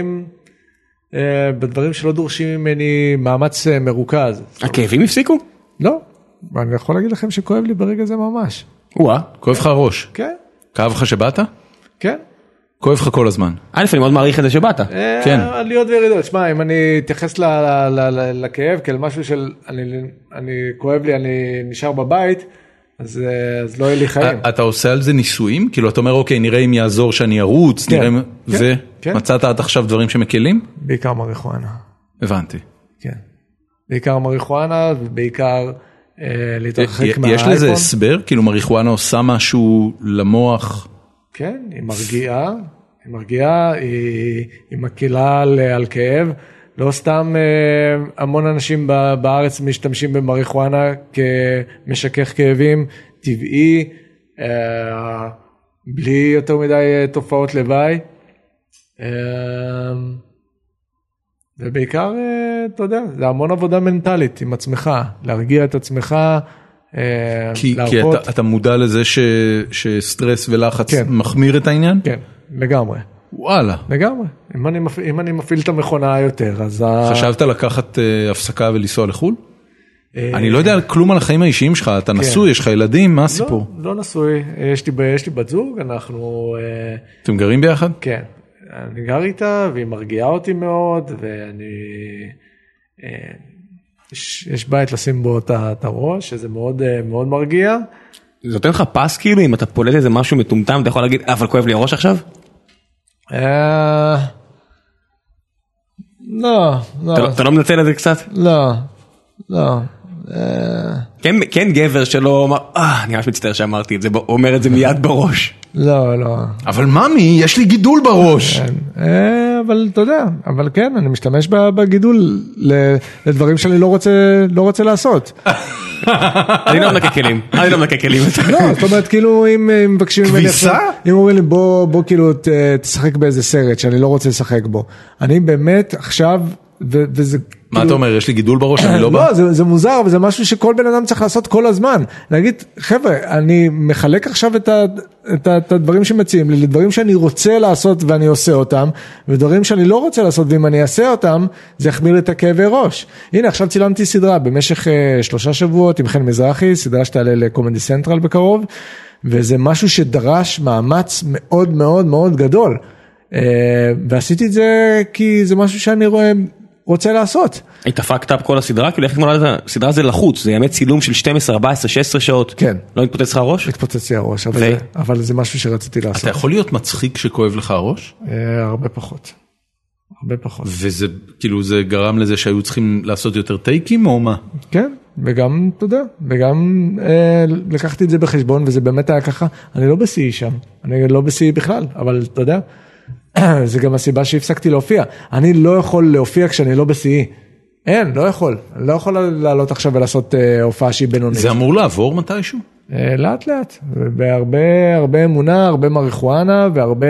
Speaker 3: בדברים שלא דורשים ממני מאמץ מרוכז.
Speaker 2: הכאבים הפסיקו?
Speaker 3: לא, אני יכול להגיד לכם שכואב לי ברגע זה ממש.
Speaker 1: כואב לך הראש?
Speaker 3: כן.
Speaker 1: כאב לך שבאת?
Speaker 3: כן.
Speaker 1: כואב לך כל הזמן.
Speaker 2: אני מאוד מעריך את זה שבאת.
Speaker 1: כן.
Speaker 3: עליות וירידות. שמע, אם אני אתייחס לכאב כאל משהו של, אני כואב לי, אני נשאר בבית, אז לא יהיה לי חיים.
Speaker 1: אתה עושה על זה ניסויים? כאילו אתה אומר, אוקיי, נראה אם יעזור שאני ארוץ, נראה, ומצאת עד עכשיו דברים שמקלים?
Speaker 3: בעיקר מריחואנה.
Speaker 1: הבנתי.
Speaker 3: כן. בעיקר מריחואנה, ובעיקר להתרחק מהאייפון.
Speaker 1: יש לזה הסבר? כאילו מריחואנה עושה משהו למוח?
Speaker 3: כן, היא מרגיעה, היא מקלה על כאב. לא סתם המון אנשים בארץ משתמשים במריחואנה כמשכך כאבים טבעי, בלי יותר מדי תופעות לוואי. ובעיקר, אתה יודע, זה המון עבודה מנטלית עם עצמך, להרגיע את עצמך,
Speaker 1: כי אתה מודע לזה שסטרס ולחץ מחמיר את העניין?
Speaker 3: כן, לגמרי.
Speaker 1: וואלה.
Speaker 3: לגמרי. אם אני מפעיל את המכונה יותר, אז...
Speaker 1: חשבת לקחת הפסקה ולנסוע לחול? אני לא יודע כלום על החיים האישיים שלך, אתה נשוי, יש לך ילדים, מה הסיפור?
Speaker 3: לא נשוי, יש לי בת זוג, אנחנו...
Speaker 1: אתם גרים ביחד?
Speaker 3: כן. אני גר איתה, והיא מרגיעה אותי מאוד, ואני... יש בית לשים בו את הראש, שזה מאוד מאוד מרגיע.
Speaker 2: זה נותן לך פס כאילו, אם אתה פולט איזה משהו מטומטם, אתה יכול להגיד, אבל כואב לי הראש עכשיו?
Speaker 3: לא.
Speaker 2: אתה לא מנצל את זה קצת?
Speaker 3: לא.
Speaker 2: כן גבר שלא אומר, אני ממש מצטער שאמרתי את זה, אומר את זה מיד בראש.
Speaker 3: לא.
Speaker 1: אבל ממי, יש לי גידול בראש.
Speaker 3: אבל אתה יודע, אבל כן, אני משתמש בגידול לדברים שאני לא רוצה לעשות.
Speaker 2: אני לא מנקה כלים.
Speaker 3: לא, זאת אומרת, כאילו, אם מבקשים ממני...
Speaker 1: כביסה?
Speaker 3: אם אומרים לי, בוא כאילו תשחק באיזה סרט שאני לא רוצה לשחק בו. אני באמת עכשיו, וזה...
Speaker 1: מה אתה אומר, יש לי גידול בראש, אני לא בא?
Speaker 3: לא, זה מוזר, וזה משהו שכל בן אדם צריך לעשות כל הזמן. להגיד, חבר'ה, אני מחלק עכשיו את הדברים שמציעים לי, לדברים שאני רוצה לעשות ואני עושה אותם, ודברים שאני לא רוצה לעשות, ואם אני אעשה אותם, זה יחמיר את הכאבי ראש. הנה, עכשיו צילמתי סדרה במשך 3 שבועות עם חן מזרחי, סדרה שתעלה לקומדי סנטרל בקרוב, וזה משהו שדרש מאמץ מאוד מאוד מאוד גדול. ועשיתי את זה כי זה משהו שאני רוצה לעשות.
Speaker 2: היית פאקט אפ כל הסדרה? כאילו איך תמונה לזה? הסדרה זה לחוץ, זה יאמת צילום של 12, 14, 16 שעות.
Speaker 3: כן.
Speaker 2: לא מתפוצץ לך הראש?
Speaker 3: מתפוצץ לי הראש, אבל זה משהו שרציתי לעשות.
Speaker 1: אתה יכול להיות מצחיק שכואב לך הראש?
Speaker 3: הרבה פחות.
Speaker 1: וזה, כאילו, זה גרם לזה שהיו צריכים לעשות יותר טייקים או מה?
Speaker 3: כן, וגם, אתה יודע, וגם לקחתי את זה בחשבון, וזה באמת היה ככה, אני לא בשיאי שם, אני לא בשיאי בכלל, אבל אתה יודע, זה גם הסיבה שהפסקתי להופיע. אני לא יכול להופיע כשאני לא בשיאי. לא יכול. אני לא יכול לעלות עכשיו ולעשות הופעה שהיא בינונית.
Speaker 1: זה אמור לעבור מתישהו?
Speaker 3: לאט לאט. בהרבה אמונה, הרבה מריחואנה והרבה...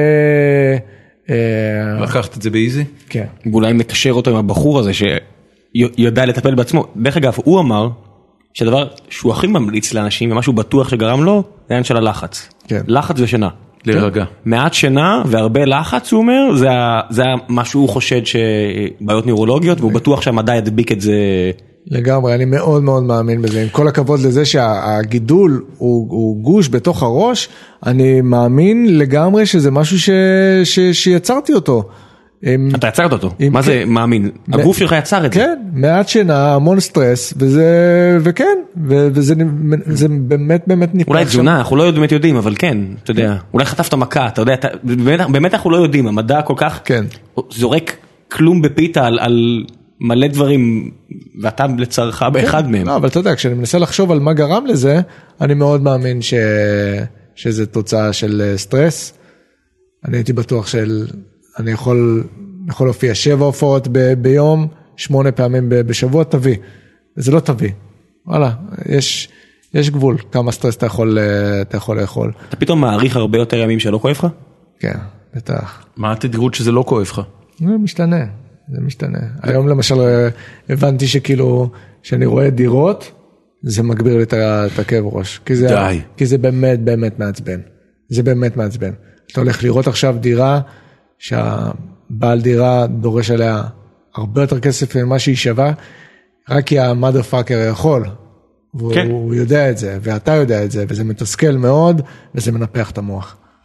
Speaker 1: לקחת את זה באיזי?
Speaker 3: כן.
Speaker 2: ואולי נקשר אותו עם הבחור הזה שיודע לטפל בעצמו. דרך אגב, הוא אמר שהדבר שהוא הכי ממליץ לאנשים, ומשהו בטוח שגרם לו, זה העניין של הלחץ.
Speaker 3: כן.
Speaker 2: לחץ ושינה.
Speaker 1: להירגע.
Speaker 2: מעט שינה והרבה לחץ, הוא אומר, זה מה שהוא חושד שבעיות נוירולוגיות, והוא בטוח שהמדע ידביק את זה.
Speaker 3: לגמרי, אני מאוד מאוד מאמין בזה. עם כל הכבוד לזה שהגידול הוא גוש בתוך הראש, אני מאמין לגמרי שזה משהו שיצרתי אותו.
Speaker 2: אתה יצרת אותו? מה זה מאמין? הגוף שלך יצר את זה.
Speaker 3: כן, מעט שינה, המון סטרס, וכן, וזה באמת נפתח.
Speaker 2: אולי תזונה, אנחנו לא באמת יודעים, אבל כן, אתה יודע, אולי חטפת מכה, אתה יודע, באמת אנחנו לא יודעים, המדע כל כך זורק כלום בפיתה על מלא דברים, ואתה לצערך באחד מהם.
Speaker 3: לא, אבל אתה יודע, כשאני מנסה לחשוב על מה גרם לזה, אני מאוד מאמין שזה תוצאה של סטרס. אני הייתי בטוח אני יכול להופיע 7 הופעות ביום, 8 פעמים בשבוע, תביא. זה לא תביא. וואלה, יש גבול, כמה סטרס אתה יכול לאכול.
Speaker 2: אתה פתאום מעריך הרבה יותר ימים שלא כואב לך?
Speaker 3: כן, בטח.
Speaker 1: מה התדירות שזה לא כואב לך?
Speaker 3: זה משתנה. היום למשל הבנתי שכאילו, שאני רואה דירות, זה מגביר לי את הכאב ראש. כי זה באמת מעצבן. זה באמת מעצבן. אתה הולך לראות עכשיו דירה, שהבעל דירה דורש עליה הרבה יותר כסף ממה שהיא שווה, רק כי המאדר פאקר יכול, והוא יודע את זה, ואתה יודע את זה, וזה מתסכל מאוד, וזה מנפח את המוח.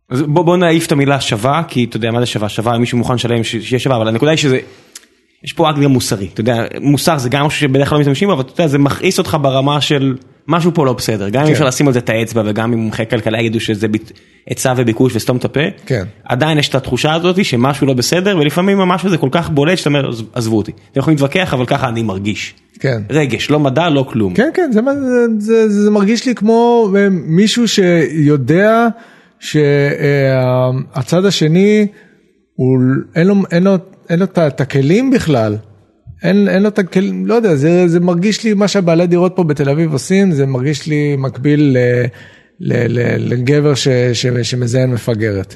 Speaker 2: אז בוא נעיף את המילה שווה, כי אתה יודע מה זה שווה, שווה, מישהו מוכן שלם שיהיה שווה, אבל הנקודה היא שזה, יש פה אקט גם מוסרי, אתה יודע, מוסר זה גם משהו שבדרך כלל לא משתמשים, אבל אתה יודע, זה מכעיס אותך ברמה של משהו פה לא בסדר, גם אם אפשר לשים על זה את האצבע, וגם אם מומחי כלכלה יגידו שזה היצע וביקוש וסתום את הפה, עדיין יש את התחושה הזאת שמשהו לא בסדר, ולפעמים משהו זה כל כך בולט שאתה אומר, עזבו אותי, אתם יכולים להתווכח, אבל ככה אני מרגיש. רגש, לא מדע, לא כלום.
Speaker 3: כן, כן, זה מרגיש לי כמו מישהו שיודע שהצד השני, אין לו את הכלים בכלל. אין לו את הכלים, לא יודע, זה מרגיש לי מה שהבעלי דירות פה בתל אביב עושים, זה מרגיש לי מקביל לגבר שמזיין מפגרת.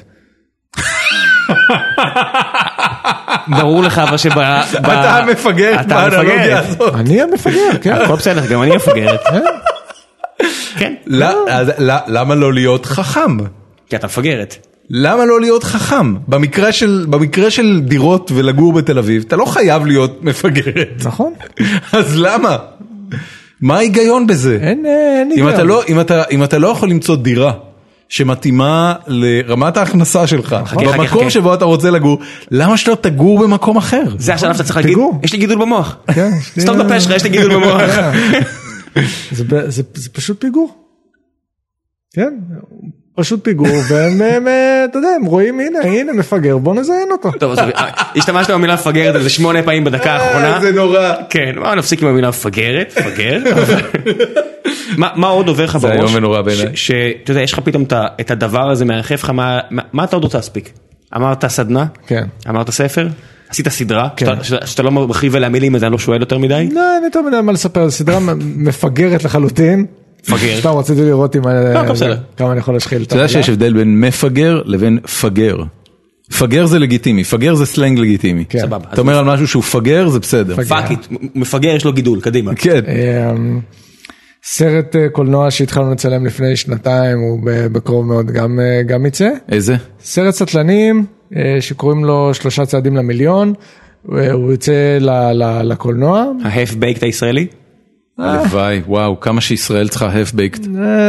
Speaker 2: ברור לך אבל
Speaker 1: אתה המפגר, באנלוגיה הזאת.
Speaker 3: אני המפגר, כן.
Speaker 2: הכל בסדר, גם אני מפגרת. כן.
Speaker 1: למה לא להיות חכם?
Speaker 2: כי אתה מפגרת.
Speaker 1: למה לא להיות חכם? במקרה של דירות ולגור בתל אביב, אתה לא חייב להיות מפגרת.
Speaker 3: נכון.
Speaker 1: אז למה? מה ההיגיון בזה?
Speaker 3: אין היגיון.
Speaker 1: אם אתה לא יכול למצוא דירה שמתאימה לרמת ההכנסה שלך, במקום שבו אתה רוצה לגור, למה שאתה תגור במקום אחר?
Speaker 2: זה השלב שאתה צריך להגיד, יש לי גידול במוח. סתום בפה שלך, יש לי גידול במוח.
Speaker 3: זה פשוט פיגור. כן, פשוט פיגור, והם, אתה יודע, הם רואים, הנה מפגר, בוא נזיין אותו.
Speaker 2: טוב, אז השתמשת במילה מפגרת, זה 8 פעמים בדקה האחרונה.
Speaker 1: זה נורא.
Speaker 2: כן, נפסיק עם המילה מפגרת, מפגר. מה עוד עובר לך בראש?
Speaker 1: זה היום ונורא בעיניי.
Speaker 2: שאתה יודע, יש לך פתאום את הדבר הזה מהרחף לך, מה אתה עוד רוצה להספיק? אמרת סדנה?
Speaker 3: כן.
Speaker 2: אמרת ספר? עשית סדרה? שאתה לא מרחיב אליה מילים, אז אני לא שואל יותר מדי?
Speaker 3: לא, אין יותר מדי מה לספר, סדרה מפגרת לחלוטין.
Speaker 2: מפגר.
Speaker 3: סתם רציתי לראות כמה אני יכול להשחיל.
Speaker 1: אתה יודע שיש הבדל בין מפגר לבין פגר. פגר זה לגיטימי, פגר זה סלנג לגיטימי.
Speaker 2: סבבה.
Speaker 1: אתה אומר על משהו שהוא פגר, זה בסדר.
Speaker 2: פאקית, מפגר יש לו גידול, קדימה.
Speaker 1: כן.
Speaker 3: סרט קולנוע שהתחלנו לצלם לפני 2 הוא בקרוב מאוד גם יצא.
Speaker 1: איזה?
Speaker 3: סרט סטלנים שקוראים לו 3 צעדים למיליון, הוא יצא לקולנוע.
Speaker 2: ההף בייקט הישראלי?
Speaker 1: הלוואי, וואו, כמה שישראל צריכה half baked.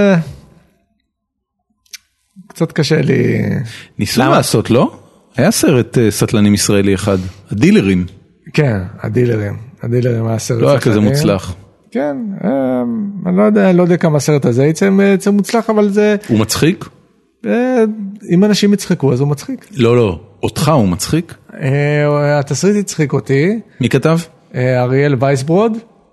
Speaker 3: קצת קשה לי.
Speaker 1: ניסו לעשות, לא? היה סרט סטלנים ישראלי אחד, הדילרים.
Speaker 3: כן, הדילרים היה סרט.
Speaker 1: לא היה כזה מוצלח.
Speaker 3: כן, אני לא יודע כמה הסרט הזה יצא מוצלח, אבל זה...
Speaker 1: הוא מצחיק?
Speaker 3: אם אנשים יצחקו, אז הוא מצחיק.
Speaker 1: לא, אותך הוא מצחיק?
Speaker 3: התסריט יצחיק אותי.
Speaker 1: מי כתב?
Speaker 3: אריאל וייסברוד.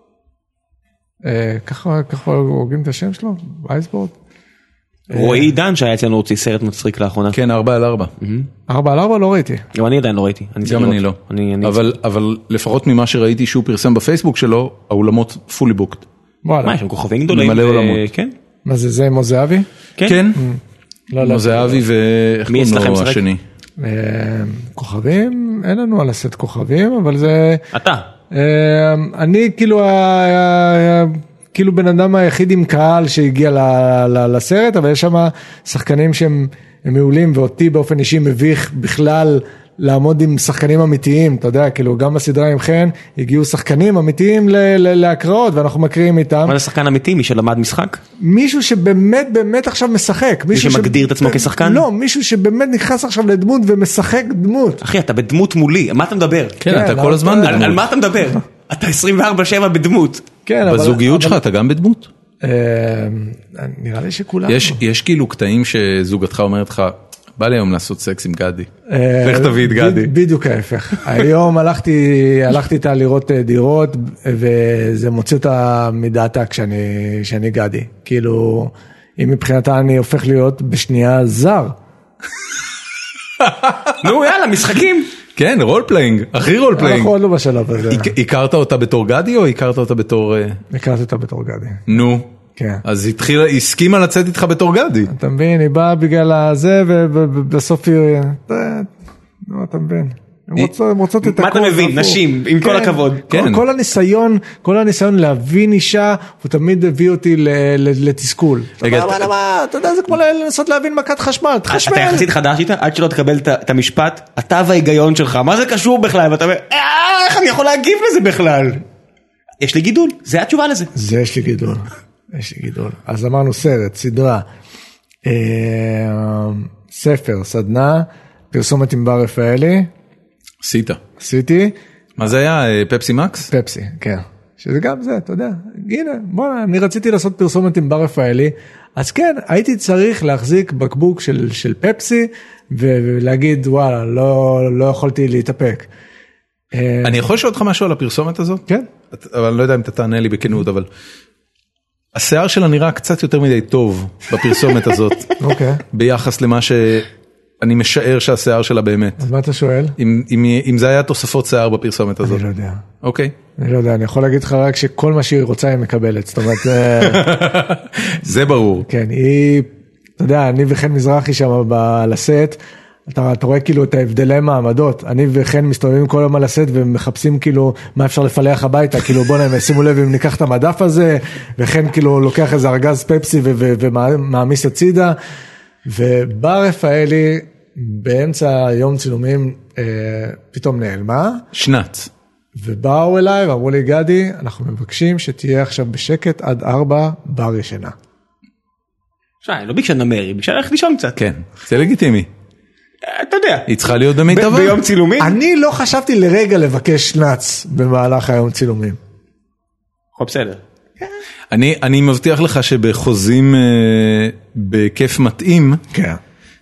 Speaker 3: ככה הוגים את השם שלו, וייסבורד.
Speaker 2: רועי עידן שהיה אצלנו הוציא סרט מצחיק לאחרונה.
Speaker 1: כן, 4x4.
Speaker 3: 4x4 לא ראיתי.
Speaker 2: גם אני עדיין לא ראיתי.
Speaker 1: גם אני לא. אבל לפחות ממה שראיתי שהוא פרסם בפייסבוק שלו, האולמות fully booked.
Speaker 2: מה, יש שם כוכבים גדולים?
Speaker 1: מלא עולמות.
Speaker 2: כן.
Speaker 3: מה זה מוזאבי?
Speaker 1: כן. מוזאבי ואיך קוראים לו השני?
Speaker 3: כוכבים? אין לנו על הסט כוכבים, אבל זה...
Speaker 2: אתה.
Speaker 3: אני כאילו בן אדם היחיד עם קהל שהגיע לסרט, אבל יש שם שחקנים שהם מעולים, ואותי באופן אישי מביך בכלל לעמוד עם שחקנים אמיתיים, אתה יודע, כאילו גם בסדרה עם חן, הגיעו שחקנים אמיתיים להקראות, ואנחנו מקריאים איתם.
Speaker 2: מה זה שחקן אמיתי? מי שלמד משחק?
Speaker 3: מישהו שבאמת עכשיו משחק.
Speaker 2: מי שמגדיר את עצמו כשחקן?
Speaker 3: לא, מישהו שבאמת נכנס עכשיו לדמות ומשחק דמות.
Speaker 2: אחי, אתה בדמות מולי, מה אתה מדבר?
Speaker 1: כן, אתה כל הזמן בדמות.
Speaker 2: על מה אתה מדבר? אתה 24/7 בדמות.
Speaker 1: בזוגיות שלך אתה גם בדמות?
Speaker 3: נראה לי שכולם.
Speaker 1: יש כאילו קטעים שזוגתך אומרת לך, בא לי היום לעשות סקס עם גדי. איך תביא את גדי?
Speaker 3: בדיוק ההפך. היום הלכתי איתה לראות דירות, וזה מוציא אותה מדעתה כשאני גדי. כאילו, אם מבחינתה אני הופך להיות בשנייה זר.
Speaker 2: נו יאללה, משחקים.
Speaker 1: כן, רול פליינג, הכי רול פליינג.
Speaker 3: אנחנו עוד לא בשלב הזה.
Speaker 1: הכרת אותה בתור גדי או הכרת אותה בתור...
Speaker 3: הכרתי אותה בתור גדי.
Speaker 1: נו.
Speaker 3: כן.
Speaker 1: אז הסכימה לצאת איתך בתור גדי.
Speaker 3: אתה מבין, היא באה בגלל הזה, ובסוף היא... אתה מבין. הם רוצות את הכל.
Speaker 2: מה אתה מבין? נשים, עם כל הכבוד.
Speaker 3: כל הניסיון להבין אישה, הוא תמיד הביא אותי לתסכול. אתה יודע, זה כמו לנסות להבין מכת חשמל.
Speaker 2: אתה יחסית חדש איתה, עד שלא תקבל את המשפט, אתה וההיגיון שלך, מה זה קשור בכלל? ואתה אומר, איך אני יכול להגיב לזה בכלל? יש לי גידול, זה התשובה לזה.
Speaker 3: זה יש לי גידול. אז אמרנו סרט, סדרה. ספר, סדנה, פרסומת עם בר רפאלי. עשיתי.
Speaker 1: מה זה היה? פפסי מקס?
Speaker 3: פפסי, כן. שזה גם זה, אתה יודע. הנה, בוא, אני רציתי לעשות פרסומת עם בר רפאלי, אז כן, הייתי צריך להחזיק בקבוק של פפסי, ולהגיד, וואלה, לא יכולתי להתאפק.
Speaker 1: אני יכול לשאול אותך משהו על הפרסומת הזאת?
Speaker 3: כן.
Speaker 1: אבל אני לא יודע אם אתה תענה לי בכנות, אבל השיער שלה נראה קצת יותר מדי טוב בפרסומת הזאת, ביחס למה שאני משער שהשיער שלה באמת.
Speaker 3: אז מה אתה שואל?
Speaker 1: אם זה היה תוספות שיער בפרסומת הזאת.
Speaker 3: אני לא יודע.
Speaker 1: אוקיי.
Speaker 3: אני לא יודע, אני יכול להגיד לך רק שכל מה שהיא רוצה היא מקבלת, זאת אומרת...
Speaker 1: זה ברור.
Speaker 3: כן, אתה יודע, אני וחן מזרחי שם לסט, אתה רואה כאילו את ההבדלי מעמדות, אני וחן מסתובבים כל יום על הסט ומחפשים כאילו מה אפשר לפלח הביתה, כאילו בוא נעים, שימו לב אם ניקח את המדף הזה, וחן כאילו לוקח איזה ארגז פפסי ומעמיס הצידה, ובר רפאלי באמצע יום צילומים פתאום נעלמה.
Speaker 1: שנץ.
Speaker 3: ובאו אליי ואמרו לי, גדי, אנחנו מבקשים שתהיה עכשיו בשקט עד 4 בר ישנה.
Speaker 2: לא ביקשה נמר, היא ביקשה ללכת לישון קצת.
Speaker 1: כן, זה לגיטימי.
Speaker 2: אתה יודע.
Speaker 1: היא צריכה להיות במיטבה.
Speaker 2: ביום צילומים?
Speaker 3: אני לא חשבתי לרגע לבקש שנץ במהלך היום צילומים.
Speaker 2: בסדר.
Speaker 1: אני מבטיח לך שבחוזים בכיף מתאים,
Speaker 3: כן.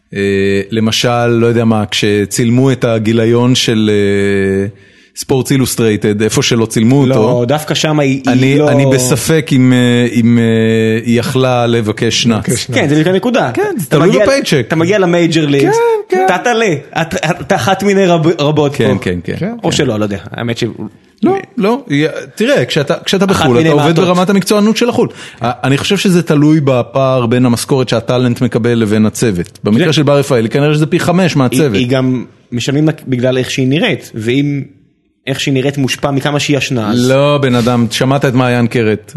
Speaker 1: למשל, לא יודע מה, כשצילמו את הגיליון של ספורטס אילוסטרייטד, איפה שלא צילמו אותו.
Speaker 2: לא, דווקא שם היא לא...
Speaker 1: אני בספק אם היא יכלה לבקש שנץ.
Speaker 2: כן, זה לפני נקודה.
Speaker 1: כן, זה תלוי בפייצ'ק.
Speaker 2: אתה מגיע למייג'ר ליגס, אתה תעלה, אתה אחת מיני רבות פה.
Speaker 1: כן, כן, כן.
Speaker 2: או שלא, לא יודע, האמת ש...
Speaker 1: לא, תראה, כשאתה בחול, אתה עובד ברמת המקצוענות של החול. אני חושב שזה תלוי בפער בין המשכורת שהטלנט מקבל לבין הצוות. במקרה של בר רפאלי, כנראה שזה פי 5 מהצוות.
Speaker 2: היא גם משלמים בגלל איך שהיא נראית, ואם איך שהיא נראית מושפע מכמה שהיא השנה.
Speaker 1: לא, בן אדם, שמעת את מעיין קרת.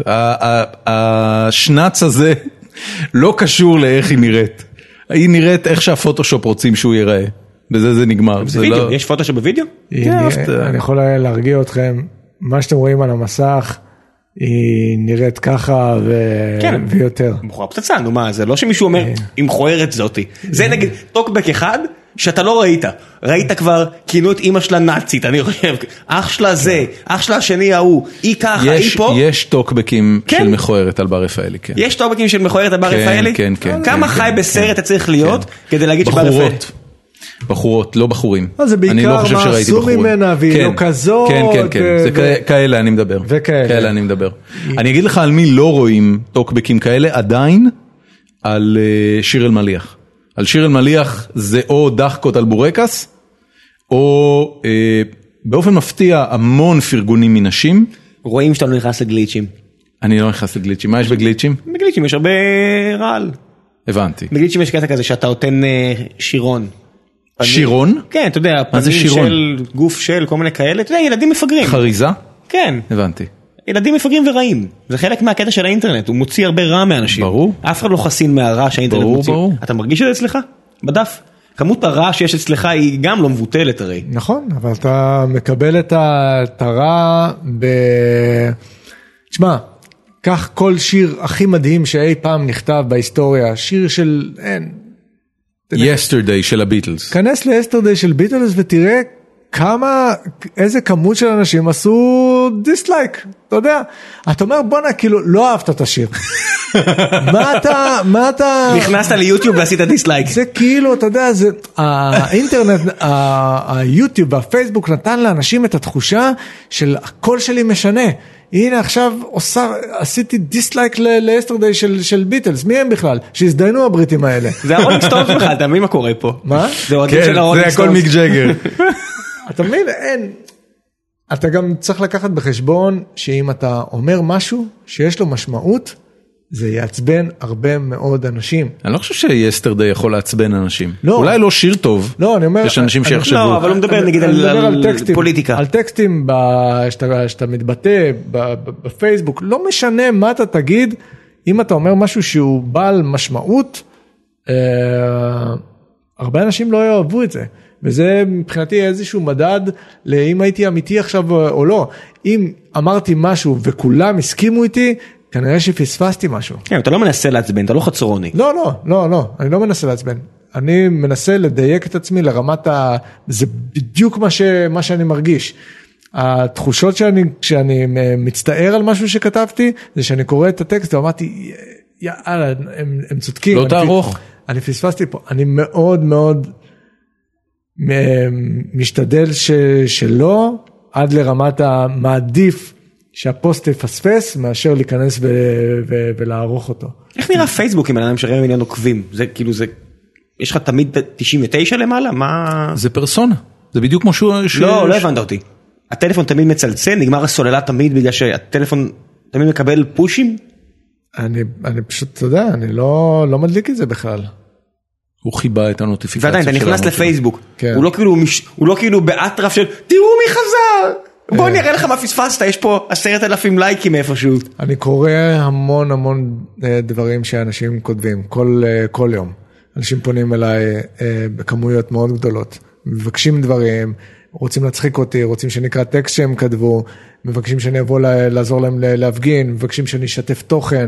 Speaker 1: השנץ הזה לא קשור לאיך היא נראית. היא נראית איך שהפוטושופ רוצים שהוא ייראה. בזה זה נגמר.
Speaker 2: זה וידאו, יש פוטושופ בווידאו?
Speaker 3: אני יכול להרגיע אתכם, מה שאתם רואים על המסך, היא נראית ככה ויותר.
Speaker 2: בחורה פצצה, נו מה, זה לא שמישהו אומר, היא מכוערת זאתי. זה נגיד טוקבק אחד, שאתה לא ראית. ראית כבר, כינו את אמא שלה נאצית, אני חושב, אח שלה זה, אח שלה השני ההוא, היא ככה, היא פה.
Speaker 1: יש טוקבקים של מכוערת על בר רפאלי, כן.
Speaker 2: יש טוקבקים של מכוערת על בר רפאלי? כן, כן. כמה חי בסרט אתה צריך להיות, כדי להגיד שבר רפאלי?
Speaker 1: בחורות, לא בחורים.
Speaker 3: זה בעיקר מה עשו ממנה, והיא לא כזאת.
Speaker 1: כן, כן, כן, זה כאלה אני מדבר. כאלה אני מדבר. אני אגיד לך על מי לא רואים טוקבקים כאלה, עדיין על שיר אלמליח. על שיר אלמליח זה או דחקות על בורקס, או באופן מפתיע המון פרגונים מנשים.
Speaker 2: רואים שאתה לא נכנס לגליצ'ים.
Speaker 1: אני לא נכנס לגליצ'ים. מה יש בגליצ'ים?
Speaker 2: בגליצ'ים יש הרבה רעל.
Speaker 1: הבנתי.
Speaker 2: בגליצ'ים יש קטע כזה שאתה נותן שירון.
Speaker 1: שירון?
Speaker 2: כן, אתה יודע, פנים של גוף של כל מיני כאלה, אתה יודע, ילדים מפגרים.
Speaker 1: חריזה?
Speaker 2: כן.
Speaker 1: הבנתי.
Speaker 2: ילדים מפגרים ורעים. זה חלק מהקטע של האינטרנט, הוא מוציא הרבה רע מאנשים.
Speaker 1: ברור.
Speaker 2: אף אחד לא חסין מהרע שהאינטרנט מוציא.
Speaker 1: ברור.
Speaker 2: אתה מרגיש את זה אצלך? בדף? כמות הרע שיש אצלך היא גם לא מבוטלת הרי.
Speaker 3: נכון, אבל אתה מקבל את הרע תשמע, קח כל שיר הכי מדהים שאי פעם נכתב בהיסטוריה, שיר של...
Speaker 1: Yesterday של הביטלס.
Speaker 3: כנס ל-Yesterday של ביטלס ותראה איזה כמות של אנשים עשו דיסלייק, אתה יודע, אתה אומר בונה, כאילו לא אהבת את השיר. מה אתה...
Speaker 2: נכנסת ליוטיוב ועשית דיסלייק.
Speaker 3: זה כאילו, אתה יודע, האינטרנט, היוטיוב והפייסבוק נתן לאנשים את התחושה של הקול שלי משנה. הנה עכשיו עשיתי דיסלייק ל-Yesterday של ביטלס, מי הם בכלל? שהזדיינו הבריטים האלה.
Speaker 2: זה הרולינג סטונס בכלל, אתה מבין מה קורה פה?
Speaker 3: מה?
Speaker 1: כן, זה הכל מיק ג'אגר.
Speaker 3: אתה מבין, אתה גם צריך לקחת בחשבון שאם אתה אומר משהו שיש לו משמעות, זה יעצבן הרבה מאוד אנשים.
Speaker 1: אני לא חושב ש-Yesterday יכול לעצבן אנשים.
Speaker 3: לא.
Speaker 1: אולי לא שיר טוב.
Speaker 3: לא, אני אומר...
Speaker 1: יש אנשים שיחשבו.
Speaker 2: לא, אבל הוא מדבר נגיד על פוליטיקה.
Speaker 3: על טקסטים שאתה מתבטא בפייסבוק. לא משנה מה אתה תגיד, אם אתה אומר משהו שהוא בעל משמעות, הרבה אנשים לא יאהבו את זה. וזה מבחינתי איזשהו מדד לאם הייתי אמיתי עכשיו או לא. אם אמרתי משהו וכולם הסכימו איתי, כנראה שפספסתי משהו.
Speaker 2: כן, אתה לא מנסה לעצבן, אתה לא חצרוני.
Speaker 3: לא, אני לא מנסה לעצבן. אני מנסה לדייק את עצמי לרמת זה בדיוק מה שאני מרגיש. התחושות כשאני מצטער על משהו שכתבתי, זה שאני קורא את הטקסט ואמרתי, יאללה, הם צודקים.
Speaker 1: לא תארוך.
Speaker 3: אני פספסתי פה, אני מאוד מאוד משתדל שלא, עד לרמת המעדיף שהפוסט יפספס, מאשר להיכנס ולערוך אותו.
Speaker 2: איך נראה פייסבוק עם אדם שראה מיליון עוקבים? זה כאילו זה, יש לך תמיד 99 למעלה? מה?
Speaker 1: זה פרסונה, זה בדיוק כמו שהוא...
Speaker 2: לא הבנת אותי. הטלפון תמיד מצלצל, נגמר הסוללה תמיד בגלל שהטלפון תמיד מקבל פושים?
Speaker 3: אני פשוט, אתה יודע, אני לא מדליק את זה בכלל.
Speaker 1: הוא חיבה את הנוטיפיקציה.
Speaker 2: ועדיין, אתה נכנס לפייסבוק, הוא לא כאילו באטרף של, תראו מי חזר, בוא נראה לך מה פספסת, יש פה 10,000 לייקים איפשהו.
Speaker 3: אני קורא המון דברים שאנשים כותבים, כל יום. אנשים פונים אליי בכמויות מאוד גדולות, מבקשים דברים, רוצים להצחיק אותי, רוצים שנקרא טקסט שהם כתבו, מבקשים שאני אבוא לעזור להם להפגין, מבקשים שאני אשתף תוכן.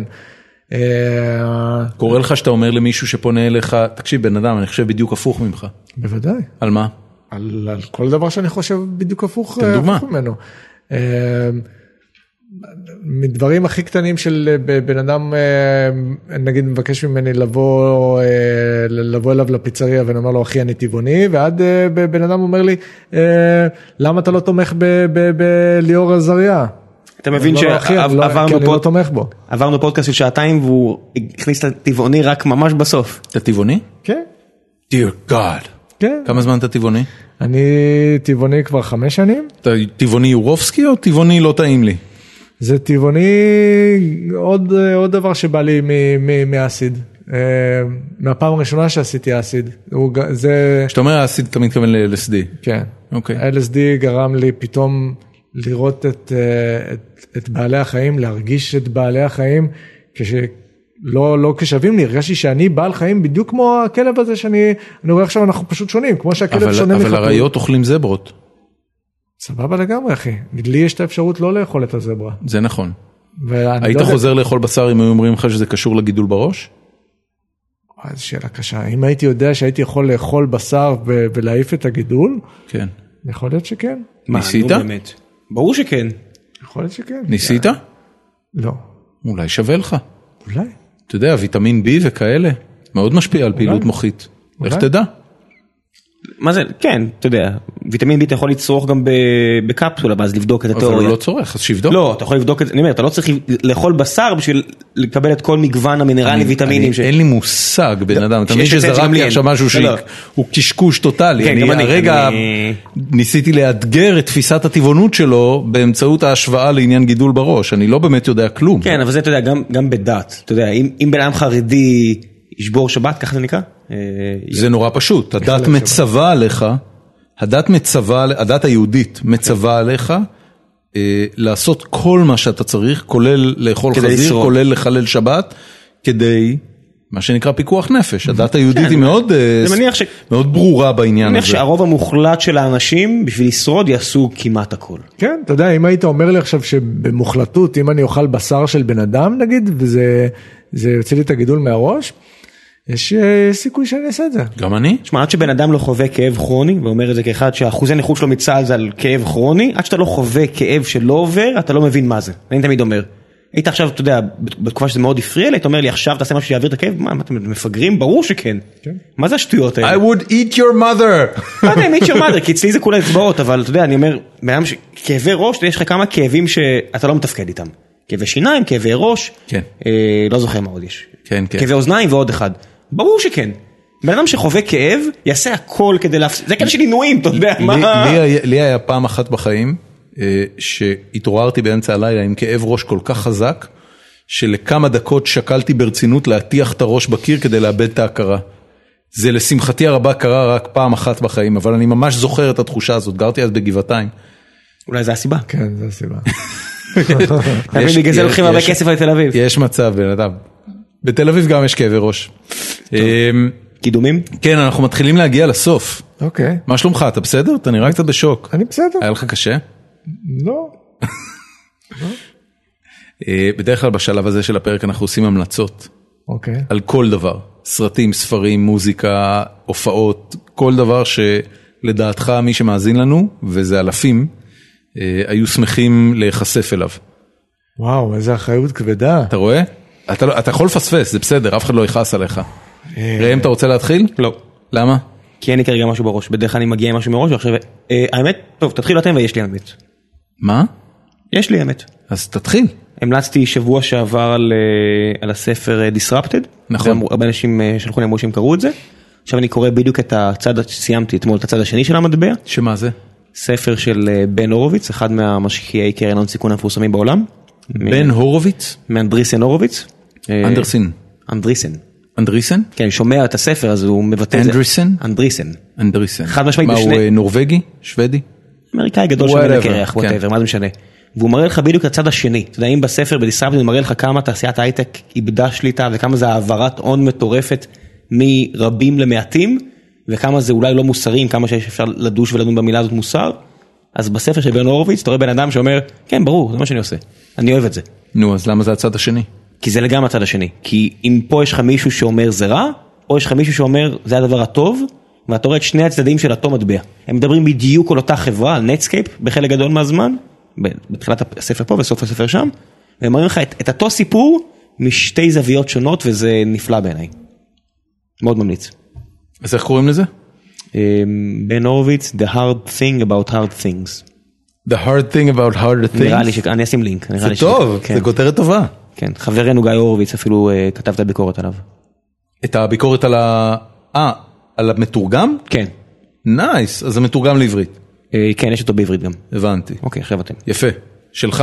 Speaker 1: קורא לך שאתה אומר למישהו שפונה אליך, תקשיב בן אדם, אני חושב בדיוק הפוך ממך.
Speaker 3: בוודאי.
Speaker 1: על מה?
Speaker 3: על כל דבר שאני חושב בדיוק הפוך ממנו. מדברים הכי קטנים של בן אדם, נגיד מבקש ממני לבוא אליו לפיצריה ואני לו אחי אני טבעוני, ועד בן אדם אומר לי למה אתה לא תומך בליאור עזריה?
Speaker 2: אתה מבין שעברנו פודקאסט של שעתיים והוא הכניס את הטבעוני רק ממש בסוף.
Speaker 1: אתה טבעוני?
Speaker 3: כן.
Speaker 1: Dear God.
Speaker 3: כן.
Speaker 1: כמה זמן אתה טבעוני?
Speaker 3: אני טבעוני כבר 5 שנים.
Speaker 1: אתה טבעוני יורובסקי או טבעוני לא טעים לי?
Speaker 3: זה טבעוני, עוד דבר שבא לי מאסיד. מהפעם הראשונה שעשיתי אסיד.
Speaker 1: כשאתה אומר אסיד, אתה מתכוון ל-LSD.
Speaker 3: כן.
Speaker 1: אוקיי.
Speaker 3: LSD גרם לי פתאום לראות את בעלי החיים, להרגיש את בעלי החיים, לא כשווים לי, הרגשתי שאני בעל חיים בדיוק כמו הכלב הזה שאני רואה עכשיו, אנחנו פשוט שונים, כמו שהכלב שונה מחתול.
Speaker 1: אבל הרעיות אוכלים זברות.
Speaker 3: סבבה לגמרי אחי, לי יש את האפשרות לא לאכול את הזברה.
Speaker 1: זה נכון. היית חוזר לאכול בשר אם היו אומרים לך שזה קשור לגידול בראש?
Speaker 3: זו שאלה קשה, אם הייתי יודע שהייתי יכול לאכול בשר ולהעיף את הגידול,
Speaker 1: כן.
Speaker 3: יכול להיות שכן.
Speaker 1: ניסית?
Speaker 2: ברור שכן.
Speaker 3: יכול להיות שכן.
Speaker 1: ניסית?
Speaker 3: לא.
Speaker 1: אולי שווה לך.
Speaker 3: אולי.
Speaker 1: אתה יודע, ויטמין B וכאלה, מאוד משפיע על פעילות מוחית. איך תדע?
Speaker 2: מה זה? כן, אתה יודע, ויטמין B אתה יכול לצרוך גם בקפסולה, ואז לבדוק את התיאוריה.
Speaker 1: אבל הוא לא צורך, אז שיבדוק.
Speaker 2: לא, אתה יכול לבדוק את זה, אני אומר, אתה לא צריך לאכול בשר בשביל לקבל את כל מגוון המינרלים ויטמינים.
Speaker 1: אין לי מושג בן אדם, אתה מבין שזרק לי עכשיו משהו שהוא קשקוש טוטלי. אני הרגע ניסיתי לאתגר את תפיסת הטבעונות שלו באמצעות ההשוואה לעניין גידול בראש, אני לא באמת יודע כלום.
Speaker 2: כן, אבל זה אתה יודע, גם בדת, אתה יודע, אם בן אדם חרדי ישבור שבת, ככה זה נקרא?
Speaker 1: זה נורא פשוט, הדת מצווה עליך, הדת היהודית מצווה עליך לעשות כל מה שאתה צריך, כולל לאכול חזיר, כולל לחלל שבת, כדי, מה שנקרא פיקוח נפש. הדת היהודית היא מאוד ברורה בעניין הזה.
Speaker 2: אני מניח שהרוב המוחלט של האנשים בשביל לשרוד יעשו כמעט הכל.
Speaker 3: כן, אתה יודע, אם היית אומר לי עכשיו שבמוחלטות, אם אני אוכל בשר של בן אדם נגיד, וזה יוצא לי את הגידול מהראש, יש סיכוי שאני אעשה את זה.
Speaker 1: גם אני?
Speaker 2: תשמע, עד שבן אדם לא חווה כאב כרוני, ואומר את זה כאחד שהאחוזי נכות שלו מצה"ל זה על כאב כרוני, עד שאתה לא חווה כאב שלא עובר, אתה לא מבין מה זה. אני תמיד אומר, היית עכשיו, אתה יודע, בתקופה שזה מאוד הפריע לי, היית אומר לי, עכשיו תעשה משהו שיעביר את הכאב, מה, אתם מפגרים? ברור שכן. מה זה השטויות האלה?
Speaker 1: I would eat your mother.
Speaker 2: מה זה, eat your mother? כי אצלי זה כולה אצבעות, אבל אתה יודע, אני אומר, כאבי ראש, יש לך כמה כאבים שאתה לא מתפקד איתם. כאבי שיניים, כאבי ראש, לא זוכר מה עוד יש. כאבי אוזניים ועוד אחד. ברור שכן. בן אדם שחווה כאב, יעשה הכל כדי להפסיק. זה כאלה של עינויים, אתה יודע מה?
Speaker 1: לי היה פעם אחת בחיים, שהתעוררתי באמצע הלילה עם כאב ראש כל כך חזק, שלכמה דקות שקלתי ברצינות להטיח את הראש בקיר כדי לאבד את ההכרה. זה לשמחתי הרבה קרה רק פעם אחת בחיים, אבל אני ממש זוכר את התחושה הזאת. גרתי אז בגבעתיים.
Speaker 2: אולי זה הסיבה.
Speaker 3: כן, זה הסיבה.
Speaker 2: בגלל זה לוקחים הרבה כסף לתל אביב.
Speaker 1: יש מצב, בן אדם. בתל אביב גם יש כאבי ראש.
Speaker 2: קידומים?
Speaker 1: כן, אנחנו מתחילים להגיע לסוף.
Speaker 3: אוקיי.
Speaker 1: מה שלומך? אתה בסדר? אתה נראה קצת בשוק.
Speaker 3: אני בסדר.
Speaker 1: היה לך קשה?
Speaker 3: לא.
Speaker 1: בדרך כלל בשלב הזה של הפרק אנחנו עושים המלצות.
Speaker 3: אוקיי.
Speaker 1: על כל דבר, סרטים, ספרים, מוזיקה, הופעות, כל דבר שלדעתך מי שמאזין לנו, וזה אלפים, היו שמחים להיחשף אליו.
Speaker 3: וואו, איזה אחריות כבדה.
Speaker 1: אתה רואה? אתה יכול לפספס, זה בסדר, אף אחד לא יכעס עליך. ראם, אתה רוצה להתחיל?
Speaker 2: לא.
Speaker 1: למה?
Speaker 2: כי אין לי כרגע משהו בראש, בדרך כלל אני מגיע עם משהו מראש, ועכשיו, האמת, טוב, תתחילו אתם ויש לי האמת.
Speaker 1: מה?
Speaker 2: יש לי האמת.
Speaker 1: אז תתחיל.
Speaker 2: המלצתי שבוע שעבר על הספר Disrupted.
Speaker 1: נכון.
Speaker 2: הרבה אנשים שלחו לי אמרו שהם קראו את זה. עכשיו אני קורא בדיוק את הצד, סיימתי אתמול את הצד השני של המטבע.
Speaker 1: שמה זה?
Speaker 2: ספר של בן הורוביץ, אחד מהמשקיעי קרן הון סיכון המפורסמים בעולם.
Speaker 1: בן הורוביץ?
Speaker 2: מאנדריסן הורוביץ.
Speaker 1: אנדרסן.
Speaker 2: אנדריסן.
Speaker 1: אנדריסן?
Speaker 2: כן, שומע את הספר, אז הוא מבטא את זה.
Speaker 1: אנדריסן?
Speaker 2: אנדריסן.
Speaker 1: אנדריסן.
Speaker 2: חד משמעית
Speaker 1: מה, הוא נורווגי? שוודי?
Speaker 2: אמריקאי גדול שמנה קרח, whatever, מה זה משנה. והוא מראה לך בדיוק את הצד השני. אתה יודע, אם בספר בדיסרפטד הוא מראה לך כמה תעשיית ההייטק איבדה שליטה, וכמה זה העברת הון מטורפת מרבים למעטים, וכמה זה אולי לא מוסרי, כמה שאפשר לדוש ולדון במילה הזאת מוסר. אז בספר של בן הורוביץ, אתה רואה בן אדם שאומר, כן, ברור, זה מה שאני עושה. אני אוהב את זה.
Speaker 1: נו, אז למה זה הצד השני?
Speaker 2: כי זה לגמרי הצד השני. כי אם פה יש לך מישהו שאומר זה רע, או יש לך מישהו שאומר זה הדבר הטוב, ואתה רואה את שני הצדדים של אותו מטבע. הם מדברים בדיוק על אותה חברה, על נטסקייפ, בחלק גדול מהזמן, בתחילת הספר פה וסוף הספר שם, והם מראים לך את אותו סיפור משתי זוויות שונות, וזה נפלא בעיניי. מאוד ממליץ.
Speaker 1: אז איך קוראים לזה?
Speaker 2: בן הורוביץ, The Hard Thing About Hard Things.
Speaker 1: The Hard Thing About Hard Things?
Speaker 2: נראה לי אני אשים לינק.
Speaker 1: זה טוב, זה כותרת טובה.
Speaker 2: כן, חברנו גיא הורוביץ אפילו כתב את הביקורת עליו.
Speaker 1: את הביקורת על המתורגם?
Speaker 2: כן.
Speaker 1: נייס, אז זה מתורגם לעברית.
Speaker 2: כן, יש אותו בעברית גם.
Speaker 1: הבנתי.
Speaker 2: אוקיי, עכשיו אתם.
Speaker 1: יפה, שלך.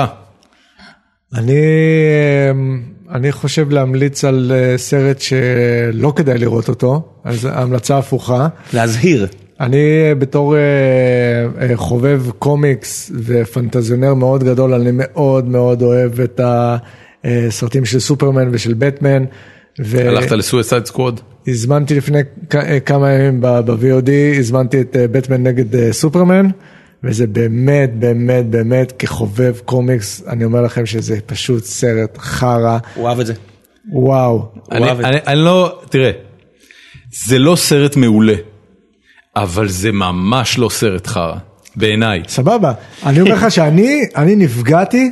Speaker 3: אני חושב להמליץ על סרט שלא כדאי לראות אותו, אז ההמלצה הפוכה.
Speaker 2: להזהיר.
Speaker 3: אני בתור חובב קומיקס ופנטזיונר מאוד גדול, אני מאוד מאוד אוהב את הסרטים של סופרמן ושל בטמן.
Speaker 1: הלכת לסויסייד סקוואד?
Speaker 3: הזמנתי לפני כמה ימים ב-VOD, הזמנתי את בטמן נגד סופרמן, וזה באמת, באמת, באמת, כחובב קומיקס, אני אומר לכם שזה פשוט סרט חרה.
Speaker 2: הוא אוהב את זה.
Speaker 3: וואו.
Speaker 1: אני לא, תראה, זה לא סרט מעולה, אבל זה ממש לא סרט חרה, בעיניי.
Speaker 3: סבבה, אני אומר לך שאני נפגעתי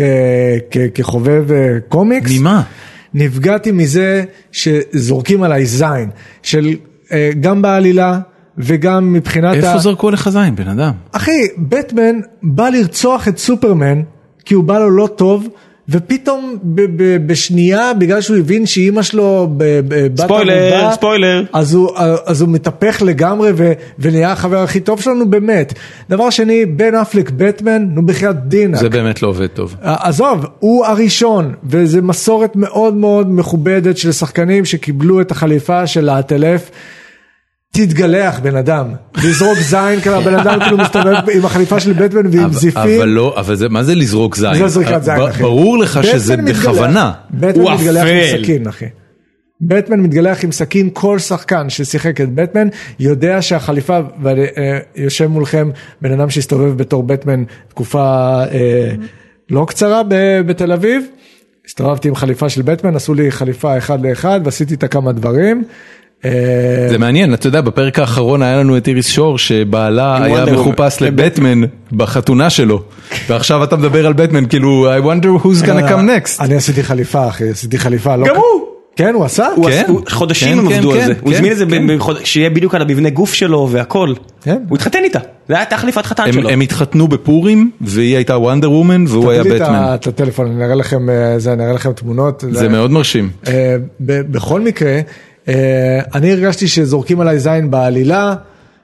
Speaker 3: כחובב קומיקס.
Speaker 1: ממה?
Speaker 3: נפגעתי מזה שזורקים עליי זין, של גם בעלילה וגם מבחינת...
Speaker 1: איפה זרקו עליך זין, בן אדם?
Speaker 3: אחי, בטמן בא לרצוח את סופרמן, כי הוא בא לו לא טוב, ופתאום בשנייה, בגלל שהוא הבין שאימא שלו בת
Speaker 2: ספוילר, ספוילר.
Speaker 3: אז הוא מתהפך לגמרי ונהיה החבר הכי טוב שלנו באמת. דבר שני, בן אפלק בטמן, נו בחייאת דינק.
Speaker 1: זה באמת לא עובד טוב.
Speaker 3: עזוב, הוא הראשון, וזה מסורת מאוד מאוד מכובדת של שחקנים שקיבלו את החליפה של האטלף. תתגלח בן אדם, לזרוק זין כזה, בן אדם כאילו מסתובב עם החליפה של בטמן ועם זיפים.
Speaker 1: אבל לא, אבל מה זה לזרוק זין?
Speaker 3: זה זריקת זין, אחי.
Speaker 1: ברור לך שזה בכוונה.
Speaker 3: בטמן מתגלח עם סכין, אחי. בטמן מתגלח עם סכין, כל שחקן ששיחק את בטמן, יודע שהחליפה, ויושב מולכם בן אדם שהסתובב בתור בטמן תקופה לא קצרה בתל אביב, הסתובבתי עם חליפה של בטמן, עשו לי חליפה אחד לאחד, ועשיתי איתה כמה דברים,
Speaker 1: זה מעניין, אתה יודע, בפרק האחרון היה לנו את איריס שור שבעלה היה מחופש לבטמן בחתונה שלו, ועכשיו אתה מדבר על בטמן, כאילו I wonder who's gonna come next.
Speaker 3: אני עשיתי חליפה, אחי, עשיתי חליפה.
Speaker 2: גם הוא!
Speaker 3: כן, הוא עשה?
Speaker 2: חודשים הם עבדו על זה, הוא הזמין את זה שיהיה בדיוק על המבנה גוף שלו והכל, הוא התחתן איתה, זה היה חליפת חתן שלו.
Speaker 1: הם התחתנו בפורים, והיא הייתה וונדר וומן והוא היה בטמן.
Speaker 3: את הטלפון, אני אראה לכם תמונות.
Speaker 1: זה מאוד מרשים.
Speaker 3: בכל מקרה, אני הרגשתי שזורקים עליי זין בעלילה,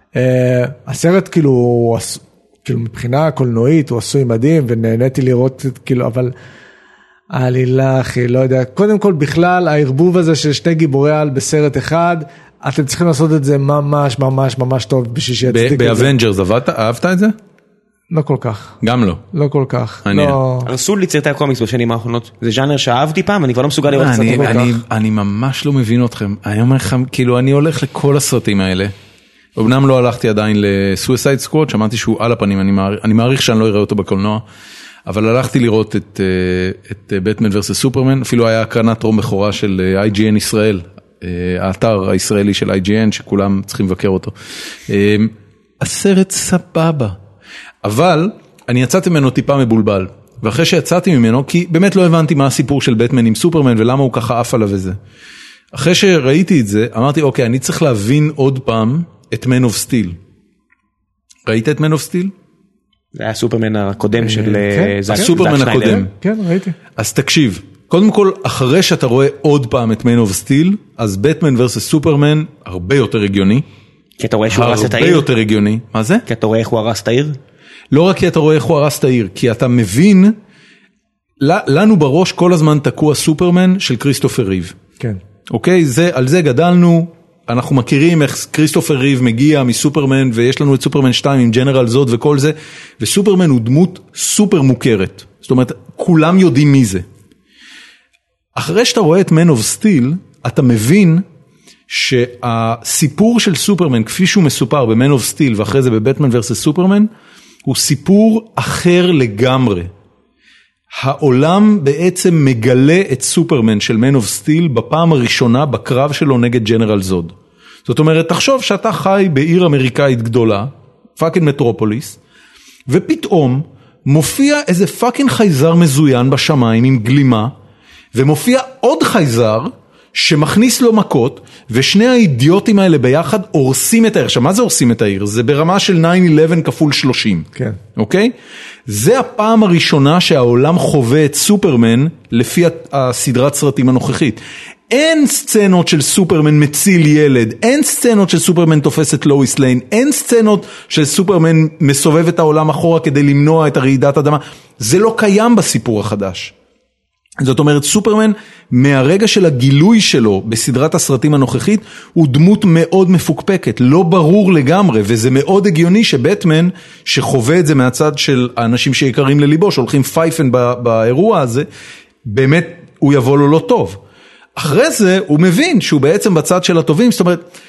Speaker 3: הסרט כאילו מבחינה קולנועית הוא עשוי מדהים ונהניתי לראות כאילו, אבל העלילה אחי לא יודע, קודם כל בכלל הערבוב הזה של שני גיבורי על בסרט אחד, אתם צריכים לעשות את זה ממש ממש ממש טוב בשביל שיצדיק את זה.
Speaker 1: באבנג'רס אהבת את זה?
Speaker 3: לא כל כך.
Speaker 1: גם לא.
Speaker 3: לא כל כך.
Speaker 2: הרסו לי סרטי הקומיקס בשנים האחרונות. זה ז'אנר שאהבתי פעם, אני כבר לא מסוגל לראות סרטים כל כך.
Speaker 1: אני ממש לא מבין אתכם. אני אומר לכם, כאילו אני הולך לכל הסרטים האלה. אמנם לא הלכתי עדיין לסויסייד סקוואד, שמעתי שהוא על הפנים, אני מעריך שאני לא אראה אותו בקולנוע, אבל הלכתי לראות את בטמן ורסס סופרמן, אפילו היה הקרנת טרום בכורה של IGN ישראל, האתר הישראלי של IGN, שכולם צריכים לבקר אותו. הסרט סבבה, אבל אני יצאתי ממנו טיפה מבולבל, ואחרי שיצאתי ממנו, כי באמת לא הבנתי מה הסיפור של בטמן עם סופרמן, ולמה הוא ככה עף עליו וזה. אחרי שראיתי את זה, אמרתי, אוקיי, אני צריך להבין עוד פעם את Man of Steel. ראית את Man of Steel?
Speaker 2: זה היה הסופרמן הקודם של
Speaker 1: הסופרמן הקודם.
Speaker 3: כן, ראיתי.
Speaker 1: אז תקשיב, קודם כל, אחרי שאתה רואה עוד פעם את Man of Steel, אז בטמן ורסס סופרמן הרבה יותר הגיוני.
Speaker 2: כי אתה רואה שהוא הרס את העיר?
Speaker 1: הרבה יותר הגיוני. מה זה?
Speaker 2: כי אתה רואה איך הוא הרס את העיר?
Speaker 1: לא רק כי אתה רואה איך הוא הרס את העיר, כי אתה מבין, לנו בראש כל הזמן תקוע סופרמן של כריסטופר ריב.
Speaker 3: כן.
Speaker 1: אוקיי? על זה גדלנו, אנחנו מכירים איך כריסטופר ריב מגיע מסופרמן, ויש לנו את סופרמן 2 עם ג'נרל זוד וכל זה, וסופרמן הוא דמות סופר מוכרת. זאת אומרת, כולם יודעים מי זה. אחרי שאתה רואה את Man of Steel, אתה מבין שהסיפור של סופרמן, כפי שהוא מסופר ב-Man of Steel, ואחרי זה בבטמן ורסס סופרמן, הוא סיפור אחר לגמרי. העולם בעצם מגלה את סופרמן של Man of Steel בפעם הראשונה בקרב שלו נגד ג'נרל זוד. זאת אומרת, תחשוב שאתה חי בעיר אמריקאית גדולה, פאקינג מטרופוליס, ופתאום מופיע איזה פאקינג חייזר מזוין בשמיים עם גלימה, ומופיע עוד חייזר שמכניס לו מכות, ושני האידיוטים האלה ביחד הורסים את העיר. עכשיו, מה זה הורסים את העיר? זה ברמה של 9-11 כפול 30.
Speaker 3: כן.
Speaker 1: אוקיי? זה הפעם הראשונה שהעולם חווה את סופרמן לפי הסדרת סרטים הנוכחית. אין סצנות של סופרמן מציל ילד, אין סצנות של סופרמן תופס את לואיס ליין, אין סצנות של סופרמן מסובב את העולם אחורה כדי למנוע את הרעידת אדמה. זה לא קיים בסיפור החדש. זאת אומרת, סופרמן מהרגע של הגילוי שלו בסדרת הסרטים הנוכחית, הוא דמות מאוד מפוקפקת, לא ברור לגמרי, וזה מאוד הגיוני שבטמן, שחווה את זה מהצד של האנשים שיקרים לליבו, שהולכים פייפן באירוע הזה, באמת הוא יבוא לו לא טוב. אחרי זה הוא מבין שהוא בעצם בצד של הטובים, זאת אומרת,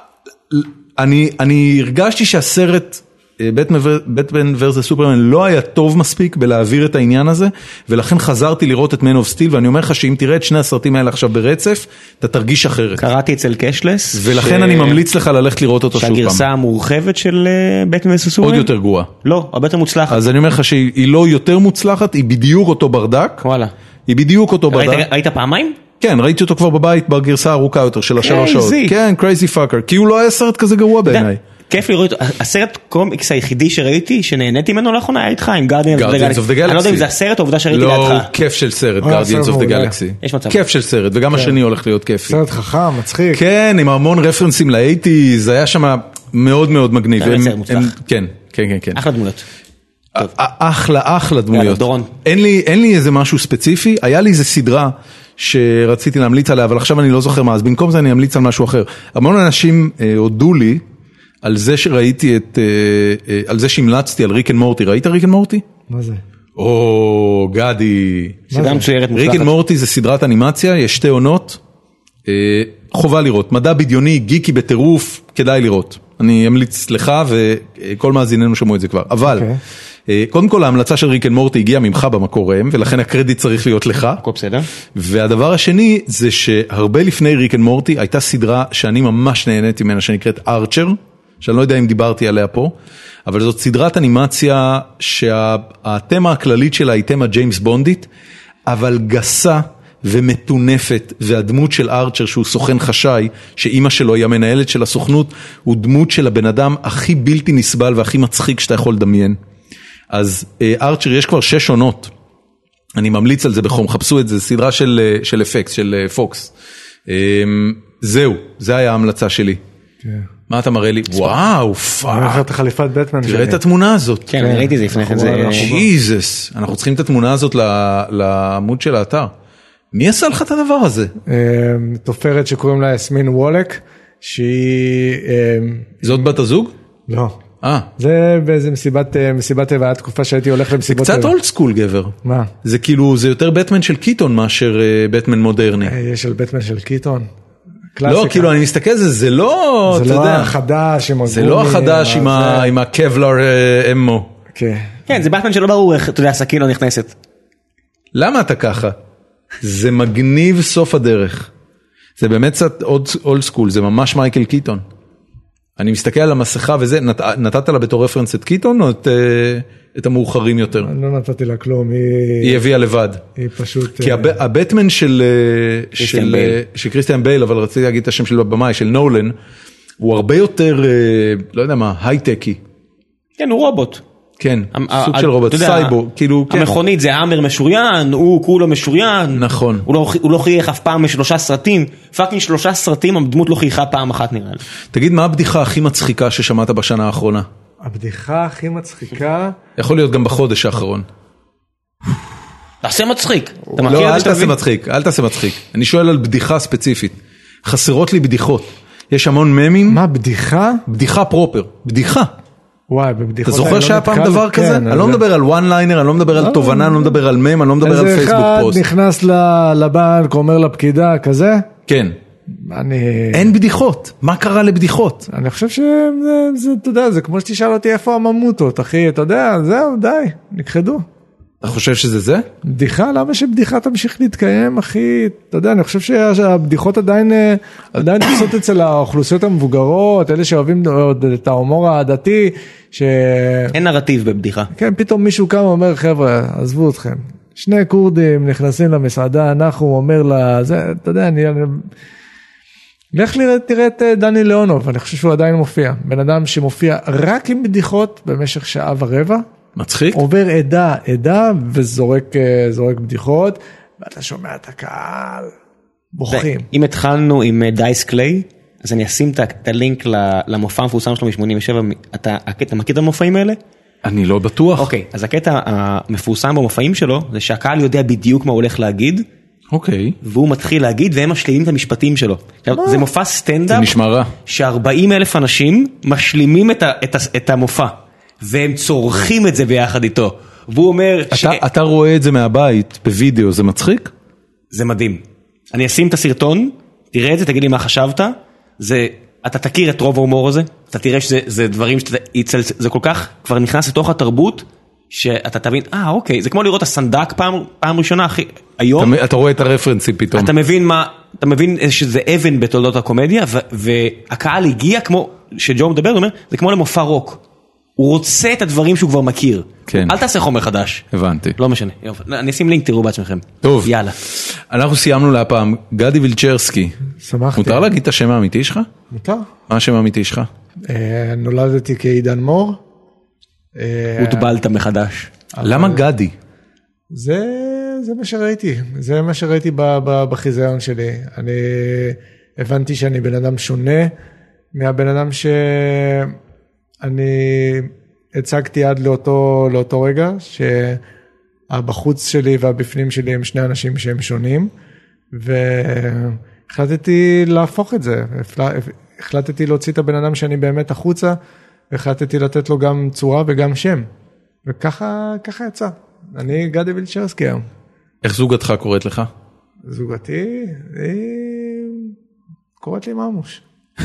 Speaker 1: אני הרגשתי שהסרט בטמן ורסס סופרמן לא היה טוב מספיק בלהעביר את העניין הזה, ולכן חזרתי לראות את Man of Steel, ואני אומר לך שאם תראה את שני הסרטים האלה עכשיו ברצף, אתה תרגיש אחרת.
Speaker 2: קראתי אצל קשלס.
Speaker 1: ולכן אני ממליץ לך ללכת לראות אותו שוב פעם.
Speaker 2: שהגרסה המורחבת של בטמן ורסס סופרמן?
Speaker 1: עוד יותר גרועה.
Speaker 2: לא, הרבה יותר מוצלחת.
Speaker 1: אז אני אומר לך שהיא לא יותר מוצלחת, היא בדיוק אותו ברדק.
Speaker 2: וואלה.
Speaker 1: היא בדיוק אותו ברדק.
Speaker 2: ראית פעמיים?
Speaker 1: כן, ראיתי אותו כבר בבית בגרסה הארוכה יותר של 3 שעות. כן, crazy fucker. כי הוא לא היה סרט כזה גרוע בעיניי.
Speaker 2: כיף לראות, הסרט קומיקס היחידי שראיתי, שנהניתי ממנו לאחרונה, היה איתך עם Guardians of the Galaxy. אני לא יודע אם זה הסרט או עובדה שראיתי לידך.
Speaker 1: לא, כיף של סרט, Guardians of the Galaxy.
Speaker 2: יש מצב.
Speaker 1: כיף של סרט, וגם השני הולך להיות כיפי.
Speaker 3: סרט חכם, מצחיק.
Speaker 1: כן, עם המון רפרנסים ל-80s, זה היה שם מאוד מאוד מגניב.
Speaker 2: זה סרט מוצלח.
Speaker 1: כן, כן, כן.
Speaker 2: אחלה דמויות.
Speaker 1: אחלה דמויות.
Speaker 2: דורון.
Speaker 1: אין לי איזה משהו ספציפי, היה לי איזה סדרה שרציתי להמליץ עליה, אבל עכשיו אני לא זוכר מה, אז במקום זה אני אמליץ על משהו אחר. המון אנשים הודו לי על זה שראיתי על זה שהמלצתי על ריק אנד מורטי. ראית ריק אנד מורטי?
Speaker 3: מה זה?
Speaker 1: או, גדי.
Speaker 2: סדרה מצוירת מוצלחת.
Speaker 1: ריק אנד מורטי זה סדרת אנימציה, יש 2 עונות, חובה לראות, מדע בדיוני, גיקי בטירוף, כדאי לראות. אני אמליץ לך וכל מאזיננו שמעו את זה כבר. אבל, קודם כל ההמלצה של ריק אנד מורטי הגיעה ממך במקור ראם, ולכן הקרדיט צריך להיות לך.
Speaker 2: הכל בסדר.
Speaker 1: והדבר השני זה שהרבה לפני ריק אנד מורטי הייתה סדרה שאני ממש נהניתי ממנה שנקראת ארצ'ר, שאני לא יודע אם דיברתי עליה פה, אבל זאת סדרת אנימציה שהתמה הכללית שלה היא תמה ג'יימס בונדית, אבל גסה ומתונפת, והדמות של ארצ'ר שהוא סוכן חשאי, שאימא שלו היא המנהלת של הסוכנות, הוא דמות של הבן אדם הכי בלתי נסבל והכי מצחיק שאתה יכול לדמיין. אז ארצ'ר יש כבר 6 עונות, אני ממליץ על זה בחום, חפשו את זה, סדרה של אפקס, של פוקס. זהו, זה היה ההמלצה שלי. מה אתה מראה לי? וואו, פאק.
Speaker 3: אני הולך את החליפת בטמן שלי.
Speaker 1: תראה את התמונה הזאת.
Speaker 2: כן, אני ראיתי זה לפני כן.
Speaker 1: ג'יזוס, אנחנו צריכים את התמונה הזאת לעמוד של האתר. מי עשה לך את הדבר הזה?
Speaker 3: תופרת שקוראים לה יסמין וולק, שהיא...
Speaker 1: זאת בת הזוג?
Speaker 3: לא. זה באיזה מסיבת טבע, היה תקופה שהייתי הולך למסיבות טבע.
Speaker 1: קצת אולד סקול גבר.
Speaker 3: מה?
Speaker 1: זה כאילו, זה יותר בטמן של קיטון מאשר בטמן מודרני.
Speaker 3: יש של בטמן של קיטון.
Speaker 1: לא, כאילו אני מסתכל, זה לא,
Speaker 3: זה לא החדש עם הגומי.
Speaker 1: זה לא החדש עם הקבלר אמו.
Speaker 3: כן.
Speaker 2: כן, זה באטמן שלא ברור איך, אתה יודע, הסכין לא נכנסת.
Speaker 1: למה אתה ככה? זה מגניב סוף הדרך. זה באמת קצת אולד סקול, זה ממש מייקל קיטון. אני מסתכל על המסכה וזה, נתת לה בתור רפרנס את קיטון או את המאוחרים יותר?
Speaker 3: אני לא נתתי לה כלום,
Speaker 1: היא הביאה לבד.
Speaker 3: היא פשוט...
Speaker 1: כי הבטמן של קריסטיאן בייל, אבל רציתי להגיד את השם של הבמאי, של נולן, הוא הרבה יותר, לא יודע מה, הייטקי.
Speaker 2: כן, הוא רובוט.
Speaker 1: כן, סוג של רובוט, סייבורג, כאילו, כן.
Speaker 2: המכונית זה האמר משוריין, הוא כולו משוריין.
Speaker 1: נכון.
Speaker 2: הוא לא חייך אף פעם מ3 סרטים, פאקינג 3 סרטים, הדמות לא חייכה פעם אחת נראה לי.
Speaker 1: תגיד, מה הבדיחה הכי מצחיקה ששמעת בשנה האחרונה?
Speaker 3: הבדיחה הכי מצחיקה...
Speaker 1: יכול להיות גם בחודש האחרון.
Speaker 2: תעשה מצחיק.
Speaker 1: לא, אל תעשה מצחיק, אל תעשה מצחיק. אני שואל על בדיחה ספציפית. חסרות לי בדיחות. יש המון ממים.
Speaker 3: מה, בדיחה?
Speaker 1: בדיחה פרופר, בדיחה.
Speaker 3: וואי, בבדיחות...
Speaker 1: אתה זוכר שהיה פעם דבר כזה? אני לא מדבר על וואן ליינר, אני לא מדבר על תובנה, אני לא מדבר על מם, אני לא מדבר על פייסבוק פוסט.
Speaker 3: איזה אחד נכנס לבנק, אומר לפקידה, כזה?
Speaker 1: כן. אין בדיחות. מה קרה לבדיחות?
Speaker 3: אני חושב שזה, אתה יודע, זה כמו שתשאל אותי איפה הממוטות, אחי, אתה יודע, זהו, די, נכחדו.
Speaker 1: אתה חושב שזה זה?
Speaker 3: בדיחה, למה שבדיחה תמשיך להתקיים, אחי? אתה יודע, אני חושב שהבדיחות עדיין תפסות אצל האוכלוסיות המבוגרות, אלה שאוהבים את ההומור העדתי,
Speaker 2: אין נרטיב בבדיחה.
Speaker 3: כן, פתאום מישהו קם ואומר, חבר'ה, עזבו אתכם. 2 קורדים נכנסים למסעדה, אנחנו אומר לה, זה, אתה יודע, לך תראה את דני ליאונוב, אני חושב שהוא עדיין מופיע. בן אדם שמופיע רק עם בדיחות במשך 1.25 שעה.
Speaker 1: מצחיק.
Speaker 3: עובר עדה וזורק בדיחות, ואתה שומע את הקהל, בוכים.
Speaker 2: אם התחלנו עם דייס קליי, אז אני אשים את הלינק למופע המפורסם שלו מ-87, אתה מכיר את המופעים האלה?
Speaker 1: אני לא בטוח.
Speaker 2: אוקיי, אז הקטע המפורסם במופעים שלו, זה שהקהל יודע בדיוק מה הוא הולך להגיד,
Speaker 1: אוקיי.
Speaker 2: והוא מתחיל להגיד, והם משלימים את המשפטים שלו. זה מופע סטנדאפ,
Speaker 1: זה נשמע רע.
Speaker 2: ש40,000 אנשים משלימים את המופע. והם צורכים את זה ביחד איתו. והוא אומר...
Speaker 1: אתה רואה את זה מהבית בווידאו, זה מצחיק?
Speaker 2: זה מדהים. אני אשים את הסרטון, תראה את זה, תגיד לי מה חשבת. אתה תכיר את רוב ההומור הזה, אתה תראה שזה דברים, זה כל כך כבר נכנס לתוך התרבות, שאתה תבין, אוקיי, זה כמו לראות הסנדק פעם ראשונה, אחי, היום.
Speaker 1: אתה רואה את הרפרנסים פתאום.
Speaker 2: אתה מבין שזה אבן בתולדות הקומדיה, והקהל הגיע כמו, שג'ו מדבר, הוא אומר, זה כמו למופע רוק. הוא רוצה את הדברים שהוא כבר מכיר.
Speaker 1: כן.
Speaker 2: אל תעשה חומר חדש.
Speaker 1: הבנתי.
Speaker 2: לא משנה. אני אשים לינק, תראו בעצמכם.
Speaker 1: טוב.
Speaker 2: יאללה.
Speaker 1: אנחנו סיימנו להפעם. גדי וילצ'רסקי.
Speaker 3: שמחתי.
Speaker 1: מותר להגיד את השם האמיתי שלך?
Speaker 3: מותר.
Speaker 1: מה השם האמיתי שלך?
Speaker 3: נולדתי כעידן מור.
Speaker 2: הוטבלת מחדש.
Speaker 1: למה גדי?
Speaker 3: זה מה שראיתי. זה מה שראיתי בחיזיון שלי. אני הבנתי שאני בן אדם שונה מהבן אדם אני הצגתי עד לאותו רגע, שהבחוץ שלי והבפנים שלי הם 2 אנשים שהם שונים, והחלטתי להפוך את זה, החלטתי להוציא את הבן אדם שאני באמת החוצה, והחלטתי לתת לו גם צורה וגם שם, וככה יצא. אני גדי וילצ'רסקי היום.
Speaker 1: איך זוגתך קוראת לך?
Speaker 3: זוגתי, קוראת לי ממוש.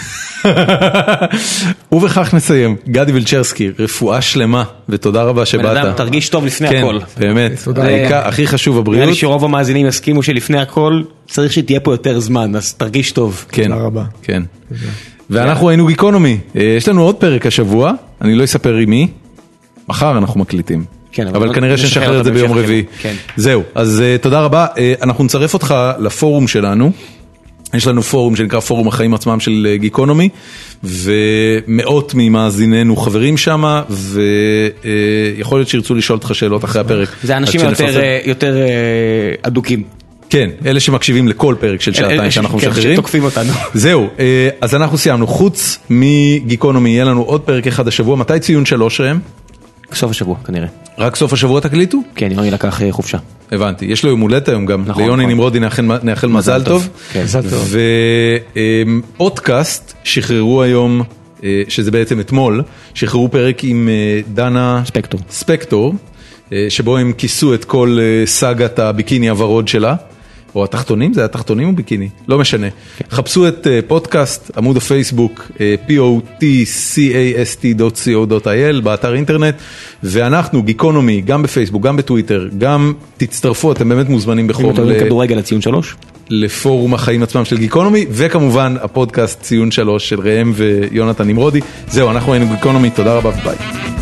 Speaker 1: ובכך נסיים. גדי וילצ'רסקי, רפואה שלמה, ותודה רבה שבאת.
Speaker 2: בן אדם, תרגיש טוב לפני הכל.
Speaker 1: באמת, הכי חשוב הבריאות.
Speaker 2: נראה לי שרוב המאזינים יסכימו שלפני הכל צריך שתהיה פה יותר זמן, אז תרגיש טוב.
Speaker 3: תודה רבה.
Speaker 1: כן. ואנחנו היינו גיקונומי. יש לנו עוד פרק השבוע, אני לא אספר עם מי. מחר אנחנו מקליטים. אבל כנראה שנשחרר את זה ביום רביעי. זהו, אז תודה רבה. אנחנו נצרף אותך לפורום שלנו. יש לנו פורום שנקרא פורום החיים עצמם של גיקונומי, ומאות ממאזיננו חברים שם, ויכול להיות שירצו לשאול אותך שאלות אחרי הפרק.
Speaker 2: זה אנשים יותר אדוקים.
Speaker 1: כן, אלה שמקשיבים לכל פרק של שעתיים שאנחנו משחררים.
Speaker 2: שתוקפים אותנו.
Speaker 1: זהו, אז אנחנו סיימנו. חוץ מגיקונומי, יהיה לנו עוד פרק אחד השבוע. מתי ציון 3 ראם?
Speaker 2: סוף השבוע כנראה.
Speaker 1: רק סוף השבוע תקליטו?
Speaker 2: כן, יוני לקח חופשה.
Speaker 1: הבנתי, יש לו יום הולדת היום גם, ליוני נמרודי נאחל מזל טוב. ופודקאסט שחררו היום, שזה בעצם אתמול, שחררו פרק עם דנה ספקטור, שבו הם כיסו את כל סאגת הביקיני הוורוד שלה, או התחתונים, זה היה תחתונים או ביקיני? לא משנה. חפשו את פודקאסט, עמוד הפייסבוק, podcast.co.il, באתר אינטרנט, ואנחנו, גיקונומי, גם בפייסבוק, גם בטוויטר, גם תצטרפו, אתם באמת מוזמנים בחום.
Speaker 2: אם אתה אוהב כדורגל לציון 3?
Speaker 1: לפורום החיים עצמם של גיקונומי, וכמובן הפודקאסט ציון 3 של ראם ויונתן נמרודי. זהו, אנחנו היינו גיקונומי, תודה רבה וביי.